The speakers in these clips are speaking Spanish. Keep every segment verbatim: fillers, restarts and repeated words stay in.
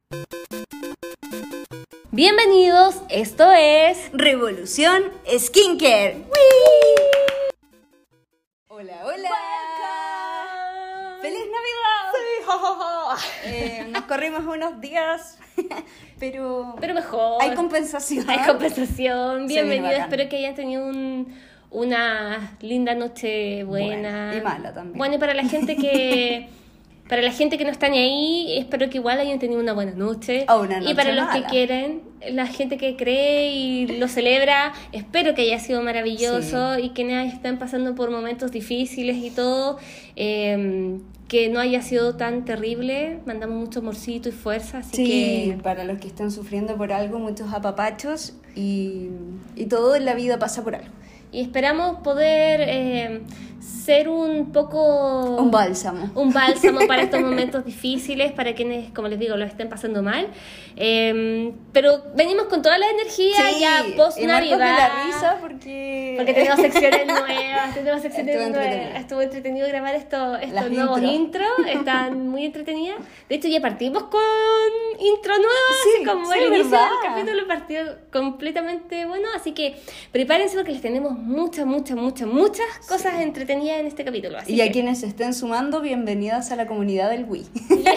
Bienvenidos, esto es Revolución Skincare. ¡Wii! Hola, hola. Welcome. ¡Feliz Navidad! Sí, ja, ja, ja. Eh, nos corrimos unos días, pero, Pero mejor. hay compensación. Hay compensación. Se Bienvenidos, viene bacán. espero que hayan tenido un, una linda noche buena. Buena, y mala también. Bueno, y para la gente que para la gente que no está ni ahí, espero que igual hayan tenido una buena noche. O una noche y para los mala. que quieren, la gente que cree y lo celebra, espero que haya sido maravilloso Sí. y que no estén pasando por momentos difíciles y todo. Eh, que no haya sido tan terrible. Mandamos mucho amorcito y fuerza, así Sí, que para los que están sufriendo por algo, muchos apapachos y, y todo en la vida pasa por algo. y esperamos poder eh, ser un poco Un bálsamo. un bálsamo para estos momentos difíciles, para quienes, como les digo, lo estén pasando mal. Eh, pero venimos con toda la energía ya post y Marcos de Navidad. la risa porque... Porque tenemos secciones nuevas, tenemos secciones Estuvo nuevas. entretenido. Estuvo entretenido grabar esto, estos Las nuevos intro. intros, están muy entretenidas. De hecho, ya partimos con intro nuevas, Sí, así como sí, el inicio ¿verdad? del capítulo partió completamente bueno. Así que prepárense porque les tenemos muchas, muchas, muchas, muchas cosas entretenidas en este capítulo. Así Y a que, quienes se estén sumando, bienvenidas a la comunidad del Wii.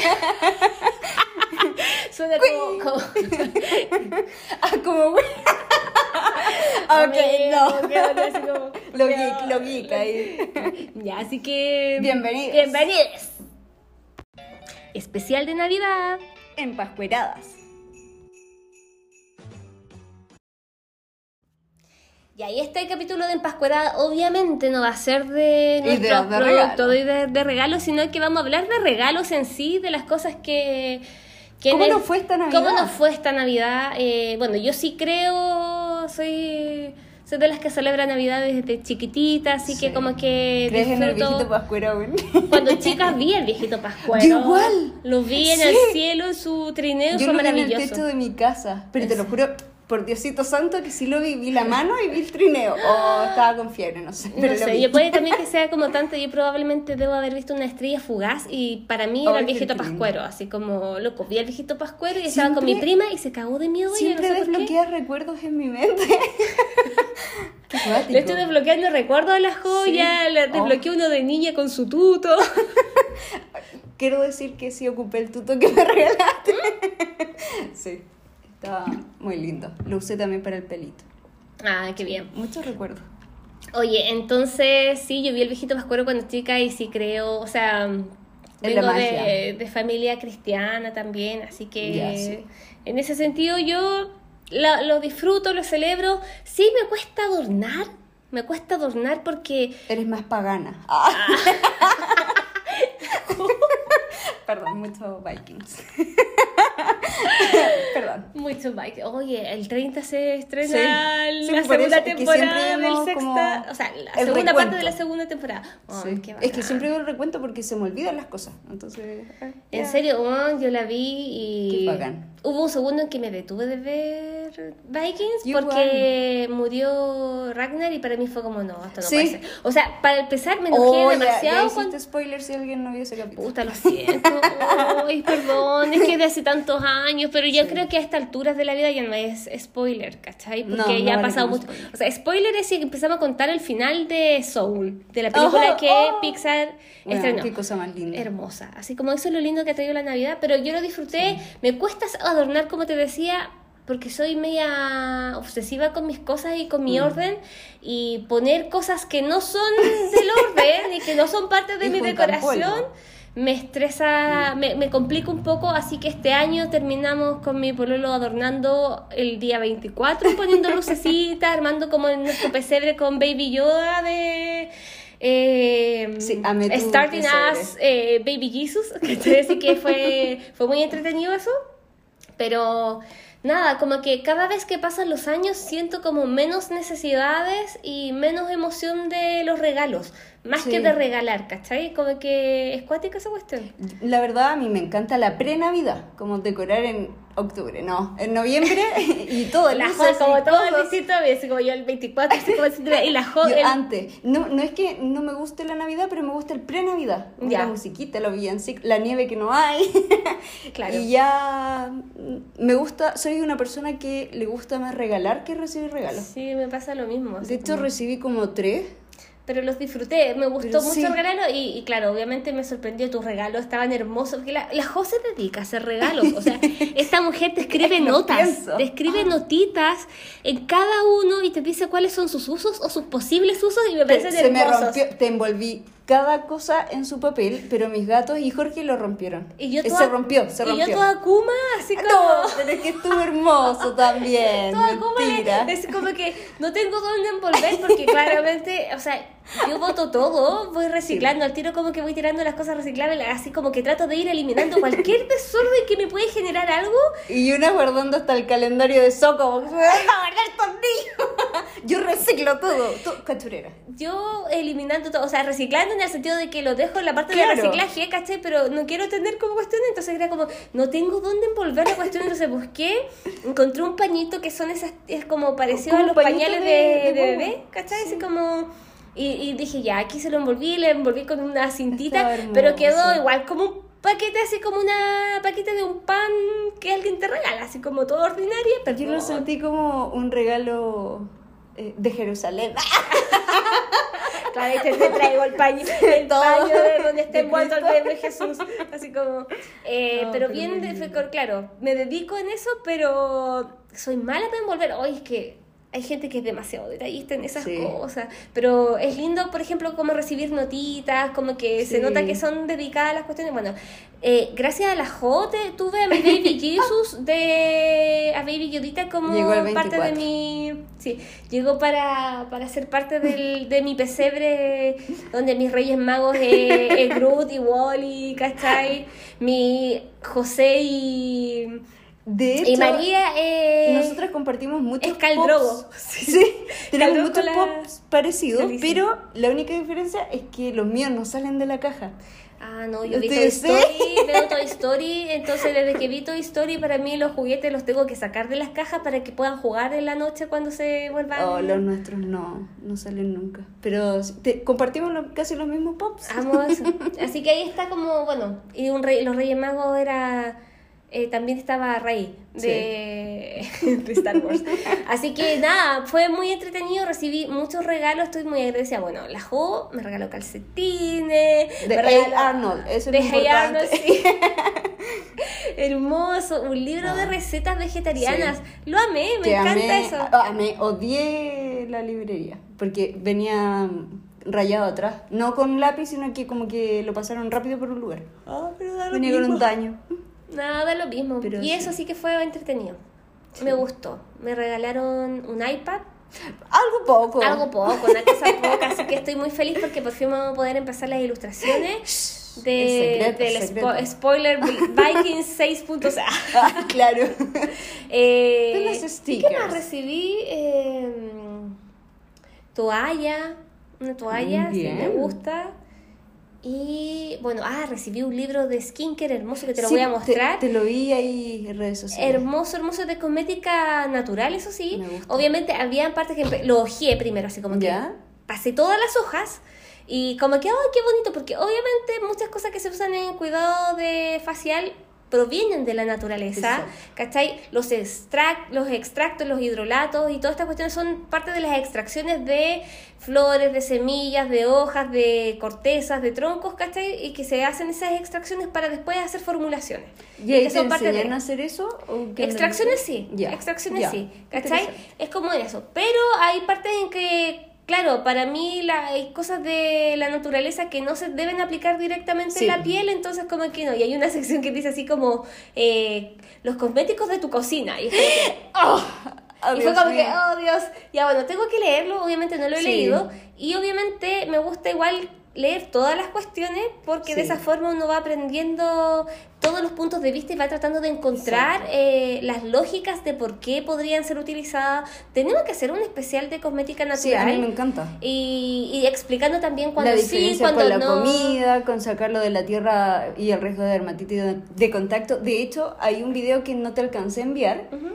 suena como... como Ah, como Wii. Ok, no. que bueno, así como- Lo geek, lo geek ahí. Ya, así que... Bienvenidos. Bienvenidos. Especial de Navidad. Empascueradas. Y ahí está el capítulo de Empascuerada. Obviamente no va a ser de nuestros Ideas de productos regalo. y de, de regalos, sino que vamos a hablar de regalos en sí, de las cosas que... que ¿Cómo en el- nos fue esta Navidad? ¿Cómo nos fue esta Navidad? Eh, bueno, yo sí creo, soy, soy de las que celebra Navidad desde chiquitita, así Sí. que como que ¿Crees en el disfruto- viejito pascuero? Cuando chicas vi el viejito Pascuero. Yo igual. Lo vi en Sí. el cielo, en su trineo, Yo fue lo vi en el maravilloso. techo de mi casa. Pero te Es- lo juro, por Diosito Santo, que sí lo vi. Vi la mano y vi el trineo. O estaba con fiebre, no sé. No Pero lo sé, vi. yo puede también que sea como tanto, yo probablemente debo haber visto una estrella fugaz y para mí era Ay, el qué viejito lindo. Pascuero, así como, loco, vi al viejito Pascuero y estaba con mi Siempre- prima y se cagó de miedo y yo Siempre no sé por qué. desbloquea recuerdos en mi mente. Qué cuático. Le estoy desbloqueando recuerdos de la joya, Sí. le Oh. desbloqueé uno de niña con su tuto. Quiero decir que sí ocupé el tuto que me regalaste. Sí, estaba muy lindo. Lo usé también para el pelito. Ah, qué bien. Muchos recuerdos. Oye, entonces sí, yo vi el viejito Pascuero cuando chica y sí creo, o sea, En la vengo magia. de, de familia cristiana también, así que Ya, sí. en ese sentido yo la- lo disfruto, lo celebro. Sí me cuesta adornar, me cuesta adornar porque... Eres más pagana. Ah. Perdón, mucho Vikings. Perdón. Mucho bike. Oye, el treinta se estrena Sí, sí, la por segunda eso, es que temporada siempre del vemos sexta, como o sea, la el segunda parte de recuento. la segunda temporada. Oh, Sí. qué Es que bacán. siempre veo el recuento porque se me olvidan las cosas. Entonces. eh, En ya. serio, oh, yo la vi y Qué bacán. hubo un segundo en que me detuve de ver Vikings Yo porque murió Ragnar y para mí fue como, no, esto no Sí. puede ser. O sea, para empezar me enojé Oh, ya- ya, demasiado hiciste cuando... spoiler si alguien no vio ese capítulo. Puta, lo siento. Ay, perdón, es que de hace tantos años, pero yo Sí. creo que a estas alturas de la vida ya no es spoiler, ¿cachai? Porque No, no ya ha vale pasado como mucho. spoiler. O sea, spoiler es si empezamos a contar el final de Soul, de la película Ajá, que oh. Pixar Bueno, estrenó. qué cosa más linda. Hermosa. Así como eso es lo lindo que ha traído la Navidad, pero yo lo disfruté. Me cuesta adornar, como te decía, porque soy media obsesiva con mis cosas y con mi Mm. orden, y poner cosas que no son del orden y que no son parte de Y mi juntar decoración polvo. me estresa, me, me complica un poco, así que este año terminamos con mi pololo adornando el día veinticuatro, poniendo lucecitas, armando como en nuestro pesebre con Baby Yoda de... Eh, Sí, amé tu Starting pesebre. as eh, Baby Jesus, que te decía que fue, fue muy entretenido eso, pero nada, como que cada vez que pasan los años siento como menos necesidades y menos emoción de los regalos, más Sí. que de regalar, ¿cachai? Como que es cuática esa cuestión. La verdad, a mí me encanta la pre-Navidad, como decorar en octubre, no, en noviembre y todo. La luces joda, y como todo el cosas. besito, así como yo el veinticuatro, así como así, y la Yo joda. antes, no, no es que no me guste la Navidad, pero me gusta el pre-Navidad. Ya. La musiquita, los villancicos, la nieve que no hay. Claro. Y ya mm, me gusta, soy una persona que le gusta más regalar que recibir regalos. Sí, me pasa lo mismo. así De hecho, como- recibí como tres. pero los disfruté, me gustó Pero mucho sí. el regalo y, y claro, obviamente me sorprendió, tus regalos estaban hermosos, porque la, la Jo se dedica a hacer regalos, o sea, esta mujer te escribe No notas, pienso. te escribe notitas en cada uno y te dice cuáles son sus usos o sus posibles usos y me parecen Se me hermosos. rompió, te envolví cada cosa en su papel, pero mis gatos y Jorge lo rompieron. Y yo Eh, toda, se rompió, se y rompió. yo toda Kuma, así como... No, pero es que estuvo hermoso también. Toda Kuma, Mentira. es como que no tengo dónde envolver porque claramente, o sea, yo boto todo, voy reciclando, al tiro como que voy tirando las cosas reciclables, así como que trato de ir eliminando cualquier desorden que me puede generar algo. Y una guardando hasta el calendario de Soco, porque se me deja guardar conmigo. Yo reciclo todo, todo cachurera. Yo eliminando todo, o sea, reciclando en el sentido de que lo dejo en la parte Claro. de reciclaje, ¿cachai? Pero no quiero tener como cuestión, entonces era como, no tengo dónde envolver la cuestión, entonces busqué, encontré un pañito que son esas, es como parecido Como a los un pañito pañales de- de, de de guagua. bebé, ¿cachai? Así como... Y, y dije, ya, aquí se lo envolví, le envolví con una cintita, Estaba hermoso. pero quedó igual como un paquete, así como una paquete de un pan que alguien te regala, así como todo ordinaria, pero Yo lo sentí como un regalo eh, de Jerusalén. Claro, y te, te traigo el paño, el Todo. paño de donde está De envuelto el Cristo. bebé Jesús, así como, eh, No, pero pero bien, muy de, lindo. claro, me dedico en eso, pero soy mala para envolver, hoy es que hay gente que es demasiado detallista en esas Sí. cosas, pero es lindo, por ejemplo, como recibir notitas, como que se Sí. nota que son dedicadas a las cuestiones, bueno, eh, gracias a la Jote tuve a mi Baby Jesus, de a Baby Yodita como Llegó el parte de veinticuatro. mi... Sí, llegó para, para ser parte del, de mi pesebre, donde mis Reyes Magos es es Groot y Wally, ¿cachai? Mi José y, De hecho, y María es... nosotras compartimos muchos es Khal Drogo. pops. Sí, tenemos Khal Drogo muchos con la- pops parecidos, Feliz. pero la única diferencia es que los míos no salen de la caja. Ah, no, yo vi Toy ¿Ustedes sí? Story, veo Toy Story, entonces desde que vi Toy Story para mí los juguetes los tengo que sacar de las cajas para que puedan jugar en la noche cuando se vuelvan... Oh, los nuestros no, no salen nunca. Pero te- compartimos lo- casi los mismos pops. Amo eso. Así que ahí está como, bueno, y un rey, los Reyes Magos era... eh, también estaba Rey de, de Star Wars. Así que nada, fue muy entretenido, recibí muchos regalos, estoy muy agradecida. Bueno, la Jo me regaló calcetines, De me regaló- Hey Arnold, eso es de lo Hey importante. Arnold, sí. Hermoso, un libro de Ah. recetas vegetarianas. Lo amé, me Que encanta amé, eso. ah, amé, odié la librería, porque venía mm, rayado atrás. No con lápiz, sino que como que lo pasaron rápido por un lugar. Ah, pero da lo Venía con mismo. un daño. Nada, lo mismo. Pero y sí. eso sí que fue entretenido. Me gustó. Me regalaron un iPad. Algo poco. Algo poco, una cosa poca. Así que estoy muy feliz porque por fin vamos a poder empezar las ilustraciones de, El secreto, del el spo- secreto. spoiler Vikings seis punto cero. Ah, claro. Eh, De los ¿y qué stickers. más recibí? Eh, toalla. Una toalla, Muy sí, bien. me gusta. Y bueno, ah, recibí un libro de skincare hermoso que te lo Sí, voy a mostrar. Te, lo vi ahí en redes sociales. Hermoso, hermoso, de cosmética natural, eso sí. Me gusta. Obviamente había partes que empe- lo ojeé primero, así como ¿Ya? que pasé todas las hojas y como que, ¡ay, qué bonito! Porque obviamente muchas cosas que se usan en cuidado de facial provienen de la naturaleza, Exacto. ¿cachai? Los, extract, los extractos, los hidrolatos y todas estas cuestiones son parte de las extracciones de flores, de semillas, de hojas, de cortezas, de troncos, ¿cachai? Y que se hacen esas extracciones para después hacer formulaciones. ¿Y ahí que te son parte enseñan de- a hacer eso? ¿O qué Extracciones sí, Ya, extracciones ya. sí, ¿cachai? Interesante. Es como eso, pero hay partes en que, claro, para mí la, hay cosas de la naturaleza que no se deben aplicar directamente Sí. en la piel, entonces como que no, y hay una sección que dice así como eh, los cosméticos de tu cocina, y, es como que, Oh, oh, y fue Dios como que, mío. oh Dios, ya bueno, tengo que leerlo, obviamente no lo he Sí. leído, y obviamente me gusta igual leer todas las cuestiones, porque Sí. de esa forma uno va aprendiendo todos los puntos de vista y va tratando de encontrar eh, las lógicas de por qué podrían ser utilizadas. Tenemos que hacer un especial de cosmética Sí, a natural. mí me encanta. y, y explicando también cuando La sí, diferencia cuando con la no. comida, con sacarlo de la tierra y el riesgo de dermatitis de, de contacto. De hecho, hay un video que no te alcancé a enviar, Ujú.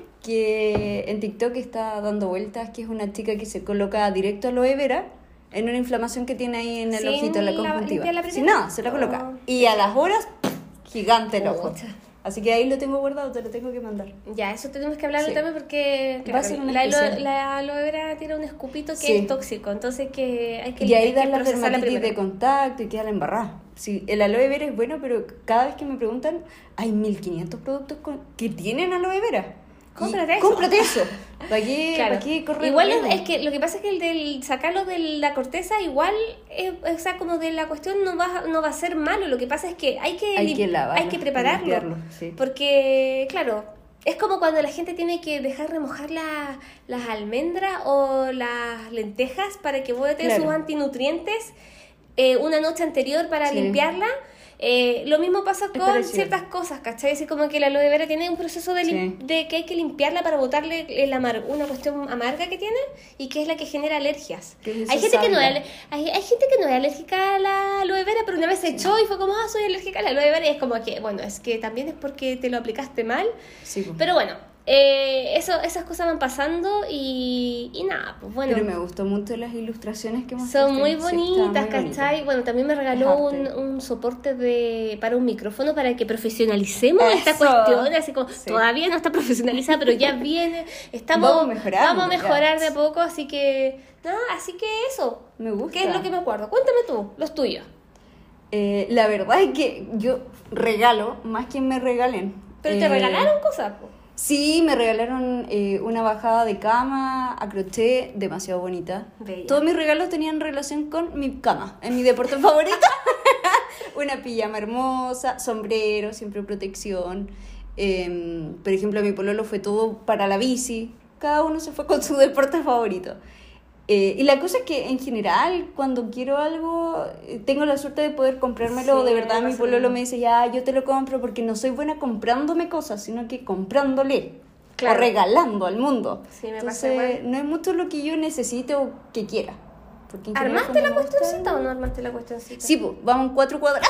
que en TikTok está dando vueltas, que es una chica que se coloca directo aloe vera en una inflamación que tiene ahí en el Sin ojito, en la la- conjuntiva. limpiar la Sin primera. nada, se la coloca. Oh. Y a las horas, gigante el ojo. Pucha. Así que ahí lo tengo guardado, te lo tengo que mandar. Ya, eso tenemos que hablarlo Sí. también porque Va a claro, ser una la, aloe, especial. la aloe vera tiene un escupito que Sí. es tóxico, entonces que hay que Y ahí hay que dan la procesarla dermatitis de primero. contacto y queda la embarrada. Sí, el aloe vera es bueno, pero cada vez que me preguntan, hay mil quinientos productos con- que tienen aloe vera. Y Cómprate eso. Cómprate eso. ¿Para qué, Claro. ¿para qué correr Igual es, riesgo? es que lo que pasa es que el del sacarlo de la corteza igual es, o sea, como de la cuestión no va no va a ser malo, lo que pasa es que hay que Hay lim- que lavarlo, hay que prepararlo, limpiarlo, sí. porque claro, es como cuando la gente tiene que dejar remojar la- las almendras o las lentejas para que bote Claro. sus antinutrientes eh, una noche anterior para Sí. limpiarla. Eh, lo mismo pasa Es con parecido. ciertas cosas, ¿cachai? Así como que la aloe vera tiene un proceso de, lim- Sí. de que hay que limpiarla para botarle el amar- una cuestión amarga que tiene y que es la que genera alergias. ¿Qué es Hay esa gente, que no es, savia? ale- hay, hay gente que no es alérgica a la aloe vera, pero una vez se echó y fue como, ah, soy alérgica a la aloe vera. Y es como que, bueno, es que también es porque te lo aplicaste mal. Sí, pues. Pero bueno, eh, eso, esas cosas van pasando y, y nada, pues bueno. Pero me gustó mucho las ilustraciones que mostraste. Son muy Sí, bonitas, estaban muy ¿cachai? bonitas. Bueno, también me regaló un, Arte. un soporte de para un micrófono para que profesionalicemos esta Eso. cuestión. Así como, Sí. todavía no está profesionalizada, pero ya viene. Estamos, Vamos mejorando, vamos a mejorar ya. de a poco, así que, nada, así que eso. Me gusta. ¿Qué es lo que me acuerdo? Cuéntame tú, los tuyos. Eh, la verdad es que yo regalo más que me regalen. Pero te Eh, regalaron cosas, po. Sí, me regalaron eh, una bajada de cama a crochet demasiado bonita. Bella. Todos mis regalos tenían relación con mi cama, en mi deporte favorito. Una pijama hermosa, sombrero, siempre protección. Eh, por ejemplo, mi pololo fue todo para la bici. Cada uno se fue con su deporte favorito. Eh, y la cosa es que en general, cuando quiero algo, eh, tengo la suerte de poder comprármelo. Sí, De verdad, me mi pasa pololo lo me dice, ya, yo te lo compro porque no soy buena comprándome cosas, sino que comprándole Claro. o regalando al mundo. Sí, me pasa Entonces, igual. no es mucho lo que yo necesite o que quiera. Porque en general, ¿Armaste cuando la me gusta cuestioncita algo- o no armaste la cuestioncita? Sí, pues, vamos en cuatro cuadrados.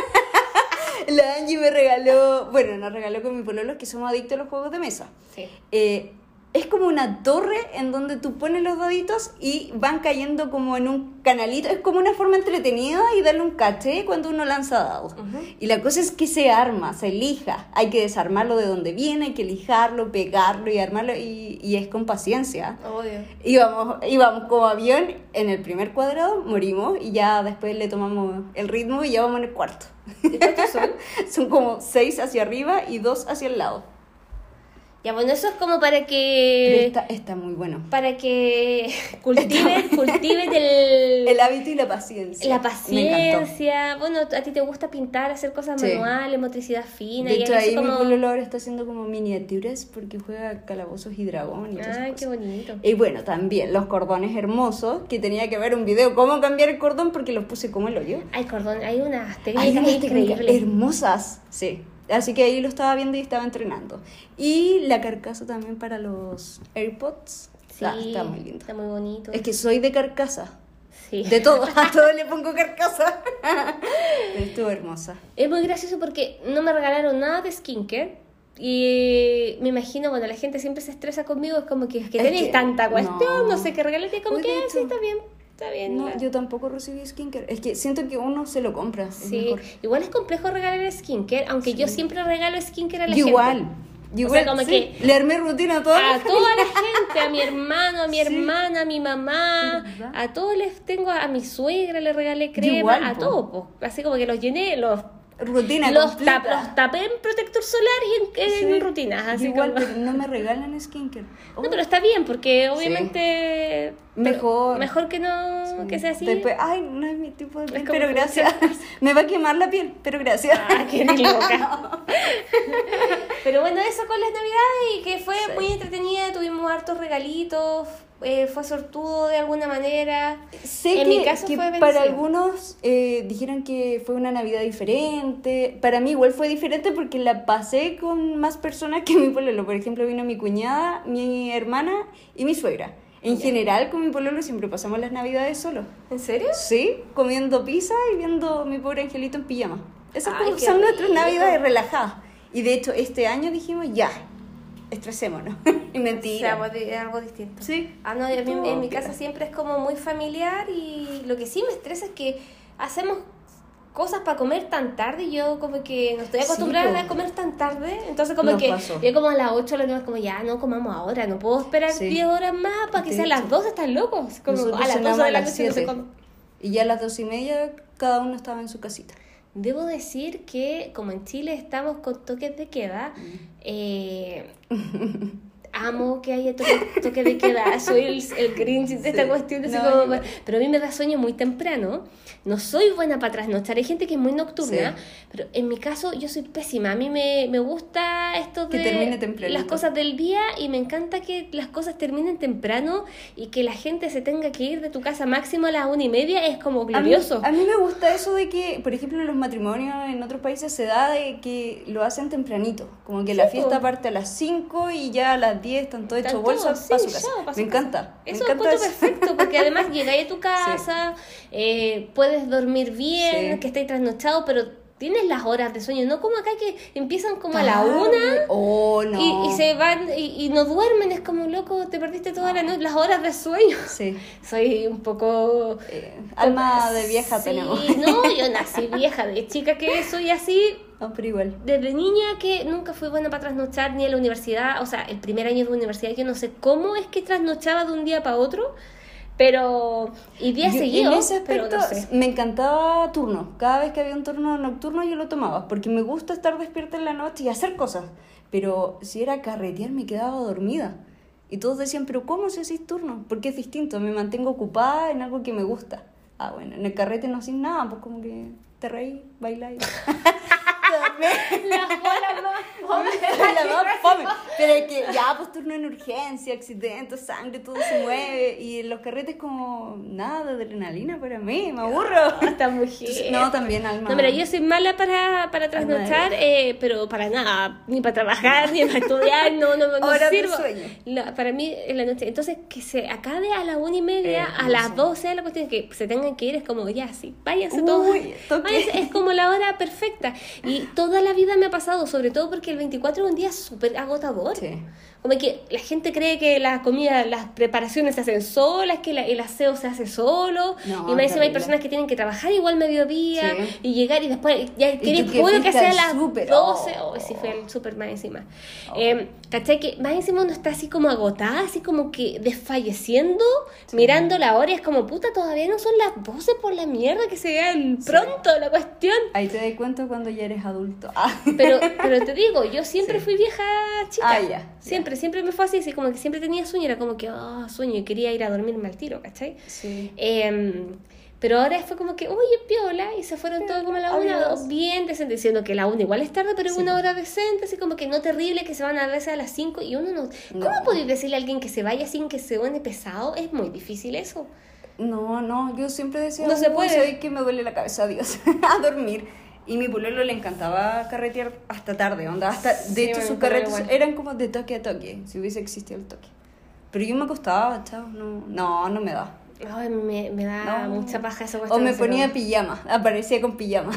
La Angie me regaló, bueno, nos regaló con mi pololo que somos adictos a los juegos de mesa. Sí. Eh, es como una torre en donde tú pones los daditos y van cayendo como en un canalito. Es como una forma entretenida y darle un caché cuando uno lanza dados. Ujú. Y la cosa es que se arma, se elija. Hay que desarmarlo de donde viene, hay que lijarlo, pegarlo y armarlo. Y, y es con paciencia. Obvio. Íbamos, íbamos como avión en el primer cuadrado, morimos y ya después le tomamos el ritmo y ya vamos en el cuarto. ¿Y cuántos son? Son como seis hacia arriba y dos hacia el lado. Ya, bueno, eso es como para Pero que... está, está muy bueno. para que cultiven, cultiven el, El hábito y la paciencia. la Me encantó. paciencia. Bueno, a ti te gusta pintar, hacer cosas Sí. manuales, motricidad fina. De y hecho, eso ahí mi como... pololo ahora está haciendo como miniaturas porque juega calabozos y dragón y todas esas Ay, qué cosas. bonito. Y bueno, también los cordones hermosos, que tenía que ver un video cómo cambiar el cordón porque los puse como el hoyo. Ay, cordón, hay unas Hay técnicas unas técnicas increíbles. hermosas, sí. Así que ahí lo estaba viendo y estaba entrenando. Y la carcasa también para los AirPods. Sí, Ah, está muy lindo. Está muy bonito. Es que soy de carcasa. Sí. De todo, a todo le pongo carcasa. Pero estuvo hermosa. Es muy gracioso porque no me regalaron nada de skincare. Y me imagino, bueno, la gente siempre se estresa conmigo. Es como que, que Es tenéis que tanta cuestión, no, no. sé qué regalarte. Como Hoy, que de ah, hecho, sí, está bien, está bien. No, la- yo tampoco recibí skincare. Es que siento que uno se lo compra. es Sí, mejor. igual es complejo regalar skincare, aunque yo siempre regalo skincare a la Yo gente. igual. Yo O sea, igual, como sí. que- Le armé rutina a toda la A toda la gente, a mi hermano, a mi Sí. hermana, a mi mamá, ¿Verdad? a todos les tengo, a mi suegra le regalé crema, igual, a po. todos, po. Así como que los llené, los, rutina los, completa. tap- los tapé en protector solar y en, en Sí. rutinas. Así Yo igual, como... pero no me regalan skincare. Oh, No, pero está bien, porque obviamente... Mejor. Mejor que no, sí. que sea así. Después, ay, no es mi tipo de piel, como pero que- gracias. Me va a quemar la piel, pero gracias. Ah, qué loca. Pero bueno, eso con las navidades y que fue Sí. muy entretenida, tuvimos hartos regalitos. eh, fue sortudo de alguna manera. Sé en que, mi caso que fue para bendecido. algunos eh, dijeron que fue una Navidad diferente. Para mí igual fue diferente porque la pasé con más personas que mi pololo. Por ejemplo, vino mi cuñada, mi hermana y mi suegra. En Ya. general, con mi pololo siempre pasamos las Navidades solos. ¿En serio? Sí, comiendo pizza y viendo mi pobre angelito en pijama. Esas Ay, como qué son nuestras rico. Navidades relajadas. Y de hecho, este año dijimos, ya, estresémonos. Y mentira. O sea, pues, es algo distinto. Sí. Ah, no, a mí- en mi Tópila. casa siempre es como muy familiar y lo que sí me estresa es que hacemos cosas para comer tan tarde y yo como que no estoy Sí, acostumbrada po. a comer tan tarde, entonces como Nos que pasó. yo como a las ocho lo tengo como ya no comamos ahora, no puedo esperar Sí. diez horas más para que De sean hecho. las doce, están locos, como Nosotros a las cenamos doce de la a las noche no se siete. come. Y ya a las dos y media cada uno estaba en su casita. Debo decir que como en Chile estamos con toques de queda, eh, amo que haya toque, toque de queda, soy el, el Grinch de esta Sí. cuestión, así No, como- igual. pero a mí me da sueño muy temprano, no soy buena para trasnochar, hay gente que es muy nocturna, Sí. pero en mi caso yo soy pésima, a mí me, me gusta esto Que de termine tempranito. las cosas del día y me encanta que las cosas terminen temprano y que la gente se tenga que ir de tu casa máximo a las una y media, es como glorioso. A mí, a mí me gusta eso de que, por ejemplo, en los matrimonios en otros países se da de que lo hacen tempranito. Como que la Sí, fiesta po. parte a las cinco y ya a las diez están todos Están hechos bolsas todos, para sí, su casa. chao, pa' su Me casa. encanta. Eso me lo encanta encuentro eso. perfecto, porque además llegáis a tu casa, eh, puedes dormir bien, Sí. que estés trasnochado, pero tienes las horas de sueño, no como acá que empiezan como a la Tarde. una Oh, no. y, y se van y, y no duermen, es como loco, te perdiste toda la noche, las horas de sueño. Sí. Soy un poco... Eh, alma de vieja sí, tenemos. no, yo nací vieja, de chica que soy así, No, pero igual. desde niña que nunca fui buena para trasnochar ni en la universidad, o sea, el primer año de universidad yo no sé cómo es que trasnochaba de un día para otro, pero y días Yo, seguidos, en ese pero aspecto no sé. me encantaba turno. Cada vez que había un turno nocturno yo lo tomaba, porque me gusta estar despierta en la noche y hacer cosas. Pero si era carretear me quedaba dormida. Y todos decían, pero ¿cómo si hacís turno? Porque es distinto, me mantengo ocupada en algo que me gusta. Ah, bueno, en el carrete no haces nada, pues como que te reís, bailáis. Las bolas más fome. La más fome. Pero es que ya, pues turno en urgencia, accidentes, sangre, todo se mueve. Y en los carretes como nada de adrenalina para mí, me aburro. Esta mujer. Entonces, no, también alma. No, mira, yo soy mala para, para trasnochar, eh, pero para nada, ni para trabajar, ni para estudiar, no, no, no Horas de sirvo. sueño. La- para mí en la noche, entonces que se acabe a la una y media, Eh, a no las sé. doce, la cuestión que se tengan que ir, es como ya, sí, váyanse todos. Uy, toque. Váyanse, es como la hora perfecta. Y toda la vida me ha pasado, sobre todo porque el veinticuatro es un día súper agotador. Sí. Como que la gente cree que la comida, las preparaciones se hacen solas, que la- el aseo se hace solo. No, y más encima hay terrible. personas que tienen que trabajar igual mediodía Sí. y llegar y después ya querés tú que bueno que fuiste sea a al las súper, doce. oh. Oh, sí, fue el súper más encima. Oh. Eh, ¿Cachai? Que más encima uno está así como agotada, así como que desfalleciendo, mirando la hora y es como, puta, todavía no son las doce por la mierda, que se vean pronto la cuestión. Ahí te das cuenta cuando ya eres adulto. Ah. Pero, pero te digo, yo siempre Sí. fui vieja chica. Ah, ya, Siempre, siempre me fue así, así como que siempre tenía sueño, era como que, ah, sueño, y quería ir a dormirme al tiro, ¿cachai? Sí. Eh, pero ahora fue como que, oye, piola, y se fueron todos como a la una, adiós. dos, bien decente, diciendo que la una igual es tarde, pero es Sí, una po. hora decente, así como que no terrible, que se van a veces a las cinco, y uno no... ¿Cómo No. podéis decirle a alguien que se vaya sin que se suene pesado? Es muy difícil eso. No, no, yo siempre decía, No se "Uy, puede". sabes que me duele la cabeza, adiós, a dormir. Y mi pololo le encantaba carretear hasta tarde, onda, hasta, de Sí, hecho mi sus pololo carretes igual. eran como de toque a toque, si hubiese existido el toque. Pero yo me acostaba, chao, no, no, no me da. Ay, me, me da No. mucha paja esa O cuestión. me así ponía como- pijama, aparecía con pijama.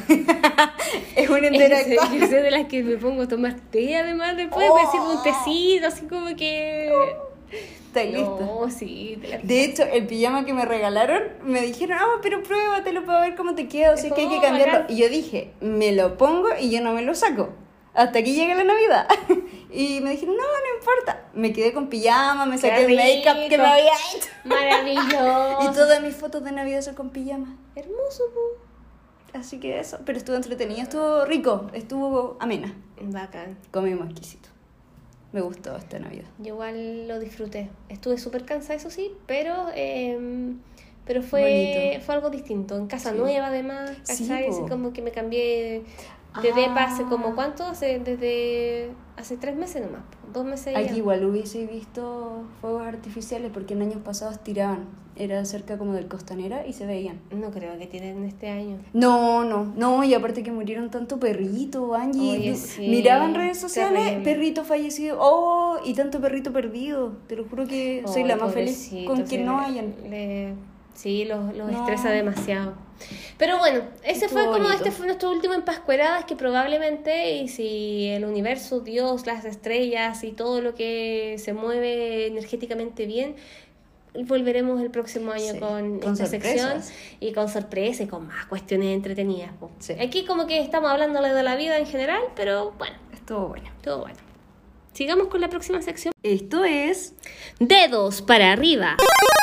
Es un Yo sé, intelectual. yo sé de las que me pongo a tomar té además después, Oh. me sirvo un tecito, así como que... ¿Estáis lista? No, sí, te la- De hecho, el pijama que me regalaron, me dijeron, ah, pero pruébatelo para ver cómo te queda, o si es que hay que Oh, cambiarlo. bacán. Y yo dije, me lo pongo y yo no me lo saco. Hasta que llegue la Navidad. Y me dijeron, no, no importa. Me quedé con pijama, me saqué Qué el make-up que rico. me había hecho. Maravilloso. Y todas mis fotos de Navidad son con pijama. Hermoso, po. Así que eso, pero estuvo entretenido, estuvo rico, estuvo amena. Bacán. Comimos exquisito. Me gustó esta Navidad. Yo igual lo disfruté. Estuve súper cansada, eso sí, pero eh, pero fue, Bonito. fue algo distinto. En casa Sí. nueva, además, Sí, ¿cachai? po. Así como que me cambié de Ah. depa hace como, ¿cuánto? Hace, desde hace tres meses nomás, dos meses Aquí ya. igual hubiese visto fuegos artificiales porque en años pasados tiraban. Era cerca como del Costanera y se veían. No creo que tienen este año. No, no, no, y aparte que murieron tanto perrito, Angie. Oye, Yo sí, miraba en redes sociales, terrible. perrito fallecido, oh, y tanto perrito perdido. Te lo juro que soy Ay, la más feliz pobrecito, con que sí, no le- hayan. le- sí, los, los No. estresa demasiado. Pero bueno, ese Estuvo fue como bonito. este fue nuestro último en Pascueradas, que probablemente, y si el universo, Dios, las estrellas y todo lo que se mueve energéticamente bien, volveremos el próximo año Sí, con, con esta sorpresas. sección y con sorpresa y con más cuestiones entretenidas. po. Sí. Aquí como que estamos hablando de la vida en general, pero bueno, Estuvo bueno. todo bueno. Sigamos con la próxima sección. Esto es... Dedos para arriba.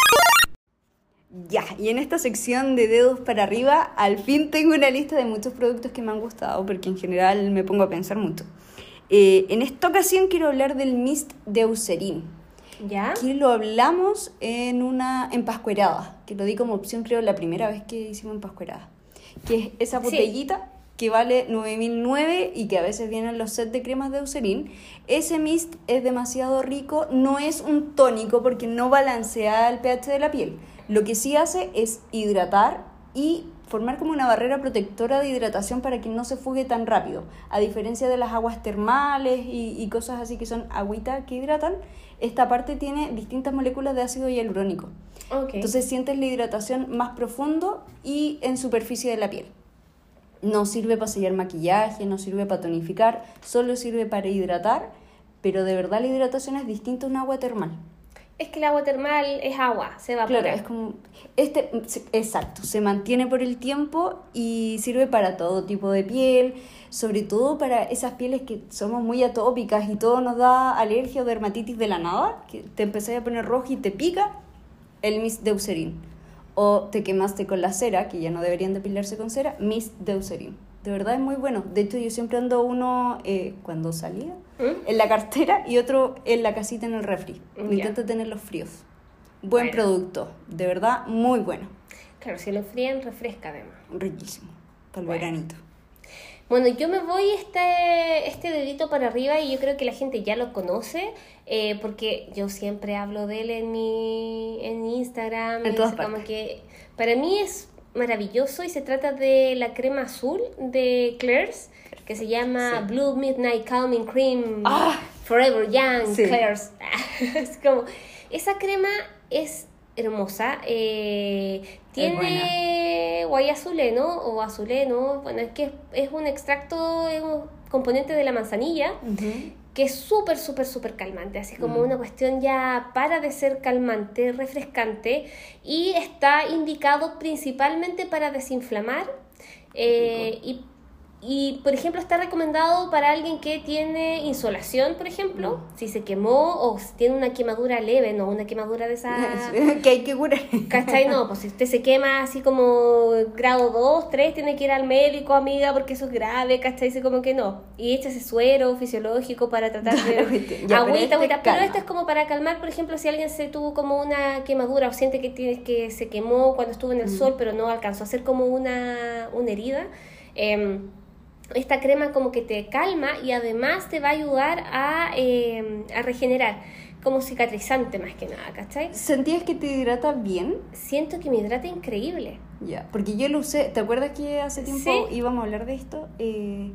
Ya, y en esta sección de dedos para arriba, al fin tengo una lista de muchos productos que me han gustado, porque en general me pongo a pensar mucho. Eh, en esta ocasión quiero hablar del Mist de Eucerin, ¿Ya? que lo hablamos en una en Pascuerada, que lo di como opción creo la primera vez que hicimos en Pascuerada, que es esa Sí. botellita que vale nueve mil nueve y que a veces vienen los sets de cremas de Eucerin. Ese mist es demasiado rico, no es un tónico porque no balancea el pH de la piel. Lo que sí hace es hidratar y formar como una barrera protectora de hidratación para que no se fugue tan rápido. A diferencia de las aguas termales y, y cosas así que son agüita que hidratan, esta parte tiene distintas moléculas de ácido hialurónico. Ok. Entonces sientes la hidratación más profundo y en superficie de la piel. No sirve para sellar maquillaje, no sirve para tonificar, solo sirve para hidratar, pero de verdad la hidratación es distinta a un agua termal. Es que el agua termal es agua, se evapora. Claro, es como... Este, exacto, se mantiene por el tiempo y sirve para todo tipo de piel, sobre todo para esas pieles que somos muy atópicas y todo nos da alergia o dermatitis de la nada, que te empezás a poner rojo y te pica, el mist de Eucerin. O te quemaste con la cera, que ya no deberían depilarse con cera, mist de Eucerin. De verdad es muy bueno. De hecho, yo siempre ando uno eh, cuando salía ¿Mm? en la cartera y otro en la casita en el refri. Ya. Intento tenerlos fríos. Buen Bueno. producto, de verdad muy bueno. Claro, si lo frían, refresca además. Riquísimo. Para el Bueno. veranito. Bueno, yo me voy este, este dedito para arriba y yo creo que la gente ya lo conoce, eh, porque yo siempre hablo de él en mi en Instagram. En y todas es como partes. que para mí es maravilloso y se trata de la crema azul de Claire's, que se llama Sí. Blue Midnight Calming Cream Ah. Forever Young Sí. Claire's. Es como, esa crema es hermosa, eh, tiene guayazuleno o azuleno, bueno, es que es, es un extracto, es un componente de la manzanilla, que es súper, súper, súper calmante, así como Mm. una cuestión ya para de ser calmante, refrescante, y está indicado principalmente para desinflamar, eh, y, y por ejemplo está recomendado para alguien que tiene insolación, por ejemplo, Mm. si se quemó o si tiene una quemadura leve, no una quemadura de esa... Que hay que curar. ¿Cachai? No, pues si usted se quema así como grado dos, tres, tiene que ir al médico, amiga, porque eso es grave, ¿cachai? Dice como que no. Y échese suero fisiológico para tratar de... Ya, pero agüita, este agüita. Pero calma. esto es como para calmar, por ejemplo, si alguien se tuvo como una quemadura o siente que, tiene, que se quemó cuando estuvo en el sol, pero no alcanzó a hacer como una, una herida. Eh, esta crema como que te calma y además te va a ayudar a, eh, a regenerar, como cicatrizante más que nada, ¿cachai? ¿Sentías que te hidrata bien? Siento que me hidrata increíble. Ya, porque yo lo usé, ¿te acuerdas que hace tiempo Sí. íbamos a hablar de esto? Eh,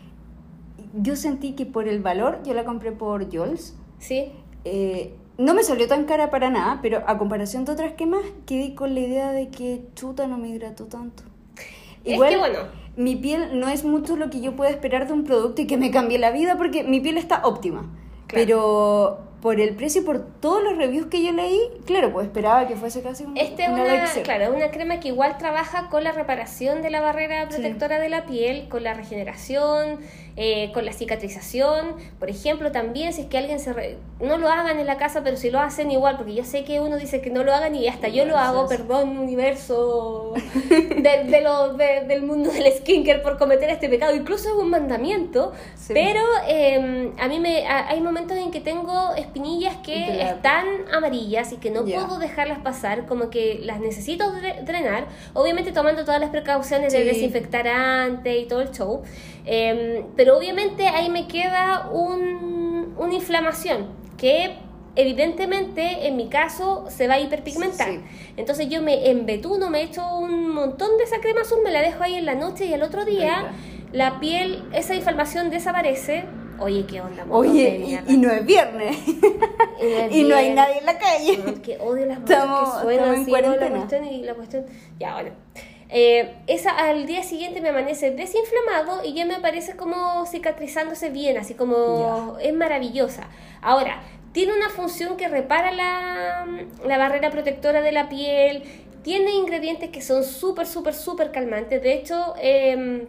yo sentí que por el valor, yo la compré por Jols, ¿Sí? eh, no me salió tan cara para nada, pero a comparación de otras cremas, quedé con la idea de que chuta no me hidrató tanto. Es que bueno. Mi piel no es mucho lo que yo puedo esperar de un producto y que me cambie la vida porque mi piel está óptima. Claro. Pero por el precio y por todos los reviews que yo leí, claro, pues esperaba que fuese casi un, Este es una una, Lexer. claro, es una crema que igual trabaja con la reparación de la barrera protectora de la piel, con la regeneración, eh, con la cicatrización. Por ejemplo, también si es que alguien se... Re... No lo hagan en la casa, pero si lo hacen igual, porque yo sé que uno dice que no lo hagan y hasta yo lo hago, perdón, universo de, de lo, de, del mundo del skincare por cometer este pecado. Incluso es un mandamiento, Sí. pero eh, a mí me a- hay momentos en que tengo espinillas que Y te la- están amarillas y que no Ya. puedo dejarlas pasar, como que las necesito dre- drenar, obviamente tomando todas las precauciones de Sí. desinfectar antes y todo el show, eh, pero obviamente ahí me queda un una inflamación que evidentemente en mi caso se va a hiperpigmentar. Sí. Entonces yo me embetuno, me echo un montón de esa crema azul, me la dejo ahí en la noche y al otro día Rica. la piel, esa inflamación desaparece. Oye, qué onda, Oye, y, y no es viernes. Y no, es y no hay viernes. nadie en la calle. No, que odio las cosas Estamos- que suenan estamos en así, ¿no? La cuarentena. cuestión y la cuestión. Ya, bueno. Eh, esa al día siguiente me amanece desinflamado y ya me aparece como cicatrizándose bien, así como es maravillosa. Ahora, tiene una función que repara la, la barrera protectora de la piel, tiene ingredientes que son súper, súper, súper calmantes. De hecho, eh,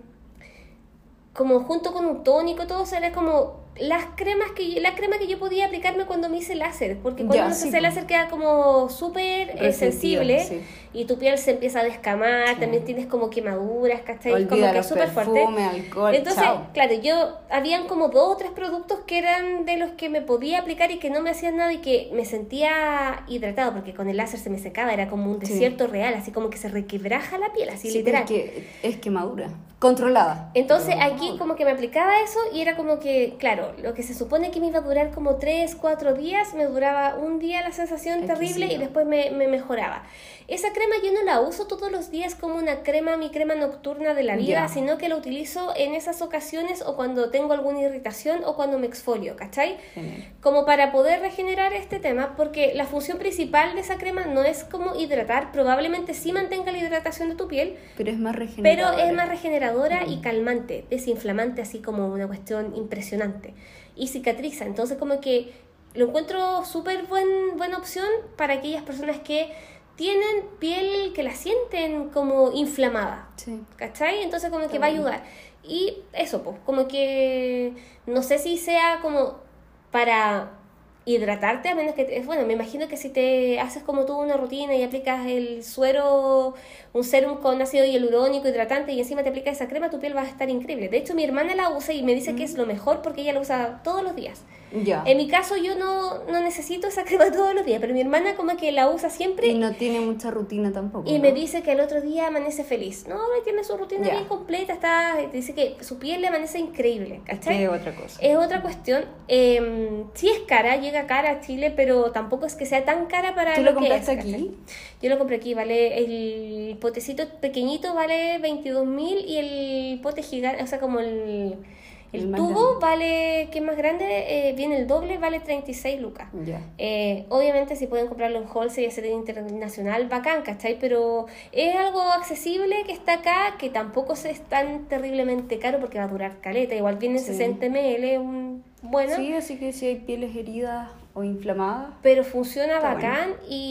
como junto con un tónico, todo será como las cremas que yo- la crema que yo podía aplicarme cuando me hice láser, porque cuando Ya, uno se sí, hace po. láser queda como súper eh, Resentiva, sensible sí. y tu piel se empieza a descamar, Sí. también tienes como quemaduras, ¿cachai? Olvida Como que los es súper fuerte. perfumes, alcohol, Entonces, chao. claro, yo habían como dos o tres productos que eran de los que me podía aplicar y que no me hacían nada y que me sentía hidratado, porque con el láser se me secaba, era como un Sí. desierto real, así como que se requebraja la piel, así Sí, literal. porque es quemadura. Controlada. Entonces aquí como que me aplicaba eso y era como que, claro, lo que se supone que me iba a durar como tres, cuatro días, me duraba un día la sensación terrible y Exquisito. después me, me mejoraba. Esa crema yo no la uso todos los días como una crema, mi crema nocturna de la vida, Ya. sino que la utilizo en esas ocasiones o cuando tengo alguna irritación o cuando me exfolio, ¿cachai? Genial. Como para poder regenerar este tema, porque la función principal de esa crema no es como hidratar, probablemente sí mantenga la hidratación de tu piel, Pero es más pero regeneradora. es más regeneradora y calmante, desinflamante, así como una cuestión impresionante. Y cicatriza, entonces como que lo encuentro súper buen, buena opción para aquellas personas que tienen piel que la sienten como inflamada, Sí. ¿cachai? Entonces como que Está va a bueno. ayudar. Y eso, pues, como que no sé si sea como para hidratarte, a menos que, te- bueno, me imagino que si te haces como tú una rutina y aplicas el suero, un serum con ácido hialurónico hidratante y encima te aplicas esa crema, tu piel va a estar increíble. De hecho, mi hermana la usa y me dice que es lo mejor porque ella la usa todos los días. Ya. En mi caso, yo no, no necesito esa crema todos los días, pero mi hermana como que la usa siempre Y no tiene mucha rutina tampoco. y ¿no? me dice que al otro día amanece feliz. No, ahora tiene su rutina Ya. bien completa, está, dice que su piel le amanece increíble, ¿cachai? Que es otra cosa. Es otra cuestión. Eh, sí es cara, llega cara a Chile, pero tampoco es que sea tan cara para ¿Tú lo lo que compraste es, ¿cachai? aquí? Yo lo compré aquí, vale, el potecito pequeñito vale veintidós mil y el pote gigante, o sea, como el, el, El más tubo grande. vale, que es más grande, eh, viene el doble, vale treinta y seis lucas. Ya. Eh, obviamente si pueden comprarlo en wholesale y hacer internacional, bacán, ¿cachai? Pero es algo accesible que está acá, que tampoco es tan terriblemente caro porque va a durar caleta. Igual viene en Sí. sesenta mililitros, un bueno, Sí, así que si hay pieles heridas o inflamadas. pero funciona Está bacán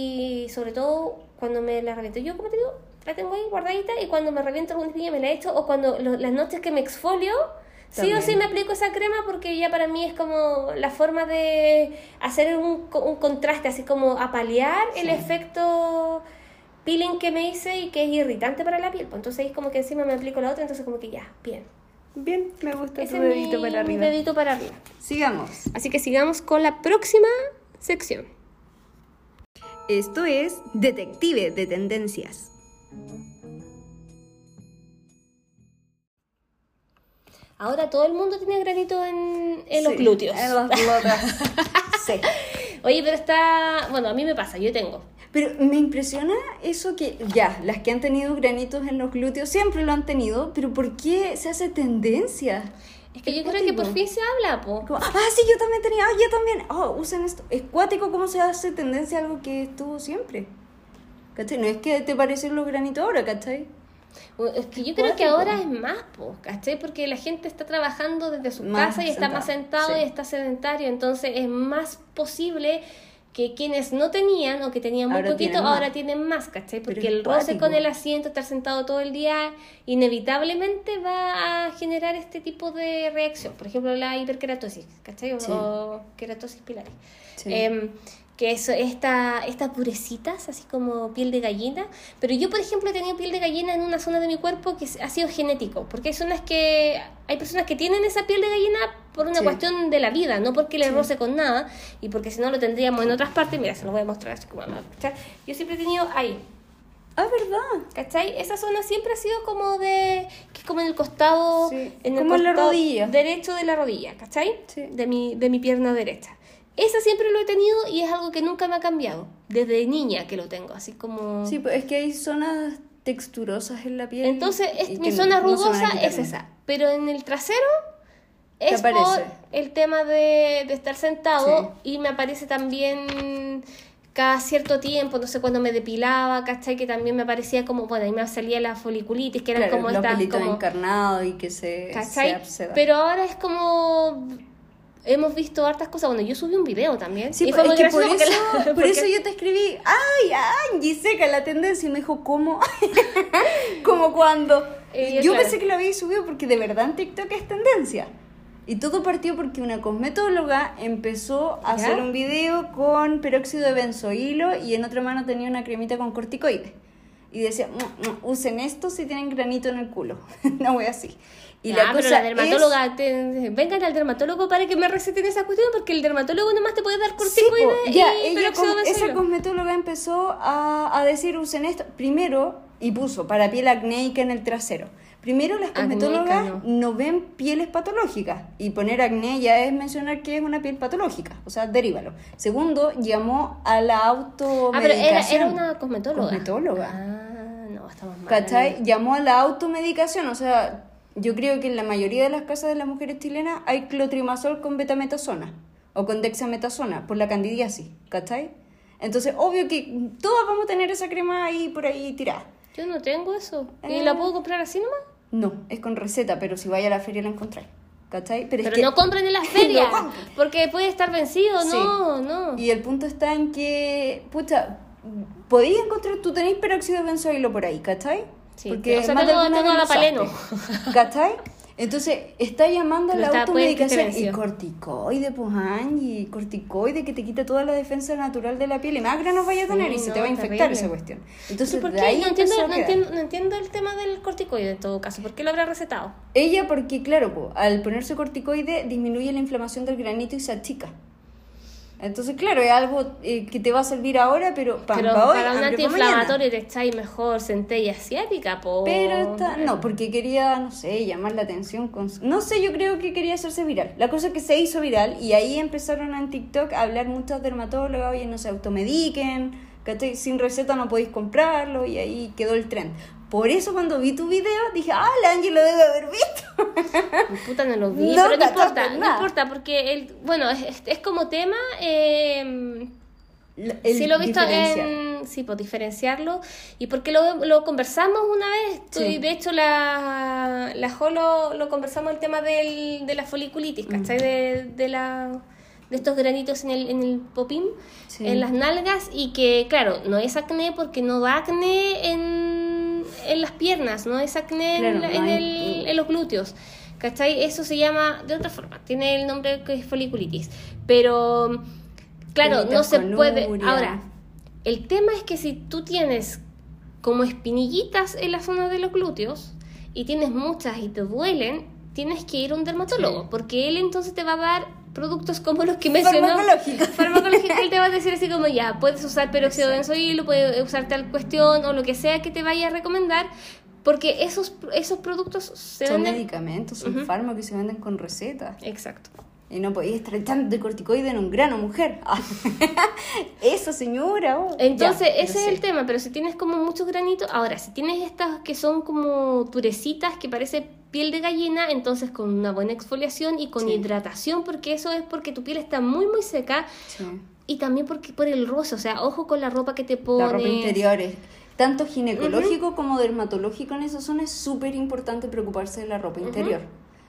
y sobre todo cuando me la reviento. Yo, como te digo, la tengo ahí guardadita y cuando me reviento algún día me la echo o cuando lo- las noches que me exfolio, sí o También. sí me aplico esa crema porque ya para mí es como la forma de hacer un, co- un contraste, así como a paliar el Sí. efecto peeling que me hice y que es irritante para la piel. Pues entonces es como que encima me aplico la otra, entonces como que ya, bien. Bien, me gusta Ese tu es dedito mi, para mi arriba. dedito para arriba. Sigamos. Así que sigamos con la próxima sección. Esto es Detective de Tendencias. Ahora todo el mundo tiene granito en, en los Sí, glúteos. En los glúteos. Sí. Oye, pero está... Bueno, a mí me pasa, yo tengo. Pero me impresiona eso que, ya, las que han tenido granitos en los glúteos siempre lo han tenido, pero ¿por qué se hace tendencia? Es que Es yo creo que por cuático. fin se habla, po. Como, ah, sí, yo también tenía, ah, yo también. Oh, usen esto. Es cuático cómo se hace tendencia a algo que estuvo siempre. ¿Cachai? No es que te parecen los granitos ahora, ¿cachai? Es que yo Es creo que cuático. ahora es más, po, ¿cachai? Porque la gente está trabajando desde su Más casa y está más sentado, sentado sí. y está sedentario, entonces es más posible que quienes no tenían o que tenían muy Ahora poquito, tienen más. ahora tienen más, ¿cachai? Pero Porque es el roce cuático. con el asiento, estar sentado todo el día, inevitablemente va a generar este tipo de reacción. Por ejemplo, la hiperkeratosis, ¿cachai? O, Sí. o keratosis pilaris. Sí. Em, que es esta, estas purecitas, así como piel de gallina. Pero yo, por ejemplo, he tenido piel de gallina en una zona de mi cuerpo que ha sido genético, porque hay zonas que hay personas que tienen esa piel de gallina por una Sí. cuestión de la vida, no porque le Sí. roce con nada, y porque si no lo tendríamos en otras partes. Mira, se lo voy a mostrar así como... ¿cachai? Yo siempre he tenido ahí, Ah, ¿verdad? ¿Cachai? Esa zona siempre ha sido como de... que es como en el costado... Sí, en el como en la costado rodilla. derecho de la rodilla, ¿cachai? Sí. De mi, de mi pierna derecha. Esa siempre lo he tenido y es algo que nunca me ha cambiado. Desde niña que lo tengo, así como... Sí, pues es que hay zonas texturosas en la piel. Entonces, es- y mi que zona no se van a rugosa quitar es nunca. esa. Pero en el trasero es Te por aparece. el tema de, de estar sentado y me aparece también cada cierto tiempo, no sé, cuando me depilaba, ¿cachai? Que también me aparecía como, bueno, ahí me salía la foliculitis, que eran Claro, como los estas... pelitos como, encarnados y que se, se ¿cachai? abscedan. Pero ahora es como... Hemos visto hartas cosas. Bueno, yo subí un video también. Sí, y pues, fue muy es que por gracioso eso, porque la- por porque- eso yo te escribí, ay, Angie, seca la tendencia, y me dijo, ¿cómo? Como cuando... Y yo yo, claro. pensé que lo había subido porque de verdad en TikTok es tendencia. Y todo partió porque una cosmetóloga empezó a ¿Ya? hacer un video con peróxido de benzoilo y en otra mano tenía una cremita con corticoides. Y decía, "Mm, mm, usen esto si tienen granito en el culo". No voy así. Y ah, la pero cosa la dermatóloga, es... te- vengan al dermatólogo para que me receten esa cuestión, porque el dermatólogo nomás te puede dar Sí, corticoides po, ya, y ella peróxido com- de esa benzoilo. cosmetóloga empezó a, a decir, usen esto. Primero, y puso para piel acnéica en el trasero. Primero, las Acnéica, cosmetólogas no. no. ven pieles patológicas. Y poner acné ya es mencionar que es una piel patológica. O sea, derívalo. Segundo, llamó a la Ah, pero era, automedicación. era una cosmetóloga. Cosmetóloga. Ah, no, estamos mal. ¿Cachai? Llamó a la automedicación. O sea, yo creo que en la mayoría de las casas de las mujeres chilenas hay clotrimazol con betametasona o con dexametasona por la candidiasis, ¿cachai? Entonces, obvio que todas vamos a tener esa crema ahí por ahí tirada. Yo no tengo eso. ¿Y Eh. la puedo comprar así nomás? No, es con receta, pero si vaya a la feria la encontráis, ¿cachai? Pero, es Pero que- no compren en las ferias, No compren. porque puede estar vencido. Sí. No, no. Y el punto está en que, pucha, podéis encontrar, tú tenéis peróxido de benzoilo por ahí, ¿cachai? Sí, Porque o sea, más de tengo- alguna tengo vez lo Adapaleno. usaste, ¿cachai? Entonces, está llamando a Pero la está- puede que esté automedicación y vencido. corticoide, pues Angie, corticoide que te quita toda la defensa natural de la piel y más granos vaya a tener Sí, y se no, te va a infectar terrible. esa cuestión. Entonces, ¿Por de qué? ahí No entiendo, empezó a no, quedar. entiendo, no entiendo el tema del corticoide en todo caso. ¿Por qué lo habrá recetado? Ella, porque claro, po, al ponerse corticoide disminuye la inflamación del granito y se achica. Entonces, claro, es algo eh, que te va a servir ahora, pero, pa, Pero pa hoy, para un hambre pa' mañana. antiinflamatorio te echáis mejor centella asiática, po. Pero está, no, porque quería, no sé, llamar la atención con... su- No sé, yo creo que quería hacerse viral. La cosa es que se hizo viral y ahí empezaron en TikTok a hablar muchas dermatólogas, oye, no se automediquen, ¿cachai? Sin receta no podéis comprarlo y ahí quedó el trend. Por eso cuando vi tu video dije, ah, la Angie lo debe haber visto. Puta, no lo vi, No pero no cachaste importa, no nada. importa, porque, el, bueno, es, es- es como tema... Eh, La- el sí lo he visto diferenciar. en... Sí, pues diferenciarlo. Y porque lo, lo conversamos una vez. Sí. Y de hecho, la, la Jo lo, lo conversamos el tema del, de la foliculitis, ¿cachai? De, de, la, de estos granitos en el, en el popín, Sí. en las nalgas. Y que, claro, no es acné porque no da acné en, en las piernas, no es acné Claro, en, la- no en hay- el, en los glúteos. ¿Cachai? Eso se llama de otra forma. Tiene el nombre que es foliculitis. Pero... Claro, no Pelitas se con puede. urea. Ahora, el tema es que si tú tienes como espinillitas en la zona de los glúteos y tienes muchas y te duelen, tienes que ir a un dermatólogo, Sí. porque él entonces te va a dar productos como los que mencionó. Farmacológicos. Farmacológicos. Él te va a decir así como, ya, puedes usar peróxido de benzoilo, puedes usar tal cuestión o lo que sea que te vaya a recomendar, porque esos, esos productos se Son venden... medicamentos, son Ujú. fármacos que se venden con receta. Exacto. Y no podías estar echando de corticoide en un grano, mujer. Ah. Eso, señora. oh. Entonces, Ya, ese pero es el sí. tema, pero si tienes como muchos granitos, ahora, si tienes estas que son como durecitas, que parece piel de gallina, entonces con una buena exfoliación y con Sí. hidratación, porque eso es porque tu piel está muy, muy seca, Sí. y también porque por el roce, o sea, ojo con la ropa que te La pones. ropa interior es tanto ginecológico como dermatológico en esa zona. Es súper importante preocuparse de la ropa interior.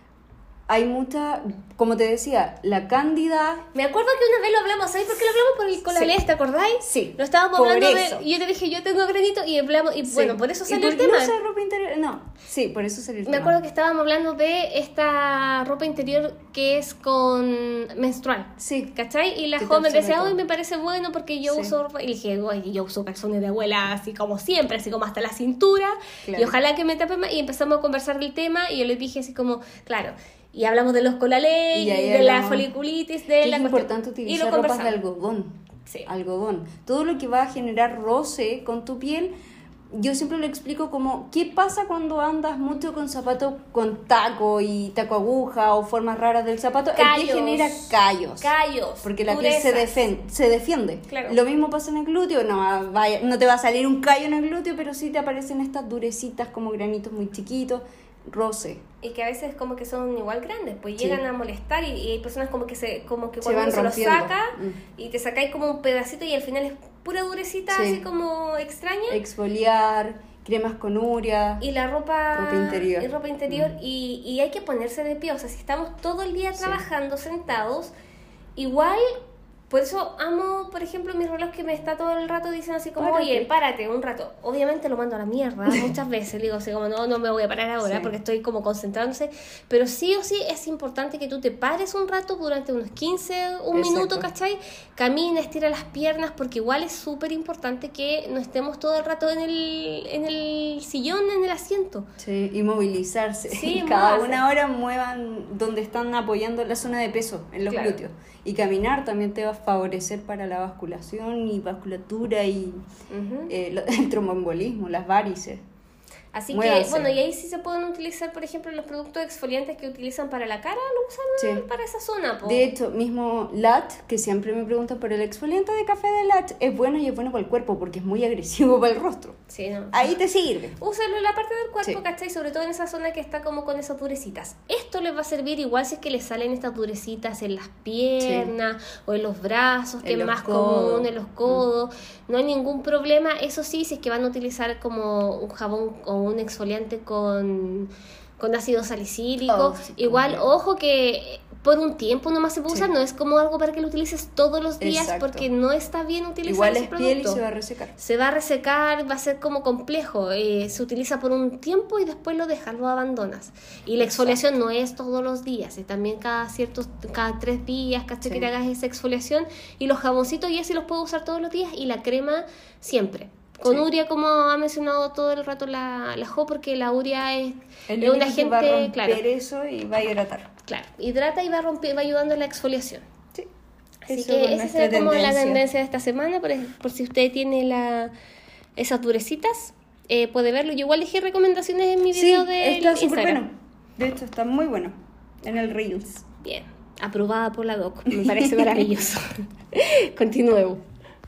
Hay mucha, como te decía, la cándida. Me acuerdo que una vez lo hablamos ahí, porque lo hablamos por el, con la Sí. Les, ¿te acordáis? Sí, Lo estábamos por hablando eso. de... Y yo te dije, yo tengo granito, y hablamos, y Sí. bueno, por eso ¿Y salió el por qué tema. no usa ropa interior? No, sí, por eso salió el Me tema. acuerdo que estábamos hablando de esta ropa interior que es con menstrual. Sí. ¿Cachai? Y la Que te joven me decía, absorbe hoy todo. me parece bueno porque yo Sí. uso ropa. Y le dije, oye, yo uso calzones de abuela así como siempre, así como hasta la cintura. Claro. Y ojalá que me tape más. Y empezamos a conversar del tema y yo le dije así como, claro. Y hablamos de los colalés, Y ahí de la hablamos foliculitis, de Que la es cuestión. importante Y utilizar lo ropas de conversamos. algodón. Sí. Algodón. Todo lo que va a generar roce con tu piel yo siempre lo explico como, ¿qué pasa cuando andas mucho con zapatos con taco y taco aguja o formas raras del zapato? Callos. El pie genera callos. Callos. Porque la piel se, defen- se defiende. Claro. Lo mismo pasa en el glúteo, no, vaya, no te va a salir un callo en el glúteo, pero sí te aparecen estas durecitas como granitos muy chiquitos, roce. Y que a veces como que son igual grandes, pues Sí. llegan a molestar y, y hay personas como que se como que Se cuando van uno se lo rompiendo. saca Mm. y te sacáis como un pedacito y al final es pura durecita, Sí. así como extraña. Exfoliar, cremas con urea. Y la ropa, Ropa interior. y ropa interior Mm. y, y hay que ponerse de pie, o sea, si estamos todo el día Sí. trabajando sentados, igual, por eso amo, por ejemplo, mi reloj que me está todo el rato diciendo así como, Párate. oye, párate un rato. Obviamente lo mando a la mierda muchas veces, digo así como, no, no me voy a parar ahora Sí. porque estoy como concentrándose, pero sí o sí es importante que tú te pares un rato durante unos quince, un Exacto. minuto, ¿cachai? Camina, estira las piernas, porque igual es súper importante que no estemos todo el rato en el, en el sillón, en el asiento. Sí, y movilizarse. Sí, Cada moverse. una hora muevan donde están apoyando la zona de peso, en los Claro. glúteos. Y caminar también te va a favorecer para la vasculación y vasculatura y Ujú. eh, lo- el tromboembolismo, las varices. Así Muévanse. que, bueno, y ahí sí se pueden utilizar, por ejemplo, los productos exfoliantes que utilizan para la cara, lo usan Sí. para esa zona, po. De hecho, mismo L A T, que siempre me preguntan por el exfoliante de café de L A T, es bueno y es bueno para el cuerpo porque es muy agresivo para el rostro. Sí, no. Ahí te sirve. Úsalo en la parte del cuerpo, Sí. ¿cachai? Sobre todo en esa zona que está como con esas durecitas. Esto les va a servir igual si es que les salen estas durecitas en las piernas o en los brazos, que En es los más codos. común, en los codos. No hay ningún problema. Eso sí, si es que van a utilizar como un jabón o un exfoliante con, con ácido salicílico. Oh, sí, igual, completo. ojo que por un tiempo nomás se puede Sí. usar. No es como algo para que lo utilices todos los días Exacto. porque no está bien utilizar Igual ese es piel y producto. se va a resecar. Se va a resecar, va a ser como complejo. Eh, se utiliza por un tiempo y después lo dejas, lo abandonas. Y la exfoliación no es todos los días, es también cada ciertos, cada tres días, ¿cachai? Sí. Que te hagas esa exfoliación. Y los jaboncitos ya sí los puedo usar todos los días y la crema siempre. Con Sí. urea, como ha mencionado todo el rato la, la Jo, porque la urea es, El es un único que va a agente, romper claro, eso y va a hidratar. claro, hidrata y va, romper, va ayudando en la exfoliación. Sí. Así Eso que es esa nuestra sería como la tendencia. tendencia de esta semana, por, por si usted tiene la, esas durecitas, eh, puede verlo. Yo igual dejé recomendaciones en mi Sí, video de está súper Instagram. bueno. De hecho, está muy bueno en el Reels. Bien, aprobada por la doc, me parece maravilloso. Continuemos.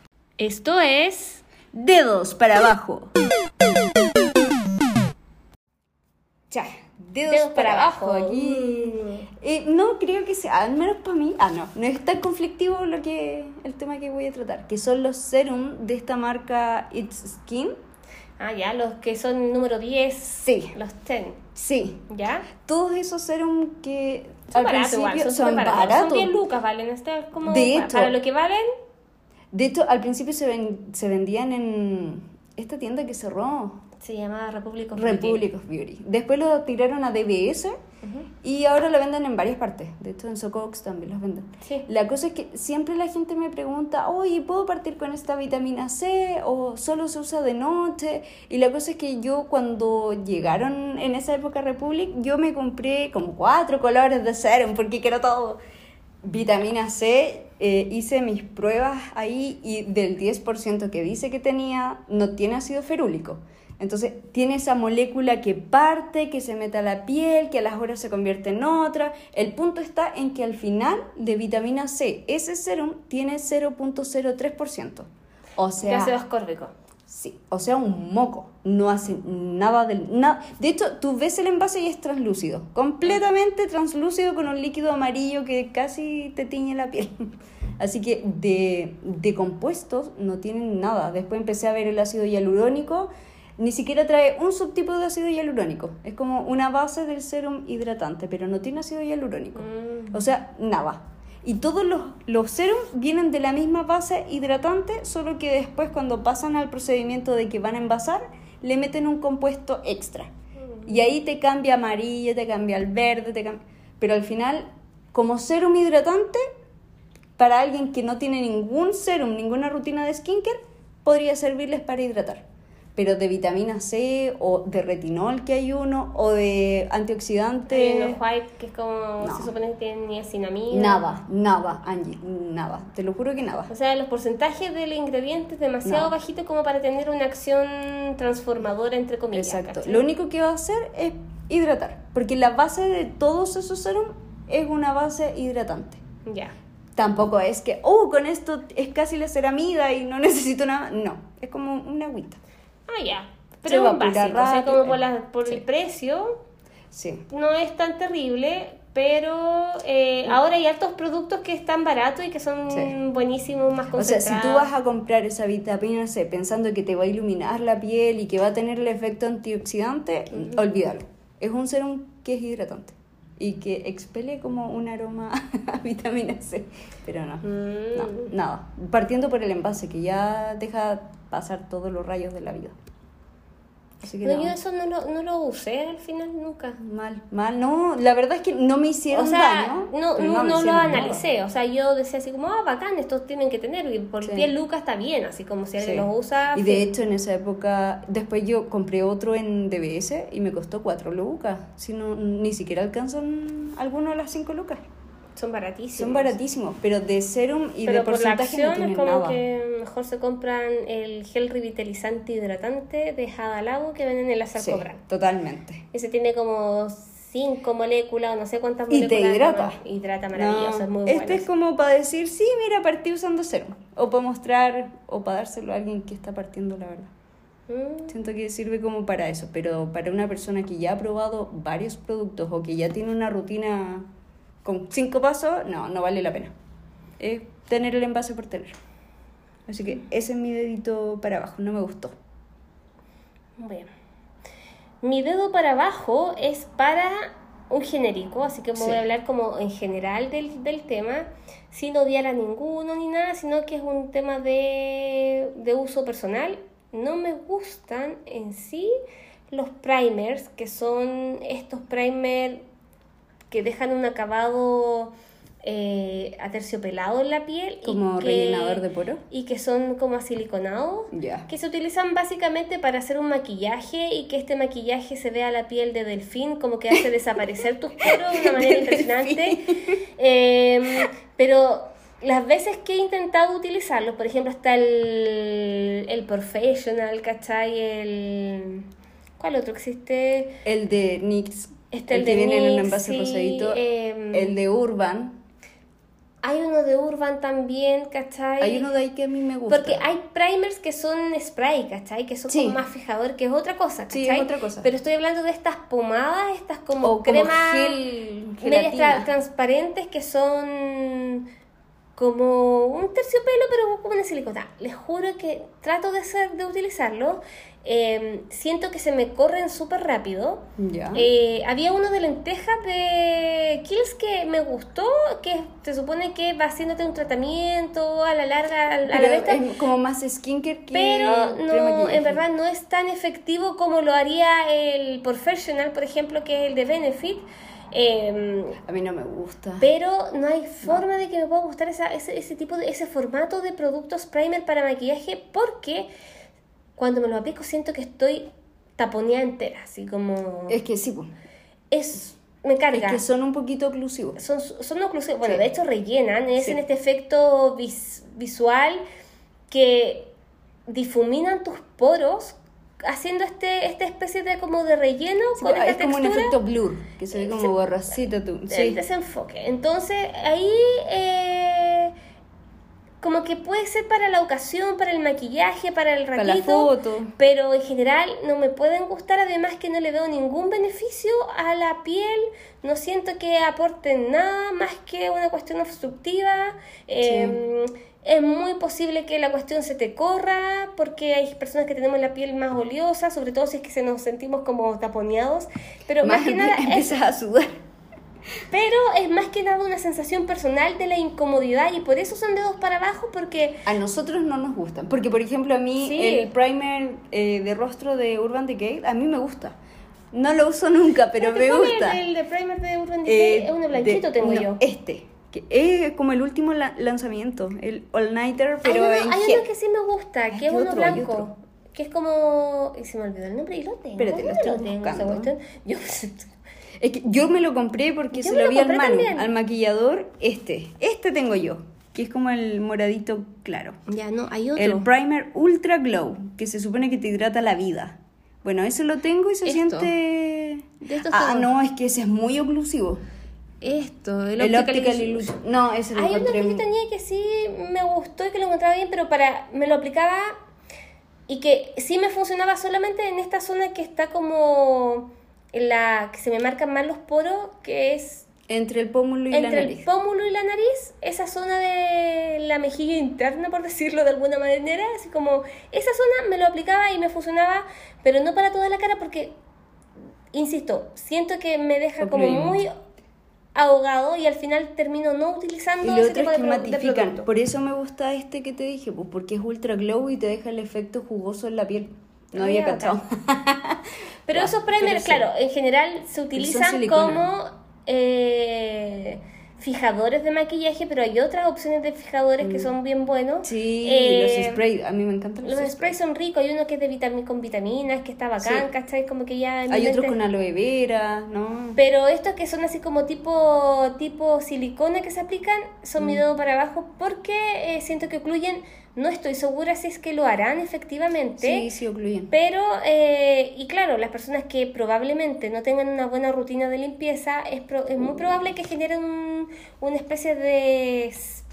Esto es... Dedos para abajo. Ya, dedos, Dedos para para abajo. abajo. Aquí. Eh, no creo que sea, al menos para mí. Ah, no, no es tan conflictivo lo que el tema que voy a tratar, que son los serum de esta marca It's Skin. Ah, ya, los que son número diez. Sí. Los diez. Sí, ¿Ya? todos esos serum que Son al baratos igual, principio son, son súper baratos. baratos. Son diez lucas, valen. Este es como, De para, hecho. para lo que valen, De hecho, al principio se, ven, se vendían en esta tienda que cerró, se llama Republic of Beauty. Republic of Beauty. Después lo tiraron a D B S Ujú. y ahora lo venden en varias partes. De hecho, en Socox también los venden. Sí. La cosa es que siempre la gente me pregunta, oye, ¿puedo partir con esta vitamina C o solo se usa de noche? Y la cosa es que yo cuando llegaron en esa época Republic, yo me compré como cuatro colores de serum porque quiero todo. Vitamina C, eh, hice mis pruebas ahí y del diez por ciento que dice que tenía, no tiene ácido ferúlico. Entonces tiene esa molécula que parte, que se mete a la piel, que a las horas se convierte en otra. El punto está en que al final de vitamina C, ese serum tiene cero punto cero tres por ciento. O De sea, ácido ascórbico. sí, o sea, un moco. No hace nada del... nada. De hecho, tú ves el envase y es translúcido. Completamente translúcido con un líquido amarillo que casi te tiñe la piel. Así que de, de compuestos no tienen nada. Después empecé a ver el ácido hialurónico. Ni siquiera trae un subtipo de ácido hialurónico. Es como una base del serum hidratante, pero no tiene ácido hialurónico. Mm. O sea, nada. Y todos los, los serums vienen de la misma base hidratante, solo que después cuando pasan al procedimiento de que van a envasar, le meten un compuesto extra. Y ahí te cambia amarillo, te cambia al verde, te cambia... Pero al final, como serum hidratante, para alguien que no tiene ningún serum, ninguna rutina de skincare, podría servirles para hidratar. pero de vitamina C o de retinol que hay uno, o de antioxidante. Hay unos white que es como, No. se supone que tienen niacinamida. Nada, nada, Angie, nada. Te lo juro que nada. O sea, los porcentajes del ingrediente es demasiado No. bajito como para tener una acción transformadora, entre comillas. Exacto. ¿cachai? Lo único que va a hacer es hidratar, porque la base de todos esos serums es una base hidratante. Ya. Tampoco es que, oh, con esto es casi la ceramida y no necesito nada. No, es como una agüita. Ah, ya. Se Pero es un evapora básico, o sea, rápido. como por, la, por Sí. el precio, Sí. no es tan terrible, pero eh, ahora hay hartos productos que están baratos y que son Sí. buenísimos, más O sea, concentrados. si tú vas a comprar esa vitamina C pensando que te va a iluminar la piel y que va a tener el efecto antioxidante, Ujú. olvídalo. Es un serum que es hidratante y que expele como un aroma a vitamina C. Pero no, Mm. no, nada. Partiendo por el envase, que ya deja pasar todos los rayos de la vida. Así que Pero no. yo eso no lo, no lo usé al final nunca. Mal, mal, no, la verdad es que no me hicieron O sea, daño. no, pero no, me no lo hicieron analicé. nada. O sea, yo decía así como, ah, bacán, estos tienen que tener. Y por Sí. diez lucas está bien, así como si alguien Sí. los usa. Y de hecho en esa época, después yo compré otro en D B S y me costó cuatro lucas. Si no, ni siquiera alcanzan alguno de las cinco lucas. Son baratísimos. Son baratísimos, pero de serum y Pero de por la porcentaje no acción tienen es como nada. que mejor se compran el gel revitalizante hidratante de Hada Labo que venden en la Sí, Sarcobran. totalmente. Ese tiene como cinco moléculas o no sé cuántas Y te moléculas. hidrata. nomás. Hidrata maravilloso, No, es muy este bueno. es como para decir, sí, mira, partí usando serum. O para mostrar, o para dárselo a alguien que está partiendo, la verdad. Mm. Siento que sirve como para eso, pero para una persona que ya ha probado varios productos o que ya tiene una rutina con cinco pasos, no, no vale la pena. Es tener el envase por tener. Así que ese es mi dedito para abajo, no me gustó. Bien. Mi dedo para abajo es para un genérico, así que me Sí. voy a hablar como en general del, del tema, sin odiar a ninguno ni nada, sino que es un tema de, de uso personal. No me gustan en sí los primers, que son estos primers que dejan un acabado eh, aterciopelado en la piel. Como y que, rellenador de poro. Y que son como asiliconados. Ya. Que se utilizan básicamente para hacer un maquillaje y que este maquillaje se vea la piel de delfín, como que hace desaparecer tus poros de una manera De impresionante. Eh, pero las veces que he intentado utilizarlos, por ejemplo, está el, el Professional, ¿cachai? El... ¿Cuál otro existe? El de N Y X, Está el, el que de viene en un N Y X, envase sí, rosadito. em, El de Urban. Hay uno de Urban también, ¿cachai? Hay uno de ahí que a mí me gusta. Porque hay primers que son spray, ¿cachai? Que son Sí. como más fijador, que es otra cosa, ¿cachai? Sí, es otra cosa. Pero estoy hablando de estas pomadas, estas como O como crema gel, medias gelatina. tra- transparentes que son como un terciopelo, pero como una silicona. Les juro que trato de, ser, de utilizarlo. Eh, siento que se me corren súper rápido. Ya. Eh, había uno de lentejas de Kiehl's que me gustó, que se supone que va haciéndote un tratamiento a la larga, a la Pero vez, es como más skincare que pero no, premaquillaje. en verdad no es tan efectivo como lo haría el Professional, por ejemplo, que es el de Benefit. Eh, A mí no me gusta. pero no hay forma de que me pueda gustar esa, ese, ese tipo de ese formato de productos primer para maquillaje, porque cuando me lo aplico siento que estoy taponeada entera, así como Es que sí, pues. es me carga. Es que son un poquito oclusivos. Son, son oclusivos, bueno, Sí. de hecho rellenan, es Sí. en este efecto vis- visual que difuminan tus poros haciendo este esta especie de como de relleno Sí, con es esta como un textura. efecto blur, que se ve Eh, como se- borrosito tú. El Sí. desenfoque. Entonces, ahí eh, como que puede ser para la ocasión, para el maquillaje, para el Para la ratito, foto. pero en general no me pueden gustar, además que no le veo ningún beneficio a la piel, no siento que aporten nada más que una cuestión obstructiva. Eh, es muy posible que la cuestión se te corra, porque hay personas que tenemos la piel más oleosa, sobre todo si es que se nos sentimos como taponeados, pero más, Más que nada es empiezas a sudar. pero es más que nada una sensación personal de la incomodidad y por eso son dedos para abajo, porque A nosotros no nos gustan. Porque, por ejemplo, a mí Sí. el primer eh, de rostro de Urban Decay, a mí me gusta. No lo uso nunca, pero me ¿cuál es gusta. el de primer de Urban Decay? Eh, Es uno blanquito, de- tengo no, yo. Este, que es como el último la- lanzamiento, el All Nighter, pero hay en uno, hay gel. uno que sí me gusta, Ay, que ¿qué es uno otro? Hay blanco. otro. que es como... y se me olvidó el nombre y lo tengo. Espérate, lo ¿Dónde estoy tengo esa buscando. cuestión? Yo... Es que yo me lo compré porque Yo se me lo lo vi al compré Manu, también. al maquillador. Este, este tengo yo, que es como el moradito claro. Ya, no, hay otro. El primer Ultra Glow, que se supone que te hidrata la vida. Bueno, ese lo tengo y se Esto. siente... De estos Ah, tengo. no, es que ese es muy oclusivo. Esto, el, El Optical, Optical Illusion. Illusion. No, ese lo Hay uno encontré... que yo tenía que sí me gustó y que lo encontraba bien, pero para me lo aplicaba y que sí me funcionaba solamente en esta zona que está como en la que se me marcan más los poros, que es Entre el pómulo y entre la el nariz. pómulo y la nariz, esa zona de la mejilla interna, por decirlo de alguna manera, así como esa zona me lo aplicaba y me funcionaba, pero no para toda la cara porque, insisto, siento que me deja como Ocluye muy mucho. ahogado y al final termino no utilizando Y lo ese otro tipo es de, que pro- de matifican. producto. Por eso me gusta este que te dije, pues porque es Ultra Glow y te deja el efecto jugoso en la piel. No Ah, había ya, cachado. Pero Ya, esos primers, pero sí. claro, en general se utilizan silicona. como eh, fijadores de maquillaje, pero hay otras opciones de fijadores que son bien buenos. Sí, Eh, los sprays. A mí me encantan los, Los sprays son ricos, hay uno que es de vitami- con vitaminas, que está bacán, Sí. ¿cachai? Como que ya... en mi Hay otros mente- con aloe vera, ¿no? Pero estos que son así como tipo tipo silicona que se aplican, son mi dedo para abajo porque eh, siento que ocluyen. No estoy segura si es que lo harán efectivamente. Sí, sí, ocluyen. Pero, eh, y claro, las personas que probablemente no tengan una buena rutina de limpieza, es, pro- es muy probable que generen un- una especie de,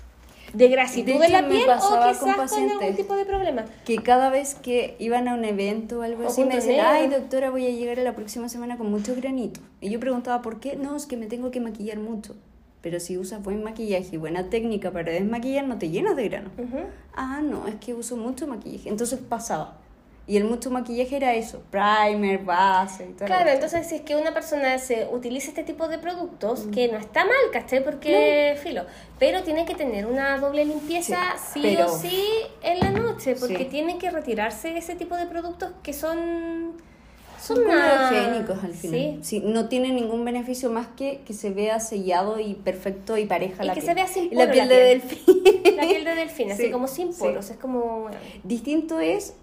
de grasitud De en hecho, la me piel o pasaba quizás con con, pacientes. algún tipo de problema. Que cada vez que iban a un evento o algo O así me punto decían, negro. ay doctora, voy a llegar a la próxima semana con mucho granito. Y yo preguntaba, ¿por qué? No, es que me tengo que maquillar mucho. Pero si usas buen maquillaje y buena técnica para desmaquillar, no te llenas de grano. Ujú. Ah, no, es que uso mucho maquillaje. Entonces pasaba. Y el mucho maquillaje era eso, primer, base y todo. Claro, entonces si es que una persona se utiliza este tipo de productos, que no está mal, ¿cachai? Porque, filo, pero tiene que tener una doble limpieza Sí, sí, pero- o sí en la noche, porque Sí. tiene que retirarse ese tipo de productos que son... Son una- comedogénicos al final. Sí. Sí, no tienen ningún beneficio más que que se vea sellado y perfecto y pareja Y la que piel. se vea sin Y la poro piel la de piel. delfín. La piel de delfín, así Sí, como sin sí. poros, es como... bueno, Distinto es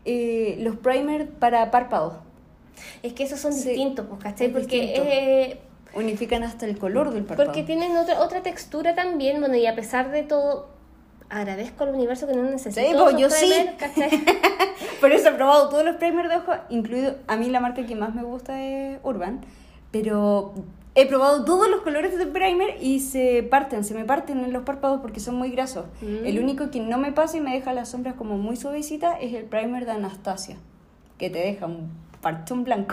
eh, los primers para párpados. es que esos son Sí, distintos, pues, ¿cachai? es Porque... distinto. eh, Unifican hasta el color del párpado. Porque tienen otra otra textura también, bueno, y a pesar de todo, agradezco al universo que no necesito Sí, pues, esos yo sí. primer, ¿cachai? Por eso he probado todos los primers de ojos, incluido, a mí la marca que más me gusta es Urban, pero he probado todos los colores de primer y se parten, se me parten en los párpados porque son muy grasos. Mm. El único que no me pasa y me deja las sombras como muy suavecitas es el primer de Anastasia, que te deja un parchón blanco.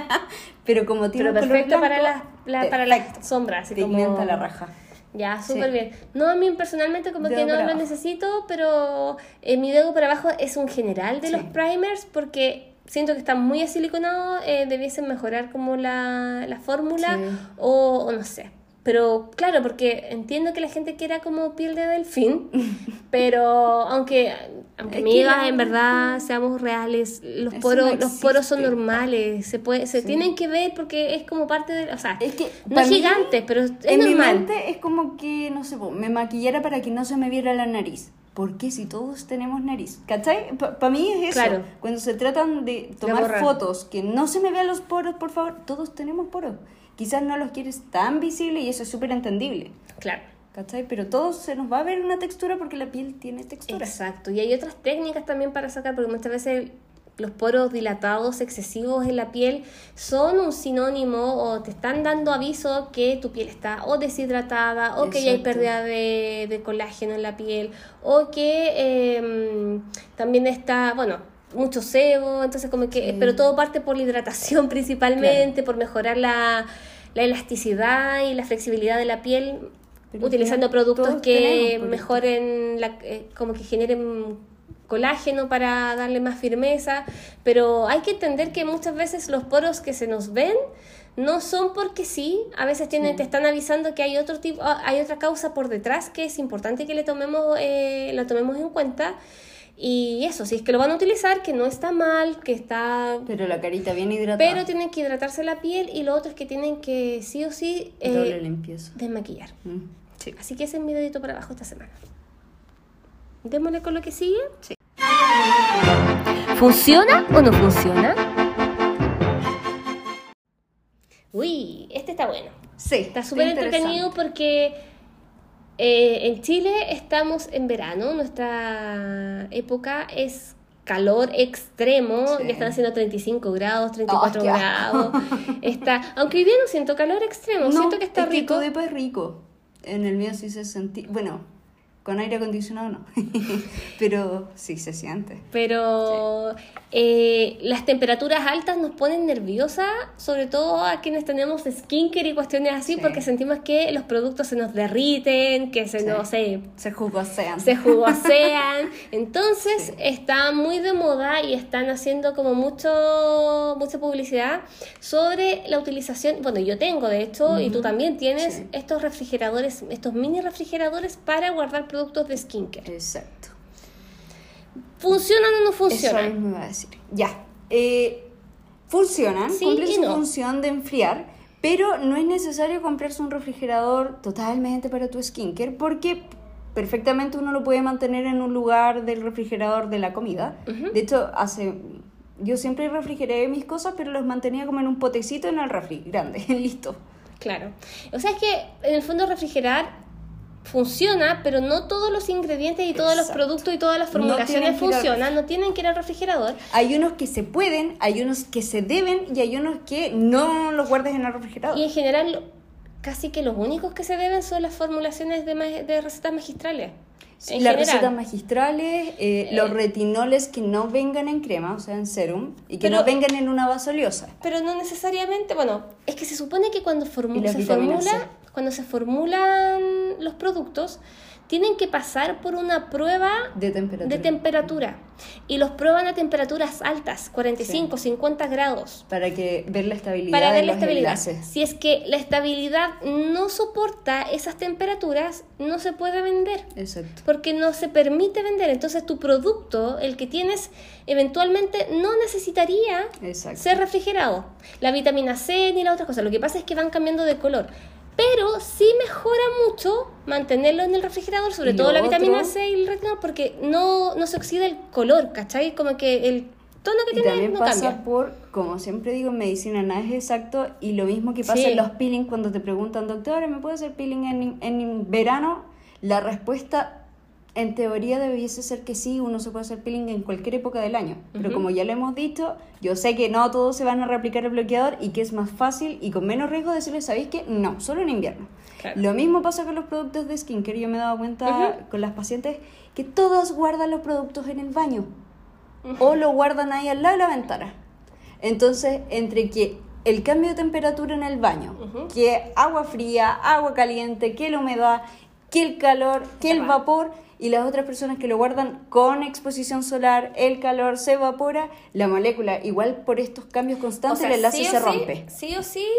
Pero como tiene Pero un color perfecto para blanco, las la, para las perfecto. sombras, así como... Pigmenta la raja. Ya, súper Sí. bien. No, a mí personalmente como Dedo que no para lo abajo. necesito, pero eh, mi dedo para abajo es un general de Sí. los primers porque siento que están muy asiliconados, eh, debiesen mejorar como la, la fórmula Sí. o, o no sé. Pero claro, porque entiendo que la gente quiera como piel de delfín, pero aunque, aunque Es que amigas, no, en verdad, seamos reales, los Eso poros, no los poros son existe. normales, se puede, se Sí. tienen que ver porque es como parte de, o sea, Es que no pa' mí, gigantes, pero es en mi normal. mente es como que, no sé, po, me maquillara para que no se me viera la nariz. ¿Por qué si todos tenemos nariz? ¿Cachai? Para mí es eso. Claro. Cuando se tratan de tomar borrar. fotos, que no se me vean los poros, por favor, todos tenemos poros. Quizás no los quieres tan visibles y eso es súper entendible. Claro. ¿Cachai? Pero todos se nos va a ver una textura porque la piel tiene textura. Exacto, y hay otras técnicas también para sacar, porque muchas veces los poros dilatados excesivos en la piel son un sinónimo o te están dando aviso que tu piel está o deshidratada o que ya hay Exacto. pérdida de, de colágeno en la piel o que eh, también está, bueno, mucho sebo, entonces como que, Sí. pero todo parte por la hidratación principalmente, por mejorar la, la elasticidad y la flexibilidad de la piel, Pero utilizando ya productos todos que tenemos por mejoren, la, eh, como que generen colágeno para darle más firmeza, pero hay que entender que muchas veces los poros que se nos ven no son porque sí, a veces tienen, Sí. te están avisando que hay otro tipo, hay otra causa por detrás que es importante que le tomemos, eh, lo tomemos en cuenta. Y eso, si es que lo van a utilizar, que no está mal, que está... Pero la carita bien hidratada. Pero tienen que hidratarse la piel y lo otro es que tienen que sí o sí eh, Doble limpieza. desmaquillar. Mm, sí. Así que ese es mi dedito para abajo esta semana. Démosle con lo que sigue. ¿Funciona o no funciona? Uy, este está bueno. Sí. Está súper entretenido porque eh, en Chile estamos en verano, nuestra época es calor extremo, Sí. ya están haciendo treinta y cinco grados, treinta y cuatro Oh, qué asco. grados. Está, aunque hoy día no siento calor extremo, No, siento que está es que rico. tu depa es rico. En el mío sí se sentía... Bueno, con aire acondicionado no. Pero sí se siente. Pero eh, las temperaturas altas nos ponen nerviosas, sobre todo a quienes tenemos skincare y cuestiones así, Sí. porque sentimos que los productos se nos derriten, que se Sí. nos se, Se jugosean. se jugosean. Entonces Sí. está muy de moda y están haciendo como mucho mucha publicidad sobre la utilización. Bueno, yo tengo de hecho, y tú también tienes, Sí. estos refrigeradores, estos mini refrigeradores para guardar productos de skincare. Exacto. ¿Funcionan o no Eso funcionan? mismo iba a decir. Ya. Eh, funcionan, Sí cumplen y su no. función de enfriar, pero no es necesario comprarse un refrigerador totalmente para tu skincare porque perfectamente uno lo puede mantener en un lugar del refrigerador de la comida. De hecho, hace... Yo siempre refrigeré mis cosas, pero los mantenía como en un potecito en el refri, grande, listo. Claro. O sea, es que en el fondo refrigerar funciona, pero no todos los ingredientes y todos los Exacto. productos y todas las No formulaciones tienen que ir al funcionan, no tienen que ir al refrigerador. Hay unos que se pueden, hay unos que se deben y hay unos que no los guardes en el refrigerador. Y en general, casi que los únicos que se deben son las formulaciones de, ma- de recetas magistrales. En Las general. recetas magistrales, eh, los retinoles que no vengan en crema, o sea, en serum, y que Pero- no vengan en una base oleosa. Pero no necesariamente, bueno, es que se supone que cuando formu- Y las se vitaminas formula, cuando se formulan los productos, tienen que pasar por una prueba De temperatura. de temperatura. Y los prueban a temperaturas altas, cuarenta y cinco, cincuenta grados. Para que ver la estabilidad Para de ver la los estabilidad. enlaces. Si es que la estabilidad no soporta esas temperaturas, no se puede vender. Exacto. Porque no se permite vender. Entonces tu producto, el que tienes, eventualmente no necesitaría Exacto. ser refrigerado. La vitamina C ni la otra cosa. Lo que pasa es que van cambiando de color. Pero sí mejora mucho mantenerlo en el refrigerador, sobre Y todo lo la vitamina otro- C y el retinol, porque no, no se oxida el color, ¿cachai? Como que el tono que Y tiene también no pasa cambia. por, como siempre digo, en medicina nada es exacto, y lo mismo que pasa Sí. en los peelings cuando te preguntan, doctora, ¿me puede hacer peeling en, en verano? La respuesta, en teoría, debiese ser que sí, uno se puede hacer peeling en cualquier época del año. Pero Ujú. como ya lo hemos dicho, yo sé que no todos se van a reaplicar el bloqueador y que es más fácil y con menos riesgo decirles, ¿sabéis qué? No, solo en invierno. Claro. Lo mismo pasa con los productos de skincare. Yo me he dado cuenta Ujú. con las pacientes que todas guardan los productos en el baño o lo guardan ahí al lado de la ventana. Entonces, entre que el cambio de temperatura en el baño, Ujú. que agua fría, agua caliente, que la humedad, que el calor, que el Ajá. vapor, y las otras personas que lo guardan con exposición solar, el calor se evapora, la molécula, igual por estos cambios constantes, O sea, el enlace sí o se sí- rompe. Sí o sí,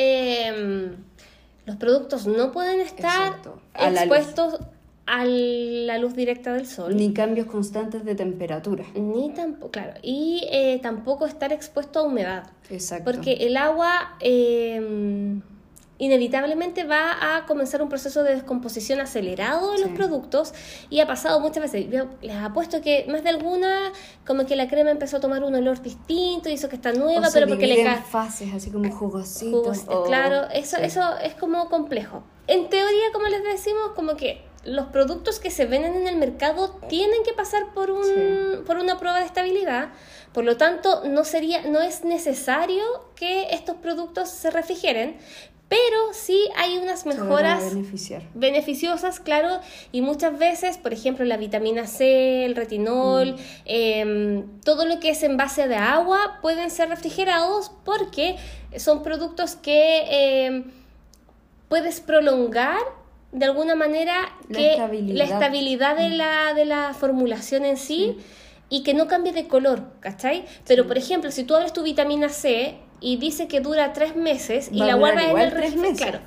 eh, los productos no pueden estar Exacto, a la expuestos a la luz directa del sol. Ni cambios constantes de temperatura. Ni tampoco, claro, y eh, tampoco estar expuesto a humedad. Exacto. Porque el agua eh, inevitablemente va a comenzar un proceso de descomposición acelerado de los Sí. productos, y ha pasado muchas veces. Yo les apuesto que más de alguna, como que la crema empezó a tomar un olor distinto y hizo que está nueva, O se pero porque le divide en cae fases, así como jugositos. jugos, o- claro, eso, sí. eso es como complejo. En teoría, como les decimos, como que los productos que se venden en el mercado tienen que pasar por un Sí. por una prueba de estabilidad. Por lo tanto, no sería, no es necesario que estos productos se refrigeren, pero sí hay unas Se van a mejoras beneficiar. beneficiosas, claro, y muchas veces, por ejemplo, la vitamina C, el retinol, Mm. eh, todo lo que es en base de agua pueden ser refrigerados porque son productos que eh, puedes prolongar de alguna manera La que estabilidad. la estabilidad de la, de la formulación en sí, y que no cambie de color, ¿cachai? Pero, por ejemplo, si tú abres tu vitamina C y dice que dura tres meses y Va a la durar guardas en igual el tres refrigerador, meses. claro,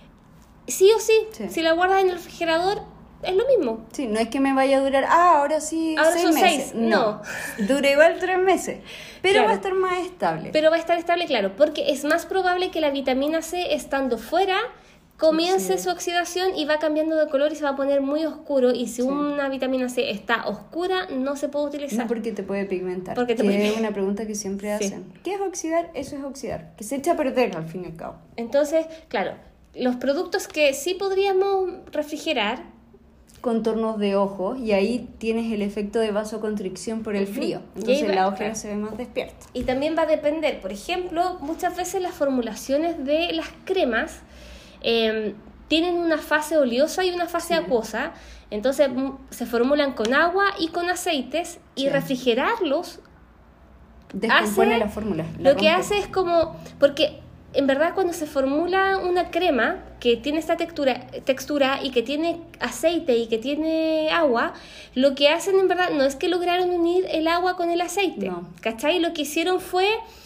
sí o sí, Sí. si la guardas en el refrigerador, es lo mismo. Sí, no es que me vaya a durar, ah, ahora sí, Ahora seis son meses. seis, no. Dura igual tres meses, pero Claro. va a estar más estable. Pero va a estar estable, claro, porque es más probable que la vitamina C, estando fuera, comience Sí. su oxidación y va cambiando de color y se va a poner muy oscuro. Y si Sí. una vitamina C está oscura, no se puede utilizar. No, porque te puede pigmentar. Porque te que puede- es una pregunta que siempre Sí. hacen. ¿Qué es oxidar? Eso es oxidar. Que se echa a perder al fin y al cabo. Entonces, claro, los productos que sí podríamos refrigerar, Contornos de ojos y ahí tienes el efecto de vasoconstricción por el Ujú. frío. Y Entonces ahí va- la ojera claro. se ve más despierta. y también va a depender, por ejemplo, muchas veces las formulaciones de las cremas eh, tienen una fase oleosa y una fase Sí. acuosa, entonces mm, se formulan con agua y con aceites y Sí. refrigerarlos Descompone hace- la fórmula. la lo que rompe. hace es como, porque en verdad cuando se formula una crema que tiene esta textura, textura y que tiene aceite y que tiene agua, lo que hacen en verdad no es que lograron unir el agua con el aceite, No. ¿cachai? Lo que hicieron fue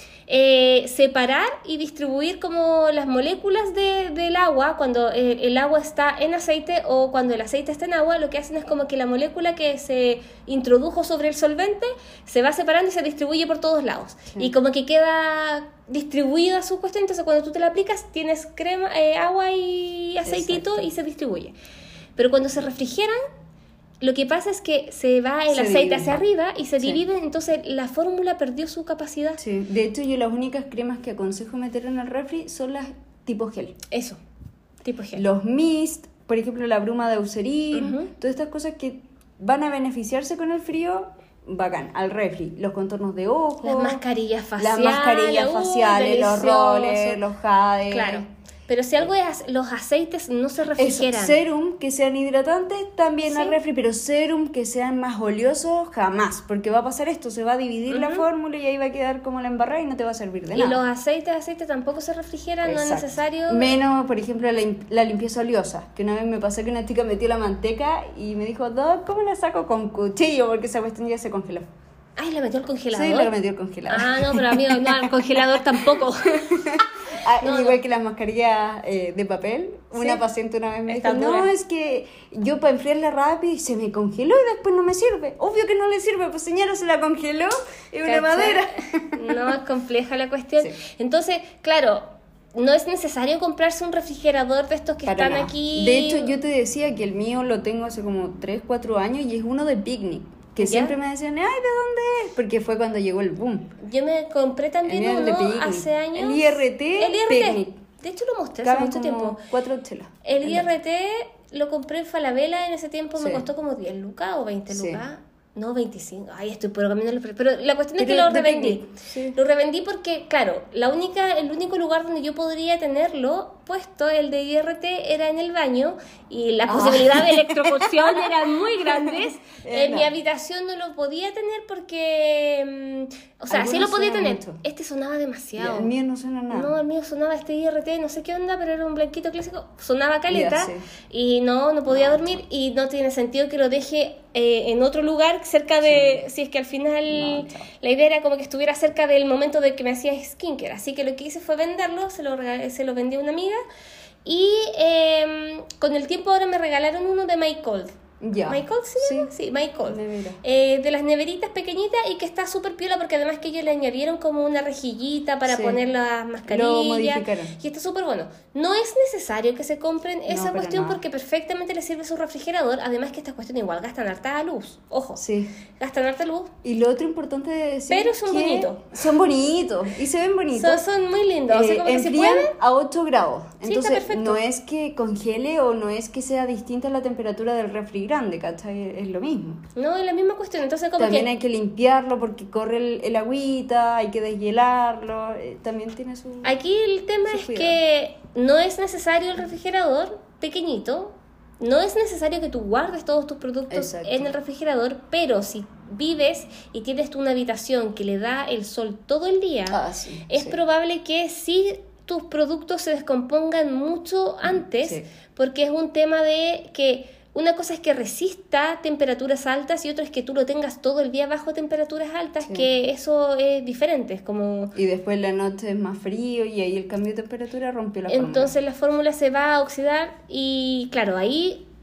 eh, separar y distribuir como las moléculas de, del agua cuando eh, el agua está en aceite o cuando el aceite está en agua. Lo que hacen es como que la molécula que se introdujo sobre el solvente se va separando y se distribuye por todos lados, Sí. y como que queda distribuida su cuestión. Entonces cuando tú te la aplicas tienes crema, eh, agua y aceitito Exacto. y se distribuye. Pero cuando se refrigeran, lo que pasa es que se va el Se aceite divide. hacia arriba y se Sí. divide, entonces la fórmula perdió su capacidad. Sí. De hecho, yo las únicas cremas que aconsejo meter en el refri son las tipo gel. Eso, tipo gel. Los mist, por ejemplo, la bruma de Eucerin, Ujú. todas estas cosas que van a beneficiarse con el frío, bacán, al refri. Los contornos de ojos, Las mascarillas faciales. las mascarillas uh, faciales, los delicioso. rollers, los jades. Claro. Pero si algo es, los aceites no se Eso, refrigeran. serum que sean hidratantes también Sí. al refri, pero serum que sean más oleosos jamás, porque va a pasar esto, se va a dividir la Ujú. fórmula y ahí va a quedar como la embarrada y no te va a servir de Y los nada. aceites, aceites tampoco se refrigeran, no es Exacto. necesario. Menos, por ejemplo, la, lim- la limpieza oleosa, que una vez me pasó que una chica metió la manteca y me dijo, Doc, ¿cómo la saco con cuchillo? Porque esa cuestión ya se congeló. Ay, la metió al congelador. Sí, la metió al congelador. Ah, no, pero amigo, no, al congelador tampoco. Ah, No, igual no. que las mascarillas eh, de papel. Una Sí. paciente una vez me Está dijo, no, dura. es que yo para enfriarla rápido y se me congeló y después no me sirve. Obvio que no le sirve, pues señora, se la congeló y una ¿Cachai? madera. No, es compleja la cuestión. Sí. Entonces, claro, no es necesario comprarse un refrigerador de estos que Para están nada. aquí. De hecho, yo te decía que el mío lo tengo hace como tres, cuatro años y es uno de Picnic. Que ¿Ya? siempre me decían, ay, ¿de dónde es? Porque fue cuando llegó el boom. Yo me compré también El mío es de uno Picnic. hace años. El I R T El I R T. Picnic. De hecho, lo mostré hace Caben mucho como tiempo. cuatro chelas. El I R T lo compré en Falabella, en ese tiempo me Sí. costó como diez lucas o veinte Sí. lucas. No, veinticinco. Ay, estoy por camino los precios. Pero la cuestión es que Pero lo de revendí. Picnic, sí. Lo revendí porque, claro, la única, el único lugar donde yo podría tenerlo puesto, el de I R T, era en el baño y la Ah. posibilidad de electrocución eran muy grandes. Eh, En no. mi habitación no lo podía tener porque... mm, o sea, sí lo Algunos podía suenan tener. mucho. Este sonaba demasiado. El mío no suena nada. No, el mío sonaba este I R T, no sé qué onda, pero era un blanquito clásico, sonaba caleta Ya, sí. y no, no podía No, dormir y no tiene sentido que lo deje eh, en otro lugar cerca de, si es que al final No, chao. la idea era como que estuviera cerca del momento de que me hacía skincare, así que lo que hice fue venderlo, se lo, regalé- se lo vendí a una amiga y eh, con el tiempo ahora me regalaron uno de My Cold. Ya. ¿My Cold se Sí. llama? Sí, My Cold. Nevera. Eh, de las neveritas pequeñitas y que está súper piola porque además que ellos le añadieron como una rejillita para Sí. poner las Lo mascarillas modificaron. y está súper bueno. No es necesario que se compren esa para cuestión nada. porque perfectamente les sirve su refrigerador, además que estas cuestiones igual gastan harta luz, ojo, Sí. gastan harta luz, Y lo otro importante de decir Pero son que bonitos. Son bonitos y se ven bonitos. son, son muy lindos, o sea, Eh, como que se enfrían pueden. a ocho grados. Sí, está Entonces, perfecto. no es que congele o no es que sea distinta la temperatura del refri grande, ¿cachai? Es lo mismo. No, es la misma cuestión, entonces como También que hay que limpiarlo porque corre el, el agüita, hay que deshielarlo. eh, también tiene su... aquí el tema su es cuidado. que no es necesario el refrigerador pequeñito, no es necesario que tú guardes todos tus productos Exacto. en el refrigerador, pero si vives y tienes tú una habitación que le da el sol todo el día, Ah, sí, es sí. probable que sí tus productos se descompongan mucho antes, sí. porque es un tema de que una cosa es que resista temperaturas altas y otra es que tú lo tengas todo el día bajo temperaturas altas, Sí. que eso es diferente, es como... Y después la noche es más frío y ahí el cambio de temperatura rompió la fórmula. Entonces la fórmula se va a oxidar y claro, ahí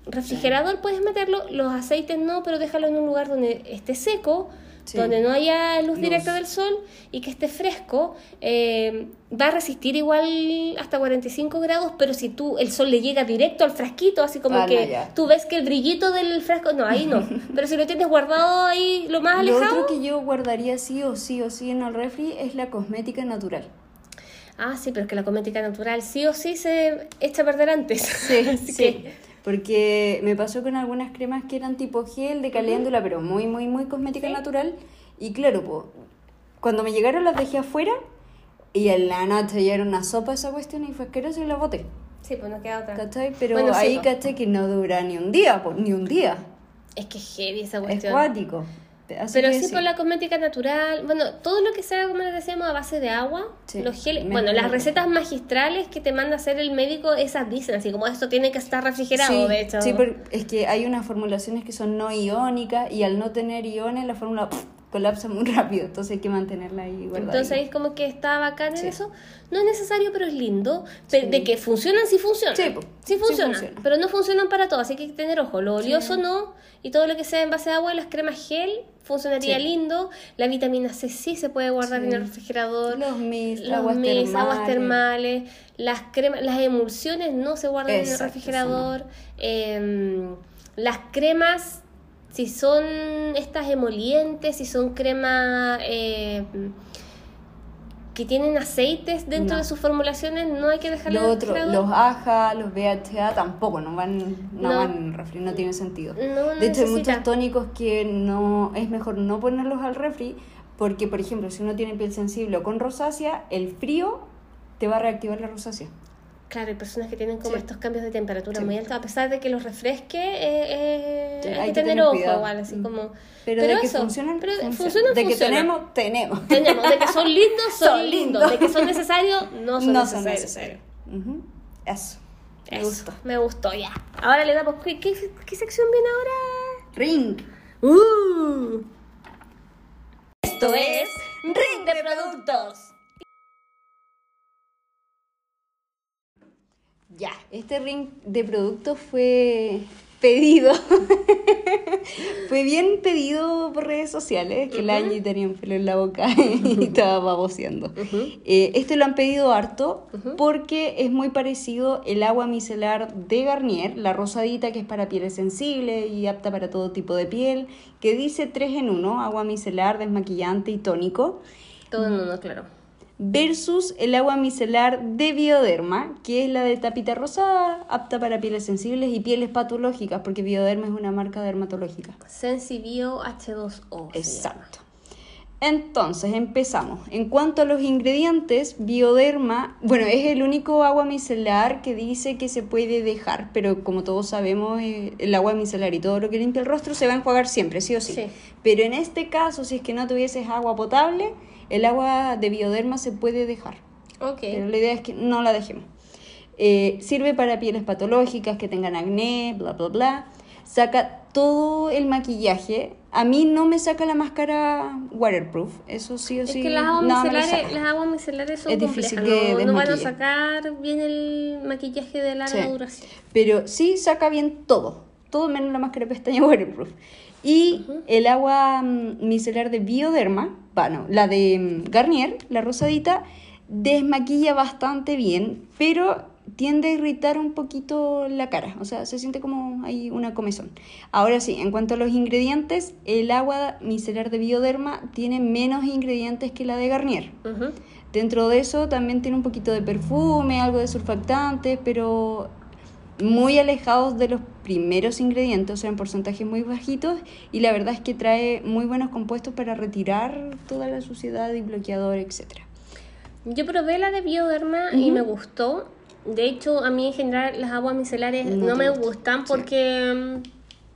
refrigerador puedes meterlo, los aceites no, pero déjalo en un lugar donde esté seco, Sí. donde no haya luz, Luz. directa del sol y que esté fresco. Eh, va a resistir igual hasta cuarenta y cinco grados, pero si tú el sol le llega directo al frasquito, así como Ah, que no, ya. tú ves que el brillito del frasco, no, ahí no. Pero si lo tienes guardado ahí lo más Lo alejado. otro que yo guardaría sí o sí o sí en el refri es la cosmética natural. Ah, sí, pero es que la cosmética natural sí o sí se echa a perder antes. Sí, Así sí. que- Porque me pasó con algunas cremas que eran tipo gel de caléndula, pero muy, muy, muy cosmética Sí. natural. Y claro, pues, cuando me llegaron las dejé afuera y en la noche ya era una sopa esa cuestión y fue asqueroso y la boté. Sí, pues no queda otra. ¿Cachai? Pero Bueno, sí, ahí po. caché que no dura ni un día, pues, ni un día. Es que es heavy esa Es cuestión. cuático. Así Pero que sí, por la cosmética natural, bueno, todo lo que sea, como les decíamos, a base de agua, Sí, los geles, me- bueno, me- las recetas magistrales que te manda a hacer el médico, esas dicen así como esto tiene que estar refrigerado, Sí, de hecho. sí, pero es que hay unas formulaciones que son no iónicas y al no tener iones la fórmula pff, colapsa muy rápido, entonces hay que mantenerla ahí guardada. Entonces ahí es como que está bacán Sí. en eso. No es necesario, pero es lindo. Pe- Sí. De que funcionan, sí funcionan. Sí, po. Sí Sí funcionan, funciona. pero no funcionan para todo, así que hay que tener ojo. Lo oleoso no, y todo lo que sea en base de agua, las cremas gel, funcionaría Sí. lindo. La vitamina C sí se puede guardar Sí. en el refrigerador. Los mist, Los aguas mist, termales. aguas termales, las cremas, las emulsiones no se guardan en el Exacto, refrigerador. Em, las cremas, si son estas emolientes, si son cremas eh, que tienen aceites dentro No. de sus formulaciones, no hay que dejarlas Lo en el otro, refrigerador. los A J A, los B H A tampoco, no van, no, No. van en el refri, no tiene sentido. No, no de hecho, hay necesita. muchos tónicos que no es mejor no ponerlos al refri porque, por ejemplo, si uno tiene piel sensible o con rosácea, el frío te va a reactivar la rosácea. Claro, hay personas que tienen como Sí. estos cambios de temperatura Sí. muy altos, a pesar de que los refresque, eh, eh, Sí, hay, que tener, ojo igual, así Mm. como... Pero, de que eso, funcionan, pero funcionan. funcionan, de que funcionan. tenemos, tenemos. Tenemos, de que son lindos, son, Son lindos. lindos. De que son necesarios, no son No son necesarios. necesarios. Ujú. Eso. Me Eso, gustó. me gustó ya. Ahora le damos... ¿Qué, qué, qué sección viene ahora? Ring. Uh. Esto es Ring de Productos. Ya, este ring de productos fue pedido. Fue bien pedido por redes sociales, que el Ujú. año tenía un pelo en la boca y estaba baboseando. Ujú. Eh, este lo han pedido harto Ujú. porque es muy parecido el agua micelar de Garnier, la rosadita que es para pieles sensibles y apta para todo tipo de piel, que dice tres en uno, agua micelar, desmaquillante y tónico, Todo en uno, claro. versus el agua micelar de Bioderma, que es la de tapita rosada, apta para pieles sensibles y pieles patológicas, porque Bioderma es una marca dermatológica. Sensibio H dos O. se Exacto. Entonces, empezamos. En cuanto a los ingredientes, Bioderma, bueno, es el único agua micelar que dice que se puede dejar, pero como todos sabemos, eh, el agua micelar y todo lo que limpia el rostro se va a enjuagar siempre, sí o sí. Sí. Pero en este caso, si es que no tuvieses agua potable, el agua de Bioderma se puede dejar. llama. Ok. Pero la idea es que no la dejemos. Eh, sirve para pieles patológicas, que tengan acné, bla, bla, bla. Saca todo el maquillaje. A mí no me saca la máscara waterproof. Eso sí o Es sí. que las aguas, no me lo micelares, saca. las aguas micelares son Es difícil complejas, que no, no van a desmaquille. sacar bien el maquillaje de larga Sí. duración. Pero sí saca bien todo. Todo menos la máscara de pestaña waterproof. Y Ujú. el agua mm, micelar de Bioderma, bueno, la de mm, Garnier, la rosadita, desmaquilla bastante bien, pero tiende a irritar un poquito la cara. O sea, se siente como hay una comezón. Ahora sí, en cuanto a los ingredientes, el agua micelar de Bioderma tiene menos ingredientes que la de Garnier. Ujú. Dentro de eso también tiene un poquito de perfume, algo de surfactantes, pero muy alejados de los primeros ingredientes, o sea, en porcentajes muy bajitos, y la verdad es que trae muy buenos compuestos para retirar toda la suciedad y bloqueador, etcétera. Yo probé la de Bioderma y Ujú. me gustó. De hecho, a mí en general las aguas micelares No no, te me gustan, gustan sí. porque mm,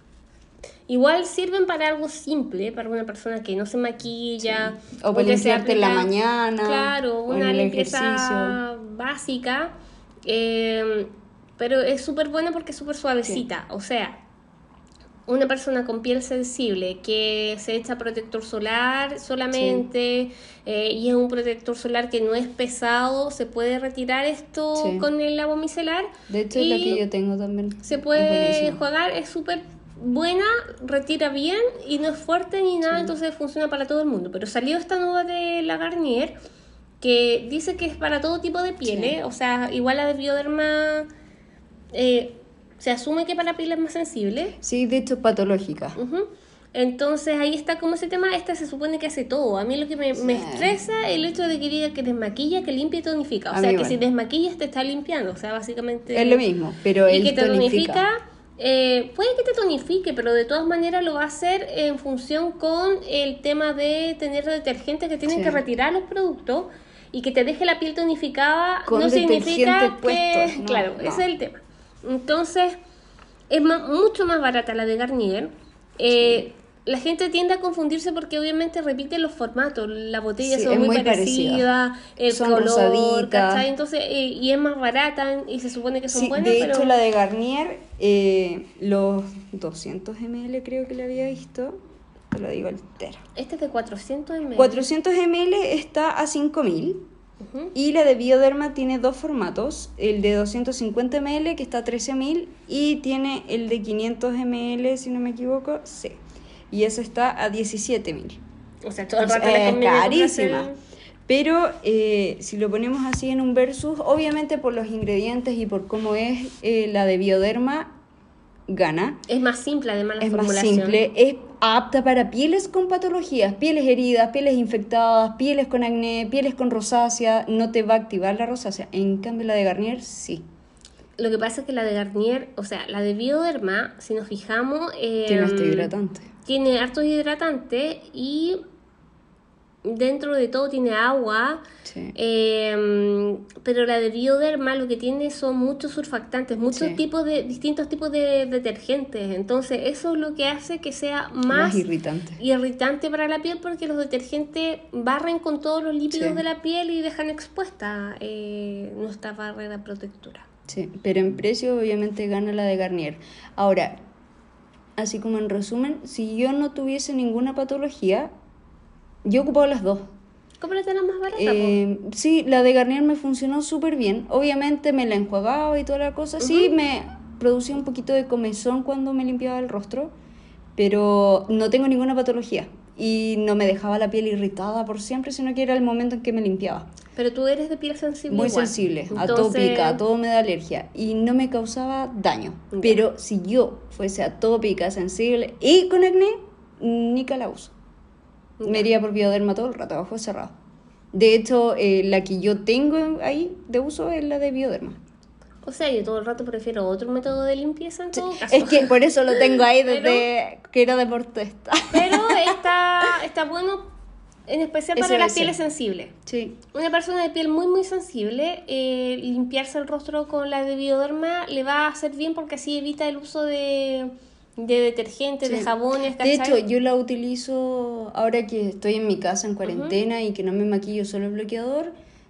igual sirven para algo simple, para una persona que no se maquilla. Sí. O para que se limpiarte en la aplica- mañana, Claro, o en una el limpieza ejercicio. básica. eh, pero es súper buena porque es súper suavecita. O sea, una persona con piel sensible que se echa protector solar solamente, sí. eh, y es un protector solar que no es pesado, se puede retirar esto sí. con el agua micelar. De hecho, es la que yo tengo también. Se puede jugar, es súper buena, retira bien y no es fuerte ni nada, sí. entonces funciona para todo el mundo. Pero salió esta nueva de la Garnier que dice que es para todo tipo de pieles, sí. o sea, igual la de Bioderma eh, se asume que para pieles más sensibles. Sí, de hecho patológica. Uh-huh. Entonces ahí está como ese tema, esta se supone que hace todo. A mí lo que me, sí. me estresa es el hecho de que diga que desmaquilla, que limpia y tonifica. O a sea, que bueno. si desmaquillas te está limpiando, o sea, básicamente... Es lo mismo, pero y él que te tonifica. tonifica eh, puede que te tonifique, pero de todas maneras lo va a hacer en función con el tema de tener detergentes que tienen sí. que retirar los productos y que te deje la piel tonificada. Con no significa que... puestos, no, claro, no. ese es el tema. Entonces, es más, mucho más barata la de Garnier. Eh... Sí. La gente tiende a confundirse porque obviamente repiten los formatos, la botella sí, son muy, muy parecidas, el son color, ¿cachai? Entonces, eh, y es más barata y se supone que son sí, buenas, de pero... hecho la de Garnier, eh, los doscientos mililitros creo que la había visto, te lo digo entero. Este es de cuatrocientos mililitros. cuatrocientos mililitros está a cinco mil. Uh-huh. Y la de Bioderma tiene dos formatos, el de doscientos cincuenta mililitros que está a trece mil y tiene el de quinientos mililitros, si no me equivoco, sí. Y eso está a diecisiete mil. O sea, todo el rato es carísima. Pero eh, si lo ponemos así en un versus, obviamente por los ingredientes y por cómo es eh, la de Bioderma, gana. Es más simple además la es formulación. Es más simple, es apta para pieles con patologías, pieles heridas, pieles infectadas, pieles con acné, pieles con rosácea, no te va a activar la rosácea. En cambio la de Garnier, sí. Lo que pasa es que la de Garnier, o sea, la de Bioderma, si nos fijamos... Eh, tiene hasta hidratante. Tiene hartos hidratantes y dentro de todo tiene agua, sí. eh, pero la de Bioderma lo que tiene son muchos surfactantes, muchos sí. tipos de distintos tipos de detergentes. Entonces eso es lo que hace que sea más, más irritante. irritante para la piel porque los detergentes barren con todos los lípidos sí. de la piel y dejan expuesta eh, nuestra barrera protectora. Sí, pero en precio obviamente gana la de Garnier. Ahora, así como en resumen, si yo no tuviese ninguna patología, yo ocupaba las dos. Cómprate la más barata. Eh, sí, la de Garnier me funcionó súper bien. Obviamente me la enjuagaba y toda la cosa. Uh-huh. Sí, me producía un poquito de comezón cuando me limpiaba el rostro, pero no tengo ninguna patología. Y no me dejaba la piel irritada por siempre, sino que era el momento en que me limpiaba. Pero tú eres de piel sensible. Muy igual. sensible, Entonces... atópica, a todo me da alergia y no me causaba daño. Okay. Pero si yo fuese atópica, sensible y con acné, ni la uso. Okay. Me iría por Bioderma todo el rato, abajo cerrado. De hecho, eh, la que yo tengo ahí de uso es la de Bioderma. O sea, yo todo el rato prefiero otro método de limpieza en todo caso. Es que por eso lo tengo ahí desde pero, que era deportista. Pero está, está bueno, en especial para las pieles sensibles. Sí. Una persona de piel muy, muy sensible, eh, limpiarse el rostro con la de Bioderma le va a hacer bien porque así evita el uso de, de detergentes, sí. de jabones, ¿cachai? De hecho, yo la utilizo ahora que estoy en mi casa en cuarentena uh-huh. y que no me maquillo solo el bloqueador.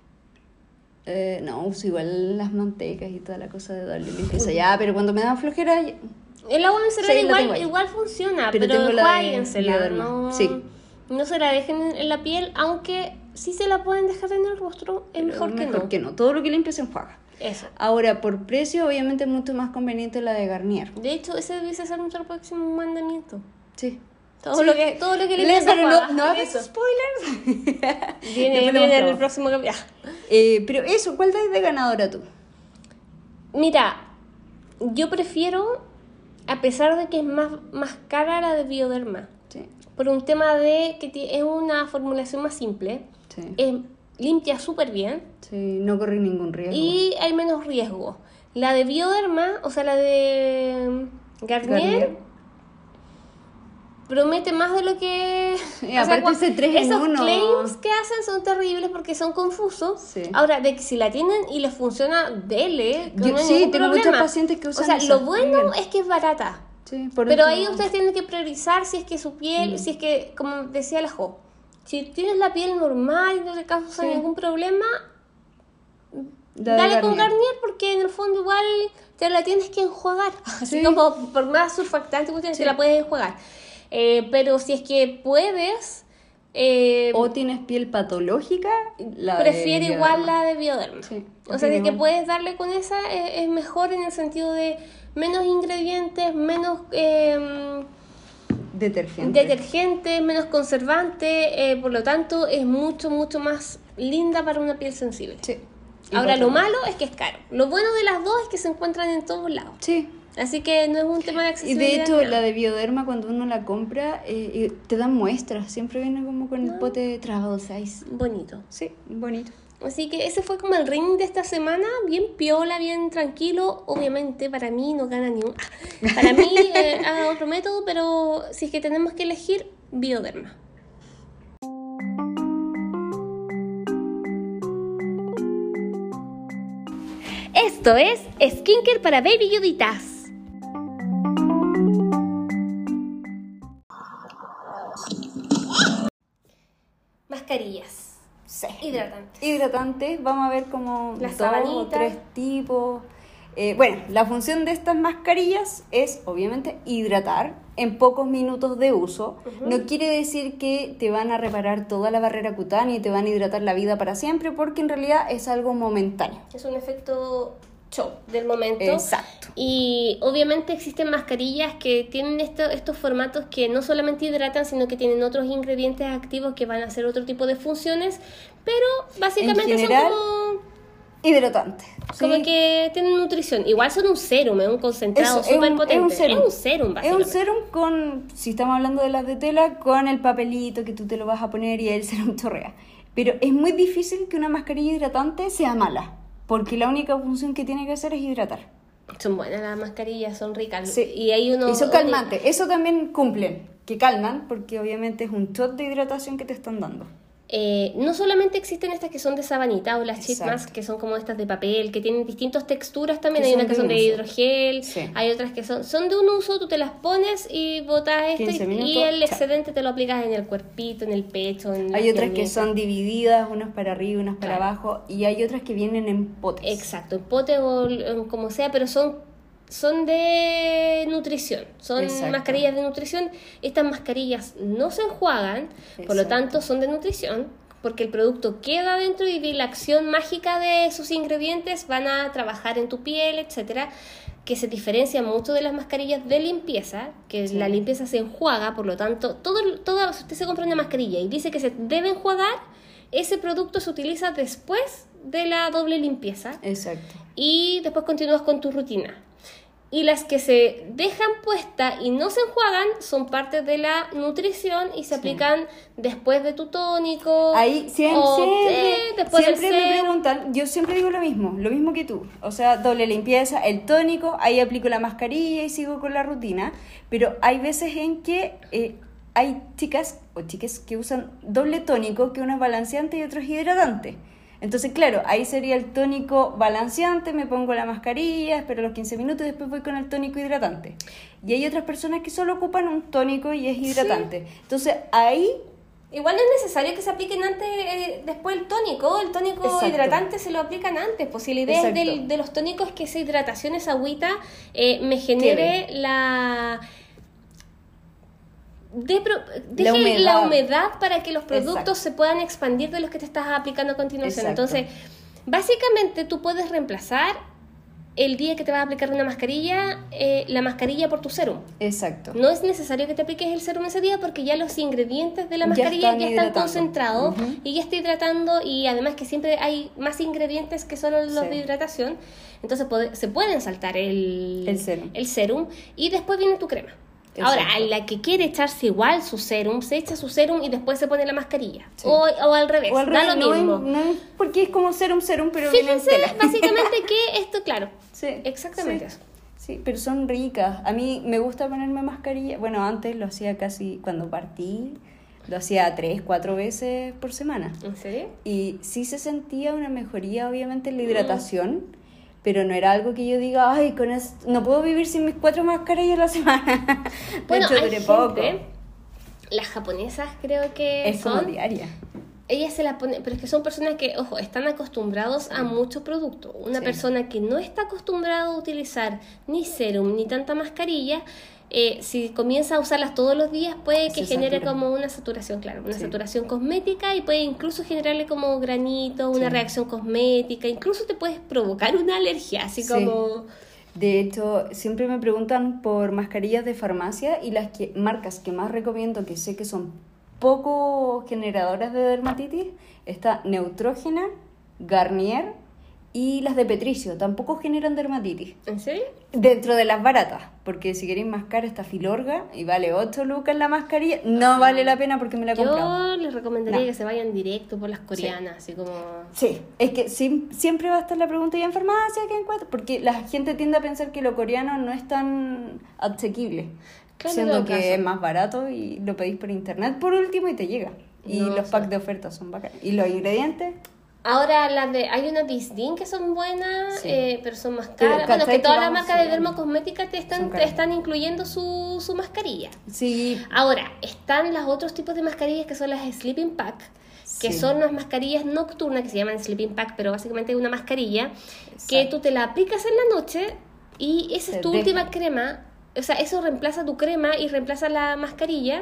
Eh, no, uso igual las mantecas y toda la cosa de darle limpieza. Ya, pero cuando me da flojera... Ya... El agua micelar sí, igual, igual funciona, pero, pero enjuáguensela, no, sí. no se la dejen en la piel, aunque sí se la pueden dejar en el rostro, es mejor, mejor que no. que no, todo lo que limpia se enjuaga. Eso. Ahora, por precio, obviamente es mucho más conveniente la de Garnier. De hecho, ese debiese ser nuestro próximo mandamiento. Sí. Todo, sí. lo que, todo lo que limpia se enjuaga. No, no hagas spoilers. Viene, viene en el próximo capítulo. Eh, pero eso, ¿cuál dais de ganadora tú? Mira, yo prefiero, a pesar de que es más, más cara la de Bioderma, sí. por un tema de que es una formulación más simple, sí. es, limpia súper bien, sí, no corre ningún riesgo y hay menos riesgo. La de Bioderma, o sea, la de Garnier, Garnier. promete más de lo que... Sí, aparte o sea, ese tres en esos uno. claims que hacen son terribles porque son confusos. Sí. Ahora, de que si la tienen y les funciona, dele. Yo, no hay sí, tengo problema. muchos pacientes que usan O sea, eso. lo bueno es que es barata. Sí, por pero eso... ahí ustedes tienen que priorizar si es que su piel, mm. si es que, como decía la Jo, si tienes la piel normal y no te causa sí. ningún problema... La dale con Garnier porque en el fondo igual te la tienes que enjuagar. Así Sí. como por más surfactante que tienes, Sí. te la puedes enjuagar. Eh, pero si es que puedes, eh, O tienes piel patológica, la prefiere de igual Bioderma. la de Bioderma. Sí, O sea, de opino que igual. puedes darle con esa, eh, es mejor en el sentido de menos ingredientes, menos eh, Detergente. detergentes, menos conservantes, eh, por lo tanto es mucho, mucho más linda para una piel sensible. Sí. Y Ahora, lo patológica. malo es que es caro. Lo bueno de las dos es que se encuentran en todos lados. Sí. Así que no es un tema de Y accesibilidad. de hecho, ni nada. la de Bioderma, cuando uno la compra, eh, eh, te dan muestras. Siempre viene como con el pote de travel size. Bonito. Sí, bonito. Así que ese fue como el ring de esta semana, bien piola, bien tranquilo. Obviamente para mí no gana ni un... Para mí eh, haga otro método, pero si es que tenemos que elegir, Bioderma. Esto es Skincare para Baby Yuditas. Mascarillas. Sí. Hidratantes. Hidratantes, vamos a ver como Las dos o sabanitas. tres tipos. Eh, bueno, la función de estas mascarillas es obviamente hidratar en pocos minutos de uso. Ujú. No quiere decir que te van a reparar toda la barrera cutánea y te van a hidratar la vida para siempre, porque en realidad es algo momentáneo. Es un efecto show del momento. Exacto. Y obviamente existen mascarillas que tienen esto- estos formatos que no solamente hidratan, sino que tienen otros ingredientes activos que van a hacer otro tipo de funciones, pero básicamente En general, son como, Hidratante. como ¿sí? que tienen nutrición. Igual son un serum, es un concentrado Eso, es súper un- potente. es un serum. Es un serum, Es básicamente. un serum con, si estamos hablando de las de tela, con el papelito que tú te lo vas a poner y el serum chorrea. Pero es muy difícil que una mascarilla hidratante sea mala, porque la única función que tiene que hacer es hidratar. Son buenas las mascarillas, son ricas. Sí. Y hay uno... Y son calmantes, eso también cumplen, que calman, porque obviamente es un shot de hidratación que te están dando. Eh, no solamente existen estas que son de sabanita o las sheet Exacto. mask que son como estas de papel, que tienen distintas texturas también. Que Hay son unas que de son un de uso. hidrogel, Sí. hay otras que son, son de un uso, tú te las pones y botas esto quince y, minutos, y el chao. excedente te lo aplicas en el cuerpito, en el pecho. En Hay las otras que piernitas. son divididas, unas para arriba, unas para Claro. abajo, y hay otras que vienen en potes. Exacto, en pote o en como sea, pero son, son de nutrición, son Exacto. mascarillas de nutrición. Estas mascarillas no se enjuagan, por lo Exacto. tanto son de nutrición, porque el producto queda dentro y la acción mágica de sus ingredientes van a trabajar en tu piel, etcétera, que se diferencia mucho de las mascarillas de limpieza, que Sí. la limpieza se enjuaga, por lo tanto, todo, todo, si usted se compra una mascarilla y dice que se debe enjuagar, ese producto se utiliza después de la doble limpieza Exacto. y después continúas con tu rutina. Y las que se dejan puesta y no se enjuagan son parte de la nutrición y se Sí. aplican después de tu tónico. Ahí siempre, o, siempre, eh, después siempre del me serum. preguntan, yo siempre digo lo mismo, lo mismo que tú. O sea, doble limpieza, el tónico, ahí aplico la mascarilla y sigo con la rutina. Pero hay veces en que eh, hay chicas o chicas que usan doble tónico, que uno es balanceante y otro es hidratante. Entonces, claro, ahí sería el tónico balanceante, me pongo la mascarilla, espero los quince minutos y después voy con el tónico hidratante. Y hay otras personas que solo ocupan un tónico y es hidratante. Entonces, ahí... Igual no es necesario que se apliquen antes, eh, después el tónico. El tónico Exacto. hidratante se lo aplican antes. Pues si la idea es Exacto. del- de los tónicos que esa hidratación, esa agüita, eh, me genere la... De pro- deje la humedad. humedad. para que los productos Exacto. se puedan expandir de los que te estás aplicando a continuación. Exacto. Entonces, básicamente tú puedes reemplazar el día que te vas a aplicar una mascarilla, eh, la mascarilla por tu serum. Exacto. No es necesario que te apliques el serum ese día porque ya los ingredientes de la Ya mascarilla ya están están, hidratando. concentrados Ujú. y ya está hidratando, y además que siempre hay más ingredientes que solo los Sí. de hidratación. Entonces puede- se pueden saltar el, El serum. el serum y después viene tu crema. Ahora, Exacto. a la que quiere echarse igual su serum, se echa su serum y después se pone la mascarilla. Sí. O, o al revés, O al da revés, lo no mismo. es- no es- porque es como serum serum, pero viene en Fíjense tela. básicamente que esto, claro, Sí, exactamente sí. eso. Sí, pero son ricas. A mí me gusta ponerme mascarilla. Bueno, antes lo hacía casi cuando partí, lo hacía tres, cuatro veces por semana. ¿En serio? Y sí se sentía una mejoría, obviamente, en la hidratación, pero no era algo que yo diga, ay, con esto, no puedo vivir sin mis cuatro mascarillas a la semana. De Bueno, hecho, hay duré gente, poco. las japonesas creo que Es como son, diaria. ella se la pone, pero es que son personas que, ojo, están acostumbrados a muchos productos. Una Sí. persona que no está acostumbrada a utilizar ni serum ni tanta mascarilla, eh, si comienza a usarlas todos los días, puede que Se genere satura. como una saturación, claro, una Sí. saturación cosmética y puede incluso generarle como granito, una Sí. reacción cosmética, incluso te puedes provocar una alergia, así Sí. como... De hecho, siempre me preguntan por mascarillas de farmacia y las que, marcas que más recomiendo, que sé que son poco generadoras de dermatitis, está Neutrogena, Garnier y las de Petricio. Tampoco generan dermatitis. ¿En serio? Dentro de las baratas, porque si queréis más cara está Filorga y vale ocho lucas la mascarilla. No vale la pena porque me la he comprado. Yo les recomendaría No. que se vayan directo por las coreanas, así como... Sí, es que sim- siempre va a estar la pregunta, ¿y en farmacia qué encuentro? Porque la gente tiende a pensar que lo coreano no es tan asequible, Claro, en siendo todo que caso. es más barato y lo pedís por internet por último y te llega. Y No, los sí. packs de ofertas son bacanas. Y los ingredientes, Ahora, las de, hay unas Disdin que son buenas, Sí. eh, pero son más Pero, caras. Bueno, ¿cachai que todas que las vamos marcas de subiendo? dermocosmética te Son están, te caras. están incluyendo su, su mascarilla. sí, Ahora, están los otros tipos de mascarillas que son las Sleeping Pack, que Sí. son unas mascarillas nocturnas que se llaman Sleeping Pack, pero básicamente es una mascarilla que Exacto. tú te la aplicas en la noche y esa Se es tu deja. última crema. O sea, eso reemplaza tu crema y reemplaza la mascarilla.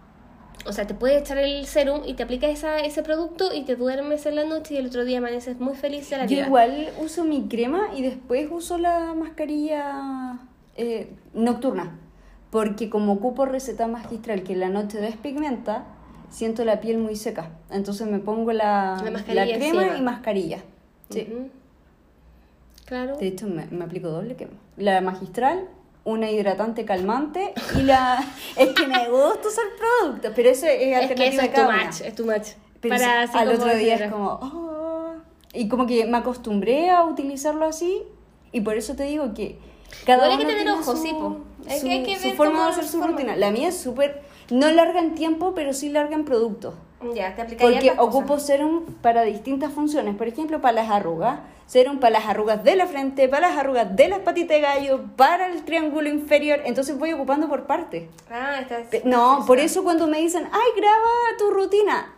O sea, te puedes echar el serum y te aplicas esa, ese producto y te duermes en la noche y el otro día amaneces muy feliz de la yo vida. igual uso mi crema y después uso la mascarilla eh, nocturna, porque como ocupo receta magistral que en la noche despigmenta, siento la piel muy seca, entonces me pongo la, La mascarilla la crema encima. y mascarilla. Sí. Ujú. Claro. De hecho, me, me aplico doble crema. La magistral, una hidratante calmante y la... es que me gusta usar productos, pero eso es Es que eso alternativa de es too cada una. much, es too much. Pero Para sí, así al como otro día decir- es como... oh, y como que me acostumbré a utilizarlo así y por eso te digo que cada Igual hay uno que tener tiene ojo, su, sí, po. Hay su, que- hay que su ver forma cómo de hacer su su forma. rutina. La mía es súper... no larga en tiempo, pero sí larga en producto. Ya, te aplicaría Porque otras ocupo cosas. serum para distintas funciones. Por ejemplo, para las arrugas. Serum para las arrugas de la frente, para las arrugas de las patitas de gallo, para el triángulo inferior. Entonces voy ocupando por partes. Ah, estás... Pe- No, por eso cuando me dicen, ay, graba tu rutina,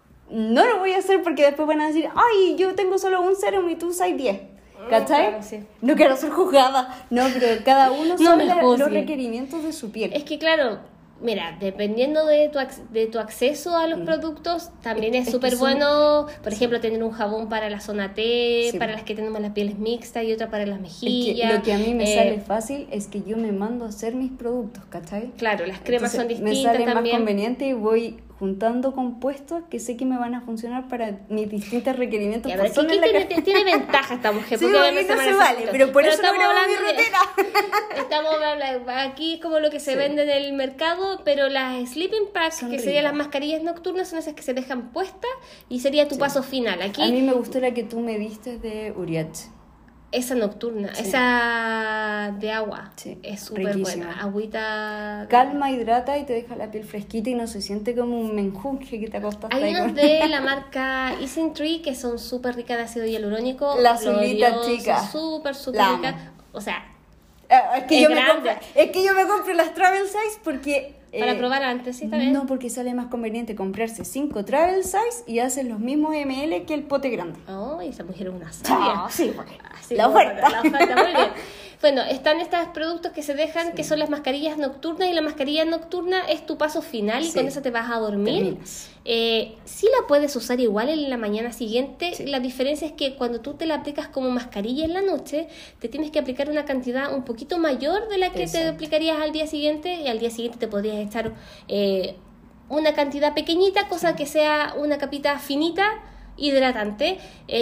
no lo voy a hacer porque después van a decir, ay, yo tengo solo un serum y tú usas diez. ¿Cachai? claro, sí. No quiero ser juzgada. No, pero cada uno No son me la- los juzguen. requerimientos de su piel. Es que claro, mira, dependiendo de tu, ac- de tu acceso a los productos, también es Es que súper son- bueno, por ejemplo, tener un jabón para la zona T, Sí. para las que tenemos las pieles mixtas y otra para las Es mejillas. que lo que a mí me eh, sale fácil es que yo me mando a hacer mis productos, ¿cachai? Claro, las cremas Entonces, son me distintas sale más también. conveniente y voy juntando compuestos que sé que me van a funcionar para mis distintos requerimientos Ya, por pero es que zona aquí en la tiene, cara. tiene ventaja esta mujer. Sí, porque porque obviamente no van se a vale, hacer- pero por eso no estamos grabo mi hablando de- rutina. Estamos hablando, aquí es como lo que se Sí. vende en el mercado, pero las sleeping packs, Son que serían las ricas. mascarillas nocturnas, son esas que se dejan puestas y sería tu paso final. Aquí, A mí me gustó la que tú me diste de Uriach. esa nocturna, Sí. esa de agua, Sí, es súper riquísima. buena. Agüita. Calma, hidrata y te deja la piel fresquita y no se siente como un menjunje que te acostaste Hay ahí unos con- de la marca Easy Tree que son súper ricas de ácido hialurónico. La azulita glorioso, chica. Súper, súper La rica. amo. O sea, Ah, es, que Es yo me grande. compro, es que yo me compro las travel size porque... para eh, probar antes, ¿sí? Está bien. No, porque sale más conveniente comprarse cinco travel size y hacen los mismos ml que el pote grande. Ay, esa mujer es una sabia. Ah, sí, porque Así la como oferta. La oferta, muy bien. Bueno, están estos productos que se dejan, que son las mascarillas nocturnas, y la mascarilla nocturna es tu paso final y Sí. con eso te vas a dormir. Terminas. Eh, sí la puedes usar igual en la mañana siguiente. Sí. La diferencia es que cuando tú te la aplicas como mascarilla en la noche, te tienes que aplicar una cantidad un poquito mayor de la que te Exacto. aplicarías al día siguiente, y al día siguiente te podrías echar eh, una cantidad pequeñita, cosa que sea una capita finita, hidratante,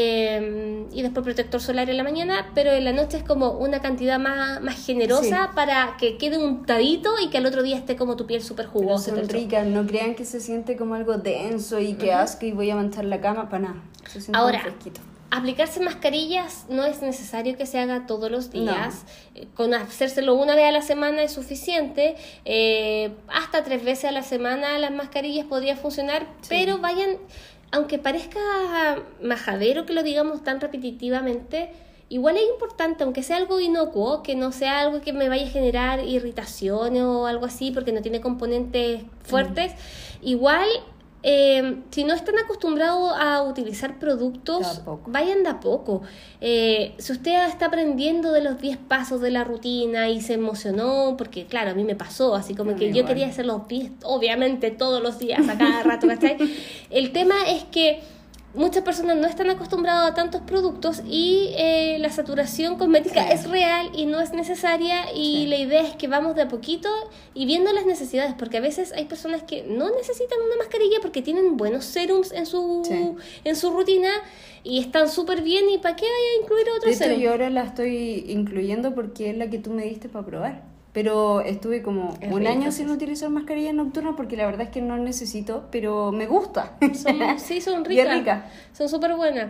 eh, y después protector solar en la mañana, pero en la noche es como una cantidad más, más generosa Sí. para que quede untadito y que al otro día esté como tu piel súper Pero jugosa. y todo son el show. ricas, no crean que se siente como algo denso y que asco y voy a manchar la cama, para nada. Se siente Ahora, muy fresquito. aplicarse mascarillas no es necesario que se haga todos los días. Eh, Con hacérselo una vez a la semana es suficiente. Eh, hasta tres veces a la semana las mascarillas podrían funcionar, pero vayan, aunque parezca majadero que lo digamos tan repetitivamente, igual es importante, aunque sea algo inocuo, que no sea algo que me vaya a generar irritaciones o algo así, porque no tiene componentes fuertes, igual eh, si no están acostumbrados a utilizar productos, De a poco. vayan de a poco. Eh, si usted está aprendiendo de los diez pasos de la rutina y se emocionó, porque claro, a mí me pasó, así como A que mí yo igual. quería hacer los diez, obviamente todos los días, a cada rato, ¿cachai? El tema es que muchas personas no están acostumbradas a tantos productos y eh, la saturación cosmética Sí. es real y no es necesaria, y Sí. la idea es que vamos de a poquito y viendo las necesidades, porque a veces hay personas que no necesitan una mascarilla porque tienen buenos serums en su, Sí. en su rutina y están súper bien, y ¿para qué vaya a incluir otro De hecho, serum? yo ahora la estoy incluyendo porque es la que tú me diste para probar. Pero estuve como Es un rica, año sí. sin utilizar mascarilla nocturna porque la verdad es que no necesito, pero me gusta. Son, sí, son Y es ricas. rica. Son súper buenas.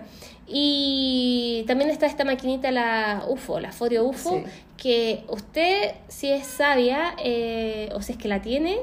Y también está esta maquinita, la U F O, la Foreo U F O, Sí. que usted, si es sabia, eh, o si es que la tiene,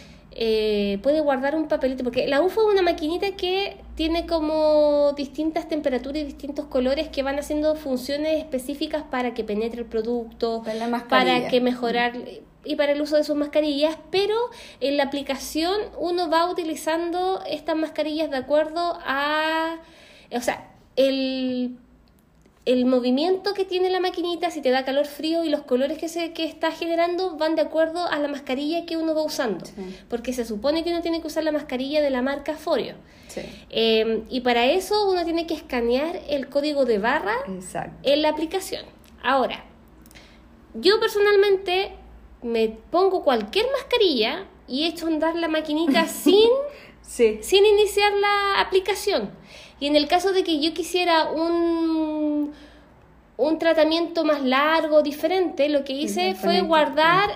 eh, puede guardar un papelito, porque la U F O es una maquinita que tiene como distintas temperaturas y distintos colores que van haciendo funciones específicas para que penetre el producto, Para la mascarilla. para que mejorar y para el uso de sus mascarillas, pero en la aplicación uno va utilizando estas mascarillas de acuerdo a, o sea, el el movimiento que tiene la maquinita, si te da calor, frío, y los colores que se que está generando van de acuerdo a la mascarilla que uno va usando. Sí. Porque se supone que uno tiene que usar la mascarilla de la marca Foreo. Sí. Eh, y para eso uno tiene que escanear el código de barra Exacto. en la aplicación. Ahora, yo personalmente me pongo cualquier mascarilla y echo a andar la maquinita sin Sí. sin iniciar la aplicación. Y en el caso de que yo quisiera un, un tratamiento más largo, diferente, lo que hice fue Diferente. guardar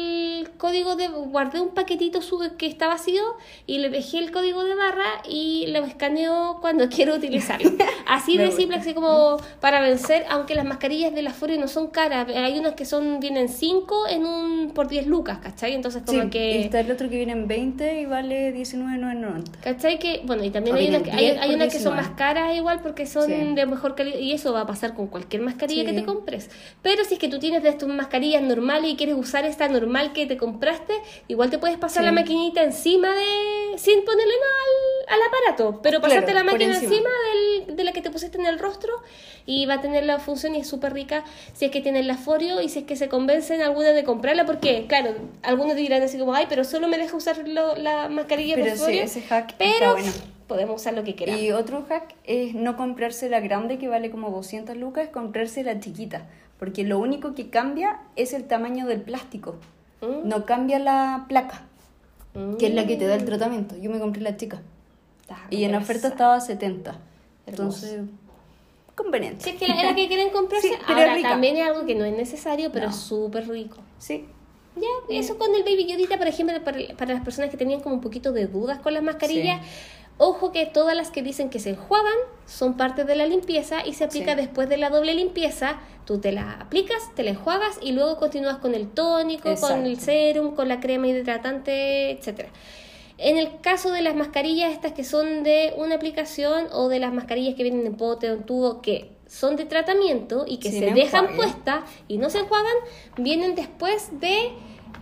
el código de... Guardé un paquetito sube que está vacío y le dejé el código de barra y lo escaneo cuando quiero utilizarlo. Así Me de gusta. simple, así como para vencer, aunque las mascarillas de la Foreo no son caras. Hay unas que son vienen cinco en un por diez lucas, ¿cachai? Entonces como Sí, que... y está el otro que viene en veinte y vale diecinueve noventa. ¿Cachai? Que, bueno, y también O hay unas vienen que, hay, diez hay por unas que son diecinueve. más caras igual porque son Sí. de mejor calidad, y eso va a pasar con cualquier mascarilla Sí. que te compres. Pero si es que tú tienes de tus mascarillas normales y quieres usar esta normal que te compraste, igual te puedes pasar Sí. la maquinita encima de... sin ponerle nada al, al aparato, pero Claro, pasarte la por máquina encima. encima, del, de la que te pusiste en el rostro, y va a tener la función y es súper rica si es que tienes la Foreo y si es que se convencen alguna de comprarla, porque claro, algunos dirán así como, ay, pero solo me deja usar lo- la mascarilla Pero de sí, Foreo. ese hack está Pero bueno. podemos usar lo que queramos. Y otro hack es no comprarse la grande que vale como doscientas lucas, es comprarse la chiquita. Porque lo único que cambia es el tamaño del plástico. Mm. No cambia la placa, Mm. que es la que te da el tratamiento. Yo me compré la chica. Está Y en buena oferta esa. estaba a setenta. Entonces, conveniente. Si es que la, la que quieren comprarse, Sí, pero ahora es rica. también es algo que no es necesario, pero No. es súper rico. Sí. Ya, eso con el Baby Yodita, por ejemplo, para, para las personas que tenían como un poquito de dudas con las mascarillas, ojo que todas las que dicen que se enjuagan son parte de la limpieza y se aplica Sí. después de la doble limpieza. Tú te la aplicas, te la enjuagas y luego continúas con el tónico, con Exacto. el serum, con la crema hidratante, etcétera. En el caso de las mascarillas estas que son de una aplicación, o de las mascarillas que vienen en pote o en tubo que son de tratamiento y que Sin se dejan enjuague. puestas y no se enjuagan, vienen después de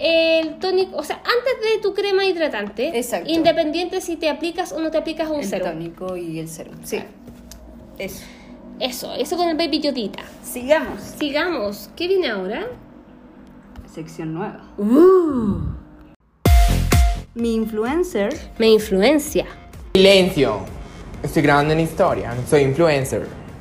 el tónico, o sea, antes de tu crema hidratante. Exacto. Independiente si te aplicas o no te aplicas un El serum. tónico y el serum. Sí. Eso. Eso, eso con el Baby Yodita. Sigamos. Sigamos. ¿Qué viene ahora? Sección nueva. Uh, Mi influencer. me influencia. Silencio. Estoy grabando una historia. Soy influencer.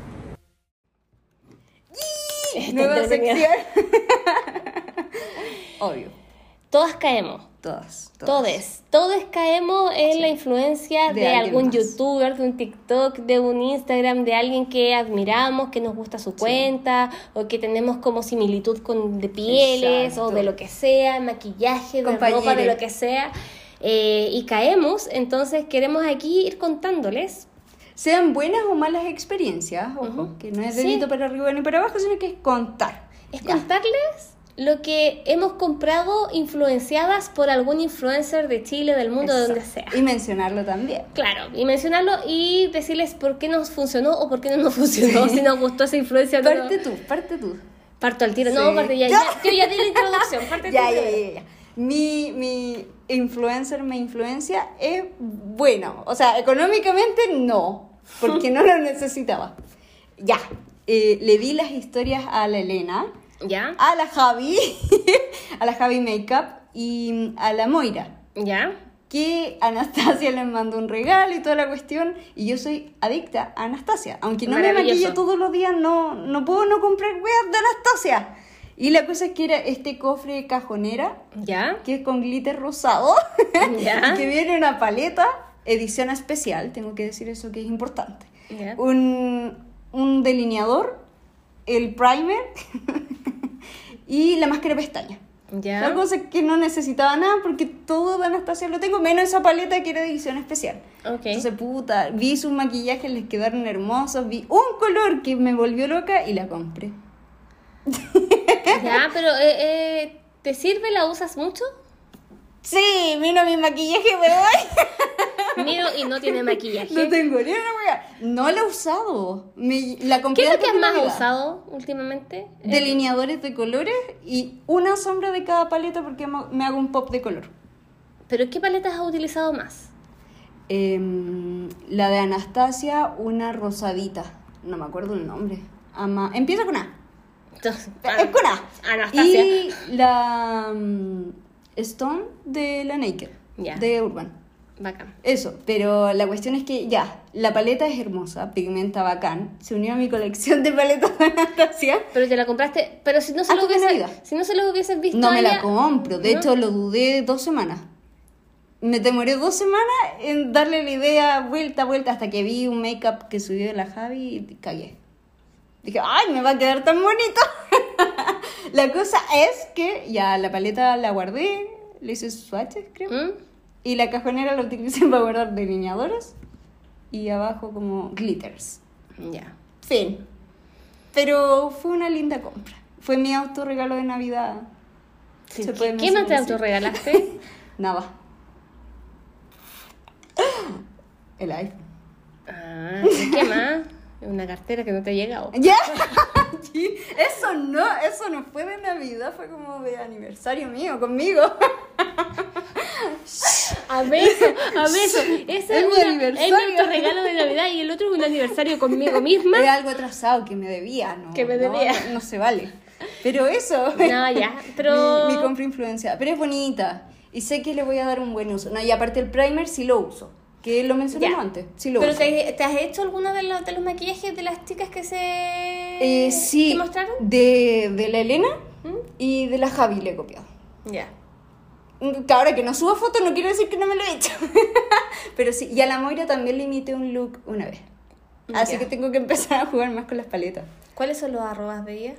Está Nueva entretenida. sección. Obvio. Todas caemos. Todas. Todes, todos caemos en la influencia De de, alguien algún más. youtuber, de un TikTok, de un Instagram, de alguien que admiramos, que nos gusta su cuenta, o que tenemos como similitud con de pieles, Exacto. o de lo que sea, maquillaje, de Compañere. ropa, de lo que sea, eh, y caemos. Entonces queremos aquí ir contándoles. Sean buenas o malas experiencias, ojo, Ujú. que no es Sí. dedito para arriba ni para abajo, sino que es contar. Es Ya. contarles lo que hemos comprado influenciadas por algún influencer de Chile, del mundo, de donde sea. Exacto. Y mencionarlo también. Claro, y mencionarlo y decirles por qué nos funcionó o por qué no nos funcionó, si nos gustó esa influencia o no. Parte tú, parte tú. Parto al tiro, Sí. no, parte ya, Ya. ya, yo ya di la introducción, parte Ya, tú ya, primero. ya, ya. Mi, mi influencer me influencia es bueno. O sea, económicamente no, porque no lo necesitaba. Ya, eh, le di las historias a la Elena, ¿Ya? a la Javi, a la Javi Makeup y a la Moira. ¿Ya? Que Anastasia les mandó un regalo y toda la cuestión, y yo soy adicta a Anastasia. Aunque no me Maravilloso. maquille todos los días, no, no puedo no comprar weas de Anastasia. Y la cosa es que era este cofre cajonera, ¿Ya? que es con glitter rosado, ¿Ya? y que viene una paleta, edición especial, tengo que decir eso que es importante. ¿Ya? Un, un delineador, el primer y la máscara de pestaña. ¿Ya? La cosa es que no necesitaba nada porque todo de Anastasia lo tengo, menos esa paleta que era de edición especial. Ok. Entonces, puta, vi sus maquillajes, les quedaron hermosos, vi un color que me volvió loca y la compré. Ya, pero eh, eh, ¿te sirve? ¿La usas mucho? Sí, mira mi maquillaje, pero Miro y no tiene maquillaje. no tengo ni una wea. No la he usado. Me, la compré ¿Qué es lo antes que de más has Navidad. usado últimamente? Delineadores de colores y una sombra de cada paleta porque mo- me hago un pop de color. ¿Pero qué paletas has utilizado más? Em, la de Anastasia, una rosadita. No me acuerdo el nombre. Ama... Empieza con A. Entonces, Es con A. Anastasia. Y la mm, Stone de la Naked. Ya. De Urban. Bacán. Eso, pero la cuestión es que ya, la paleta es hermosa, pigmenta bacán. Se unió a mi colección de paletas de Anastasia. Pero te la compraste, pero si no se lo Antes de hubiese, Navidad. si no se lo hubieses visto No a me la ella- compro, de ¿No? hecho lo dudé dos semanas. Me demoré dos semanas en darle la idea vuelta, vuelta, hasta que vi un make-up que subió la Javi y cagué. Dije, ¡ay, me va a quedar tan bonito! La cosa es que ya la paleta la guardé, le hice swatches, creo. ¿Mm? Y la cajonera la utilicé para guardar delineadores y abajo como glitters. Ya. Fin. Pero fue una linda compra. Fue mi autorregalo de Navidad. Sí, Se puede ¿Qué más te mencionar así. autorregalaste? Nada. El iPhone. Ah, ¿y qué más? Una cartera que no te ha llegado. ¿Ya? Eso no, eso no fue de Navidad, fue como de aniversario mío, conmigo. A beso, a beso. Ese Es es, mi una- aniversario. es nuestro regalo de Navidad y el otro es un aniversario conmigo misma. Era algo atrasado que me debía, ¿no? Que me no, debía. No, no se vale. Pero eso. No, ya, pero- Mi, mi compra influencia. Pero es bonita. Y sé que le voy a dar un buen uso. No, y aparte el primer sí lo uso. Que lo mencionamos Ya. antes. Sí lo ¿Pero uso. te, te has hecho alguno de los, de los maquillajes de las chicas que se Eh, sí. que mostraron? De, de la Elena ¿Mm? y de la Javi le he copiado. Ya. Que ahora que no subo fotos no quiere decir que no me lo he hecho. Pero sí, y a la Moira también le imité un look una vez. Así Ya. que tengo que empezar a jugar más con las paletas. ¿Cuáles son los arrobas de ella?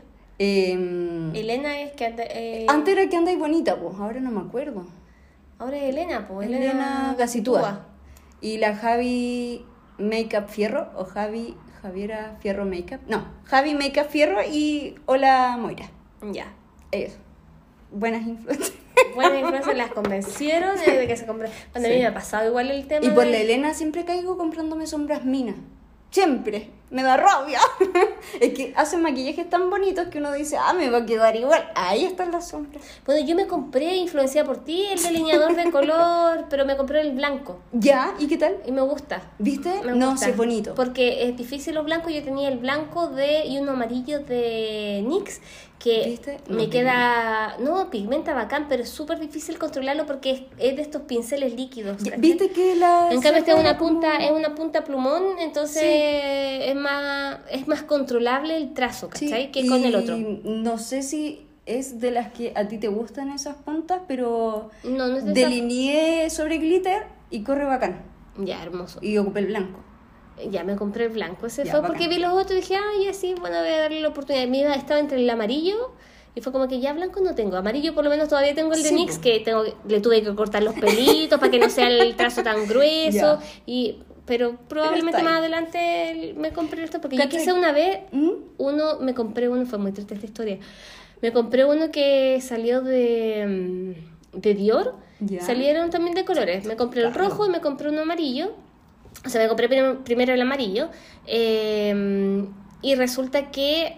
Eh, Elena es que anda- eh, antes era que anda y bonita, pues, ahora no me acuerdo. ahora es Elena, pues Elena, Elena Gacitúa. Y la Javi Makeup Fierro, o Javi Javiera Fierro Makeup. No, Javi Makeup Fierro y Hola Moira. Ya. Ellos. Buenas influencias. Buenas influencias las convencieron eh, de que se compre. Cuando a mí me ha pasado igual el tema. Y por de- la Elena siempre caigo comprándome sombras minas. Siempre. Me da rabia. Es que hacen maquillajes tan bonitos que uno dice, ah, me va a quedar igual. Ahí están las sombras. Bueno, yo me compré, influenciada por ti, el delineador de color, pero me compré el blanco. ¿Ya? ¿Y qué tal? Y me gusta. ¿Viste? Me No, gusta. sí, es bonito. Porque es difícil los blancos. Yo tenía el blanco de y uno amarillo de NYX que ¿Viste? No, me queda... No, pigmenta bacán, pero es súper difícil controlarlo porque es, es de estos pinceles líquidos. Ya, ¿cachai? ¿Viste que la... En cambio, esta es ceja una como- punta, es una punta plumón, entonces Sí. es más es más controlable el trazo, Sí, ¿cachai? Que con y el otro. No sé si es de las que a ti te gustan esas puntas, pero No, no es de esa- delineé sobre glitter y corre bacán. Ya, hermoso. Y ocupé el blanco. Ya me compré el blanco. Ese Ya, fue bacán. porque vi los otros y dije, ay, así, bueno, voy a darle la oportunidad. Me iba, estaba entre el amarillo y fue como que ya blanco no tengo. Amarillo por lo menos todavía tengo el de Sí, NYX, po. que tengo, le tuve que cortar los pelitos para que no sea el trazo tan grueso. Ya. Y, pero probablemente está ahí. más adelante me compré esto porque yo ¿Cachai? quise una vez, ¿Mm? uno, me compré uno, fue muy triste esta historia. Me compré uno que salió de, mm, de Dior. Ya. Salieron también de colores. Me compré el Claro. rojo y me compré uno amarillo. O sea, me compré prim- primero el amarillo. eh, y resulta que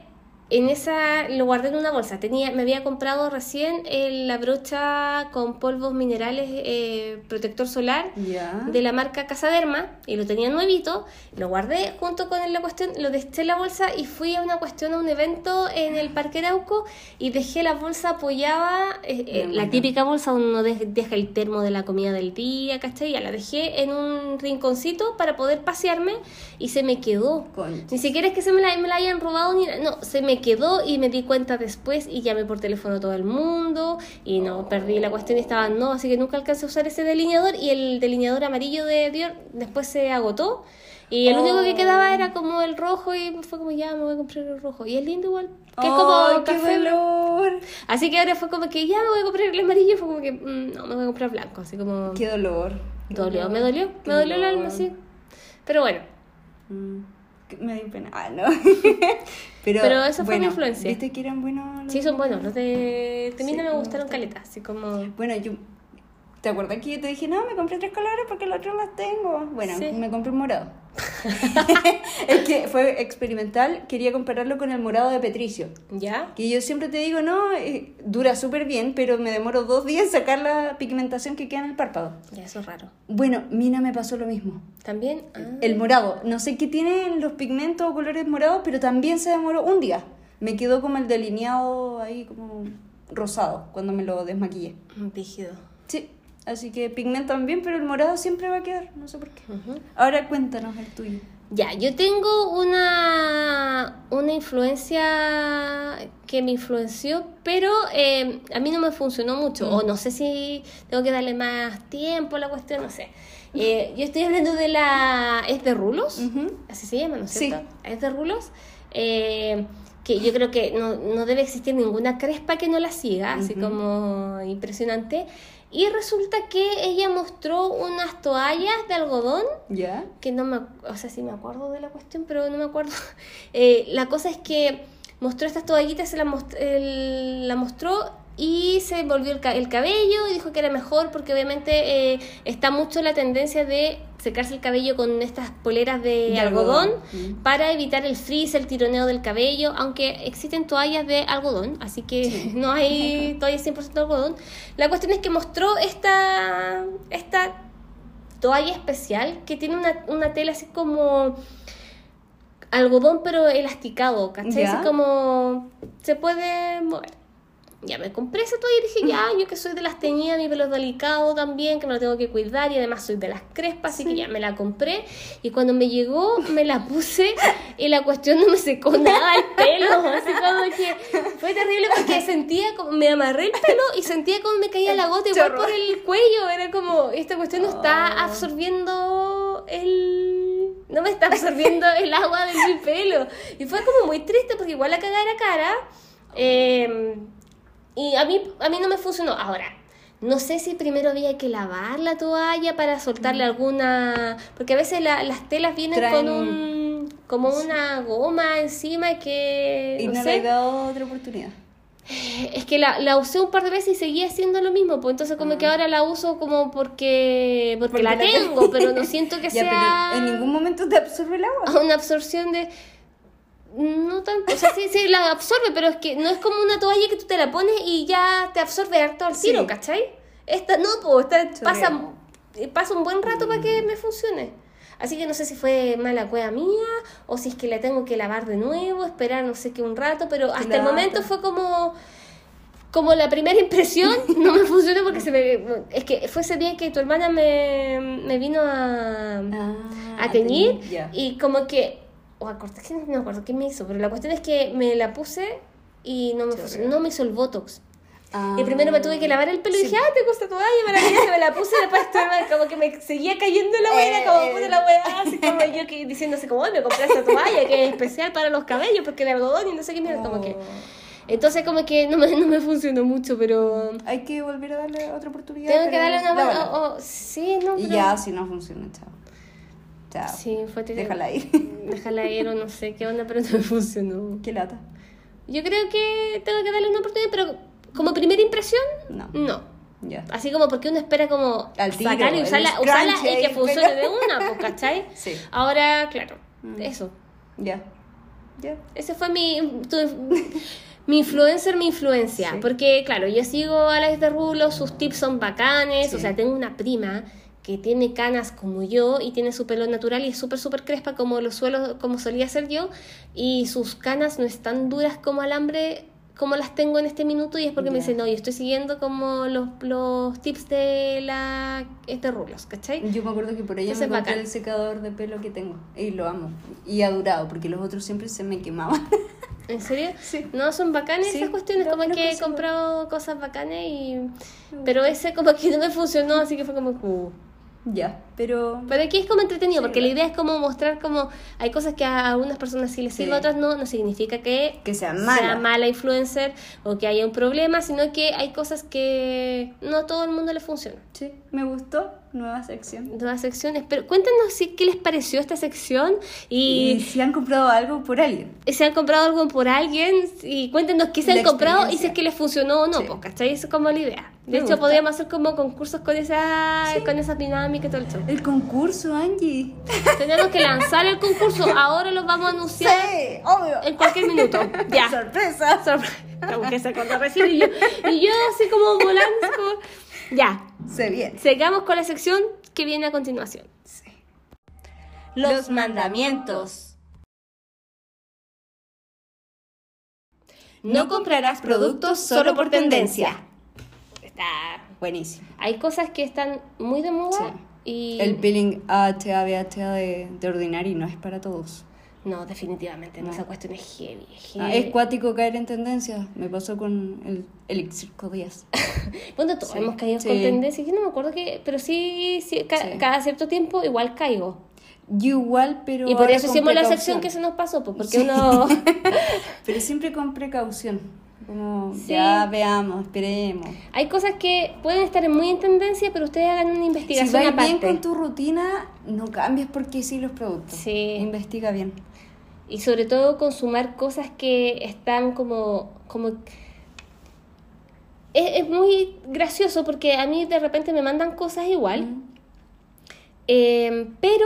en esa lo guardé en una bolsa. Tenía, me había comprado recién el- la brocha con polvos minerales eh, protector solar Ya. de la marca Casaderma y lo tenía nuevito. Lo guardé junto con la cuestión, lo dejé en la bolsa y fui a una cuestión, a un evento en el Parque Arauco y dejé la bolsa apoyada, eh, eh, Ya, la bueno. típica bolsa donde uno de- deja el termo de la comida del día, ¿cachai? Ya la dejé en un rinconcito para poder pasearme y se me quedó. Concha. Ni siquiera es que se me la, me la hayan robado ni nada. No, se me quedó y me di cuenta después y llamé por teléfono a todo el mundo y no, perdí la cuestión y estaba no, así que nunca alcancé a usar ese delineador y el delineador amarillo de Dior después se agotó y el Oh. único que quedaba era como el rojo y fue como ya me voy a comprar el rojo y es lindo igual, que es ¡Ay, como qué café. dolor! Así que ahora fue como que ya me voy a comprar el amarillo, fue como que mm, no, me voy a comprar blanco, así como ¡Qué dolor! dolió, me dolió, Qué me dolió el dolor. alma, sí. Pero bueno, Mm, que me dio pena. Ah, no. Pero, Pero esa fue mi bueno, influencia. ¿Viste que eran buenos? los- sí son buenos, los de de mí Sí, no me me gustaron gustan. caleta, así como Bueno, yo... ¿Te acuerdas que yo te dije, no, me compré tres colores porque los otros las tengo? Bueno, Sí. me compré un morado. Es que fue experimental, quería compararlo con el morado de Petricio. ¿ya? Que yo siempre te digo, no, eh, dura súper bien, pero me demoro dos días en sacar la pigmentación que queda en el párpado. Ya, eso es raro. Bueno, Mina me pasó lo mismo. ¿También? Ah. El morado, no sé qué tienen los pigmentos o colores morados, pero también se demoró un día. Me quedó como el delineado ahí como rosado cuando me lo desmaquillé. Rígido. Sí, así que pigmentan bien, pero el morado siempre va a quedar, no sé por qué. Ujú. Ahora cuéntanos el tuyo. Ya, yo tengo una, una influencia que me influenció, pero eh, a mí no me funcionó mucho. Mm. O no sé si tengo que darle más tiempo a la cuestión, no sé. Eh, yo estoy hablando de la... ¿Es de rulos? Ujú. Así se llama, ¿no es Sí. cierto? Es de rulos. Eh, que yo creo que no, no debe existir ninguna crespa que no la siga, así Ujú. como impresionante. Y resulta que ella mostró unas toallas de algodón ¿Ya? que no me, o sea, sí me acuerdo de la cuestión, pero no me acuerdo. Eh, la cosa es que mostró estas toallitas, se la, most- el- la mostró y se volvió el, ca- el cabello y dijo que era mejor porque obviamente eh, está mucho la tendencia de secarse el cabello con estas poleras de, De algodón, algodón. Mm. para evitar el frizz, el tironeo del cabello, aunque existen toallas de algodón, así que no hay toallas cien por ciento de algodón. La cuestión es que mostró esta, esta toalla especial que tiene una, una tela así como algodón pero elasticado, ¿cachai? Ya. Así como se puede mover. Ya me compré esa toalla y dije, ya, yo que soy de las teñidas, mi pelo es delicado también, que me lo tengo que cuidar y además soy de las crespas, así que ya me la compré y cuando me llegó me la puse y la cuestión no me secó nada el pelo, así como que fue terrible porque sentía como, me amarré el pelo y sentía como me caía la gota igual chorro. por el cuello, era como, esta cuestión no está Oh. absorbiendo el... no me está absorbiendo el agua de mi pelo y fue como muy triste porque igual la cagada era cara. eh, Y a mí, a mí no me funcionó. Ahora, no sé si primero había que lavar la toalla para soltarle alguna... Porque a veces la- las telas vienen Traen- con un... como una goma encima que... Y no no sé. le he dado otra oportunidad. Es que la, la usé un par de veces y seguía haciendo lo mismo. Pues entonces como que ahora la uso como porque... Porque, Porque la la tengo, tengo. pero no siento que Ya, sea... pero en ningún momento te absorbe el agua. una absorción de... No tanto, o sea, sí, sí, la absorbe, pero es que no es como una toalla que tú te la pones y ya te absorbe harto al tiro, Sí. ¿cachai? Esta no, pues, esta Chorrea. pasa, pasa un buen rato para que me funcione. Así que no sé si fue mala cueva mía o si es que la tengo que lavar de nuevo, esperar no sé qué un rato, pero hasta el lata. momento fue como... Como la primera impresión no me funcionó porque se me... Es que fue ese día que tu hermana me, me vino a, Ah, a teñir ya. y como que... O a cortar, que no me acuerdo qué me hizo, pero la cuestión es que me la puse y no me, Chorrea. funcionó, no me hizo el Botox. Ah. Y primero me tuve que lavar el pelo y Sí. dije, ah, te gusta tu toalla, maravillosa, me la puse y después estuve como que me seguía cayendo la hueá, Eh, como eh. puse la hueá, así como yo que, diciéndose como, "Ay, me compré esta toalla que es especial para los cabellos porque de algodón y no sé qué mierda", como que... Entonces como que no me, no me funcionó mucho, pero... Hay que volver a darle otra oportunidad. Tengo que pero darle una lávala. buena... o- o- sí, no, Y pero... ya, si no funciona, chao. Chao. Sí, fue terrible. Déjala ir. Déjala ir o no sé qué onda, pero no me funcionó. Qué lata. Yo creo que tengo que darle una oportunidad, pero como primera impresión, No. no. Ya. Así como porque uno espera como Al tiro, sacarla y el usarla, scrunchie usarla y ahí, que funcione pero- de una, pues, ¿cachai? Sí. Ahora, claro, Mm. eso. Ya. Ya. Ese fue mi... tu- Mi influencer, mi influencia, Sí. porque claro, yo sigo a Alex de Rulo, sus tips son bacanes, Sí. o sea, tengo una prima que tiene canas como yo y tiene su pelo natural y es súper, súper crespa como lo suelo, como solía ser yo, y sus canas no están duras como alambre como las tengo en este minuto, y es porque me Ya. dicen, no, yo estoy siguiendo como los, los tips de la este Rulos, ¿cachai? Yo me acuerdo que por ella Entonces, me compré bacán. el secador de pelo que tengo y lo amo. Y ha durado, porque los otros siempre se me quemaban. ¿En serio? Sí. No, son bacanes Sí, esas cuestiones, lo- como lo que he consigo. comprado cosas bacanes y... Pero ese como que no me funcionó, así que fue como... Uh. Ya, pero... Pero aquí es como entretenido, Sí, porque claro. la idea es como mostrar como hay cosas que a algunas personas sí les Sí. sirven, a otras no, no significa que, Que sea mala. mala influencer o que haya un problema, sino que hay cosas que no a todo el mundo le funciona. Sí, me gustó. Nueva sección. Nuevas secciones, pero cuéntanos si, qué les pareció esta sección Y y, si han comprado algo por alguien. y si han comprado algo por alguien y cuéntenos qué se La han comprado y si experiencia. es que les funcionó o no, Sí. pues, ¿cachai? Eso es como la idea. De Me hecho, gusta. podríamos hacer como concursos con esa, Sí. con esa dinámica y todo el show. El concurso, Angie. Tenemos que lanzar el concurso, ahora lo vamos a anunciar obvio. en cualquier minuto. Ya. Sorpresa. La mujer se acordó recién y yo, y yo así como volando. así como- Ya. Se viene. Sigamos con la sección que viene a continuación. Sí. Los mandamientos. No comprarás productos solo por tendencia. Está. Buenísimo. Hay cosas que están muy de moda Sí. y... El peeling A H A B H A de, de Ordinary no es para todos. No, definitivamente, no. No. Esa cuestión es heavy. Es Ah, heavy. es cuático caer en tendencia. Me pasó con el Elixir Codías. Bueno, todos Sí. hemos caído Sí. con tendencias. Yo no me acuerdo que... Pero sí, sí, ca- Sí. cada cierto tiempo igual caigo. Yo igual, pero. Y por ahora eso con hicimos la precaución. sección que se nos pasó, pues, porque Sí. uno... Pero siempre con precaución. Como, Sí. ya veamos, esperemos. Hay cosas que pueden estar muy en tendencia, pero ustedes hagan una Si investigación vas aparte. bien con tu rutina, no cambies porque sí los productos. Sí. Investiga bien. Y sobre todo consumar cosas que están como... como... Es, es muy gracioso porque a mí de repente me mandan cosas igual, Mm. eh, pero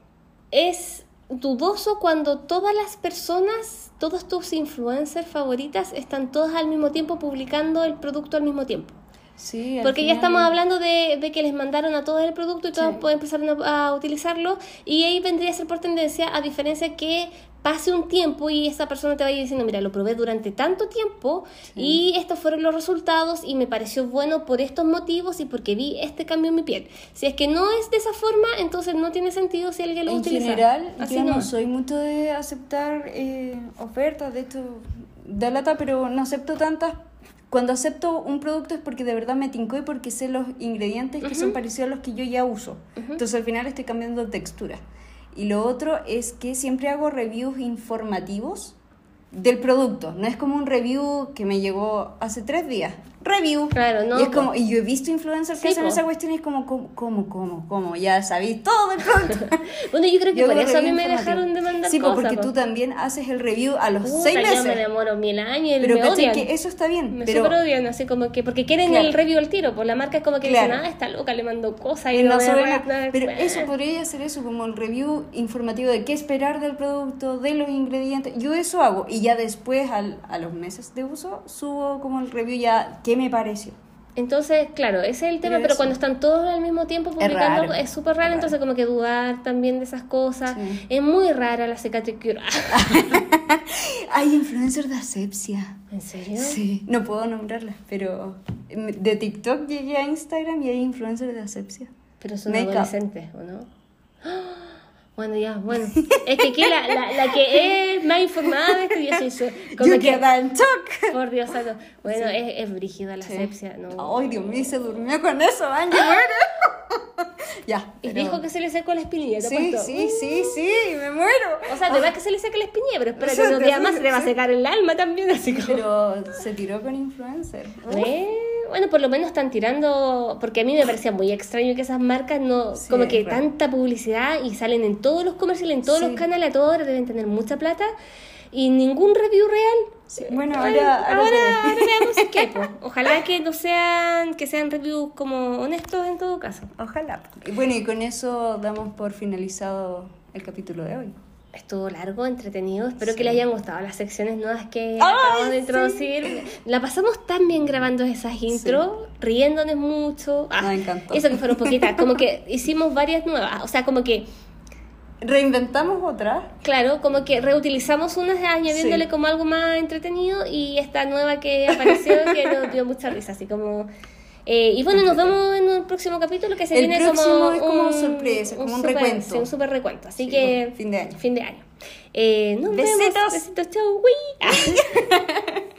es dudoso cuando todas las personas, todos tus influencers favoritas están todas al mismo tiempo publicando el producto al mismo tiempo. Sí, al Porque ya final- estamos hablando de, de que les mandaron a todos el producto y todos Sí. pueden empezar a, a utilizarlo, y ahí vendría a ser por tendencia, a diferencia que pase un tiempo y esa persona te vaya diciendo, mira, lo probé durante tanto tiempo y estos fueron los resultados y me pareció bueno por estos motivos y porque vi este cambio en mi piel. Si es que no es de esa forma, entonces no tiene sentido si alguien lo En utiliza. general, Así yo no nomás. soy mucho de aceptar eh, ofertas, de hecho, de lata, pero no acepto tantas. Cuando acepto un producto es porque de verdad me tincó y porque sé los ingredientes que son parecidos a los que yo ya uso. Entonces al final estoy cambiando textura. Y lo otro es que siempre hago reviews informativos del producto. No es como un review que me llegó hace tres días. Review. Claro, no, Y es po. como, y yo he visto influencers que Sí, hacen po. esa cuestión y es como, ¿cómo, cómo, cómo? cómo? Ya sabéis todo el producto. Bueno, yo creo que Yo por hago eso a mí review me informativo. dejaron de mandar Sí, pues, cosas. porque po. tú también haces el review a los Puta, seis yo meses. me demoro mil años y Pero me ¿cachai? odian. Que eso está bien. Me pero super odian, así como que, porque quieren Claro. el review al tiro, pues la marca es como que Claro. dicen, ah, está loca, le mando cosas y no no me sabe va a nada. nada Pero después. eso podría ser eso, como el review informativo de qué esperar del producto, de los ingredientes. Yo eso hago y ya después, al, a los meses de uso, subo como el review ya, ¿qué me pareció? Entonces, claro, ese es el tema, Pero pero eso. cuando están todos al mismo tiempo publicando raro. es súper raro, Es entonces como que dudar también de esas cosas. Sí. Es muy rara la cicatriz cure. Hay influencers de asepsia. ¿En serio? Sí, no puedo nombrarlas, pero de TikTok llegué a Instagram y hay influencers de asepsia. Pero son Make up. adolescentes, ¿o no? ¡Ah! Bueno, ya, bueno. Es que aquí la, la, la que es más informada de esto, yo soy su- como Yo que, quedé en shock. por Dios santo. Bueno, es, es brígida la Sí. asepsia, ¿no? Ay, Dios mío, se durmió con eso, Angie, muere. Ya. Y pero- dijo que se le secó la espinilla, ¿te Sí, apuesto? sí, sí, sí, me muero. O sea, de verdad que se le seca la espinilla, pero espera que Sí, unos te- días más se le va a sí. secar el alma también, así como... Pero se tiró con influencer. Eh, Bueno, por lo menos están tirando, porque a mí me parecía muy extraño que esas marcas no, Sí, como que es raro. tanta publicidad y salen en todos los comerciales, en todos Sí. los canales, a todas horas deben tener mucha plata y ningún review real. Sí, bueno, Ay, ahora- ahora ahora, te- ahora veamos si qué, po. Ojalá que no sean, que sean reviews como honestos en todo caso. Ojalá. Y bueno, y con eso damos por finalizado el capítulo de hoy. Estuvo largo, entretenido. Espero Sí. que les hayan gustado las secciones nuevas que ¡Ay, acabamos de sí! introducir. La pasamos tan bien grabando esas intros, riéndonos mucho. Ah, Nos encantó. Eso que fueron poquitas, como que hicimos varias nuevas. O sea, como que, Reinventamos otra. claro, como que reutilizamos unas añadiéndole Sí. como algo más entretenido y esta nueva que apareció que nos dio mucha risa, así como... Eh, y bueno, nos vemos en un próximo capítulo que se El viene próximo como es como sorpresa, como un super- recuento. sí, un super recuento. Así Sí, que fin de año. Fin de año. Eh, nos Besitos. vemos. Besitos. Chau. Uy.